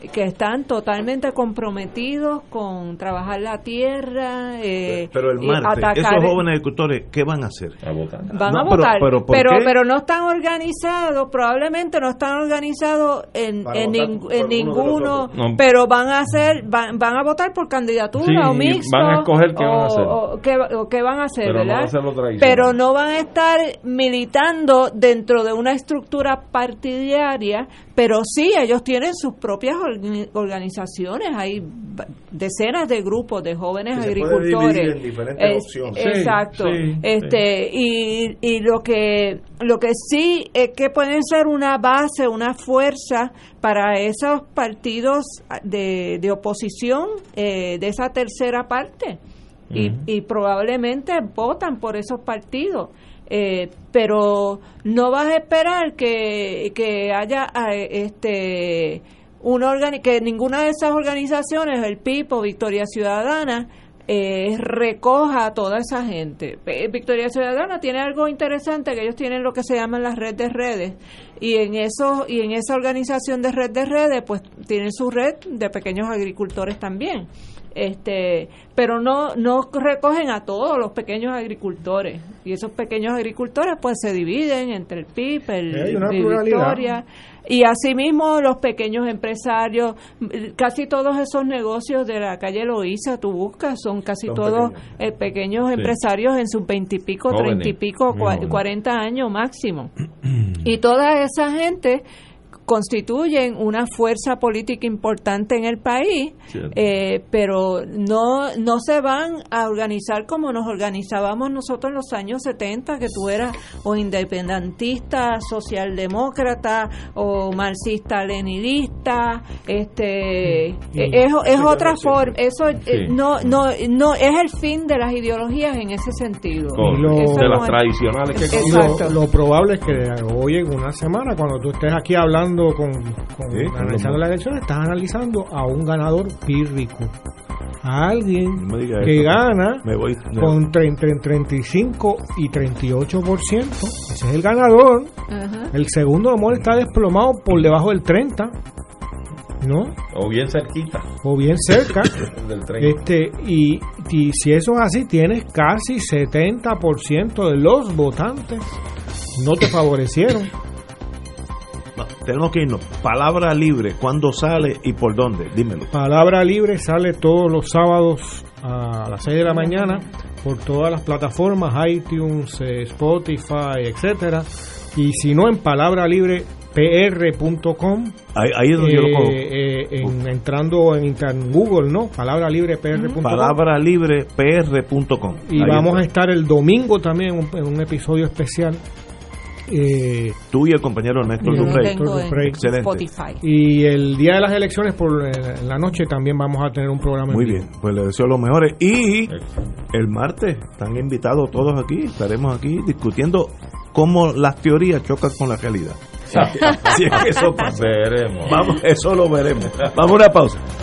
que están totalmente comprometidos con trabajar la tierra, eh, pero el martes, atacar, esos jóvenes agricultores, ¿qué van a hacer? A votar. Van no, a votar, pero, pero, pero, ¿por qué? pero no están organizados, probablemente no están organizados en, en, ning, en ninguno, no. pero van a hacer, van, van a votar por candidatura sí, o mixto, van a escoger qué o, van a hacer, o, o qué, o qué van a hacer, pero ¿verdad? no va a ser lo tradicional. Pero no van a estar militando dentro de una estructura partidaria, pero sí, ellos tienen sus propias organizaciones, hay decenas de grupos de jóvenes se agricultores en diferentes es, opciones. exacto, sí, sí, este sí. y, y lo que lo que sí es que pueden ser una base, una fuerza para esos partidos de, de oposición eh, de esa tercera parte. Y, uh-huh. y probablemente votan por esos partidos, eh, pero no vas a esperar que, que haya este una organi- que ninguna de esas organizaciones, el P I P o Victoria Ciudadana, eh, recoja a toda esa gente. Victoria Ciudadana tiene algo interesante, que ellos tienen lo que se llaman las redes de redes, y en eso y en esa organización de red de redes pues tienen su red de pequeños agricultores también. Este, pero no no recogen a todos los pequeños agricultores, y esos pequeños agricultores pues se dividen entre el P I P, el hay una de Victoria, y asimismo los pequeños empresarios. Casi todos esos negocios de la calle Loíza, tú buscas, son casi son todos pequeños, eh, pequeños sí. empresarios en sus veintipico, treinta y pico, cua- cuarenta años máximo, y toda esa gente constituyen una fuerza política importante en el país, eh, pero no no se van a organizar como nos organizábamos nosotros en los años setenta, que tú eras o independentista, socialdemócrata o marxista-leninista, este sí. es, es otra forma, eso sí. eh, no no no es el fin de las ideologías en ese sentido. Lo, eso de no las es, tradicionales que exacto. Lo, lo probable es que hoy en una semana, cuando tú estés aquí hablando con, con sí, analizando las elecciones, estás analizando a un ganador pírrico, a alguien no que esto. gana me voy, no. con treinta, treinta y cinco y treinta y ocho por ciento. Ese es el ganador. Uh-huh. El segundo amor está desplomado por debajo del treinta, ¿no? O bien cerquita. O bien cerca. del treinta. Este, y, y si eso es así, tienes casi setenta por ciento de los votantes no te favorecieron. No, tenemos que irnos. Palabra Libre, ¿cuándo sale y por dónde? Dímelo. Palabra Libre sale todos los sábados a las seis de la mañana por todas las plataformas, iTunes, eh, Spotify, etcétera. Y si no, en palabra libre p r punto com. Ahí, ahí es donde eh, yo lo cojo. Eh, en, entrando en, en Google, ¿no? palabra libre p r punto com. palabra libre p r punto com. Y ahí vamos está. a estar el domingo también en un, en un episodio especial. Eh, Tú y el compañero Néstor Duprey. Excelente. Spotify. Y el día de las elecciones por en la noche también vamos a tener un programa. Muy bien, pues les deseo los mejores. Y el martes están invitados todos aquí. Estaremos aquí discutiendo cómo las teorías chocan con la realidad. Así es que eso pasa. Veremos. Vamos, eso lo veremos. Vamos a una pausa.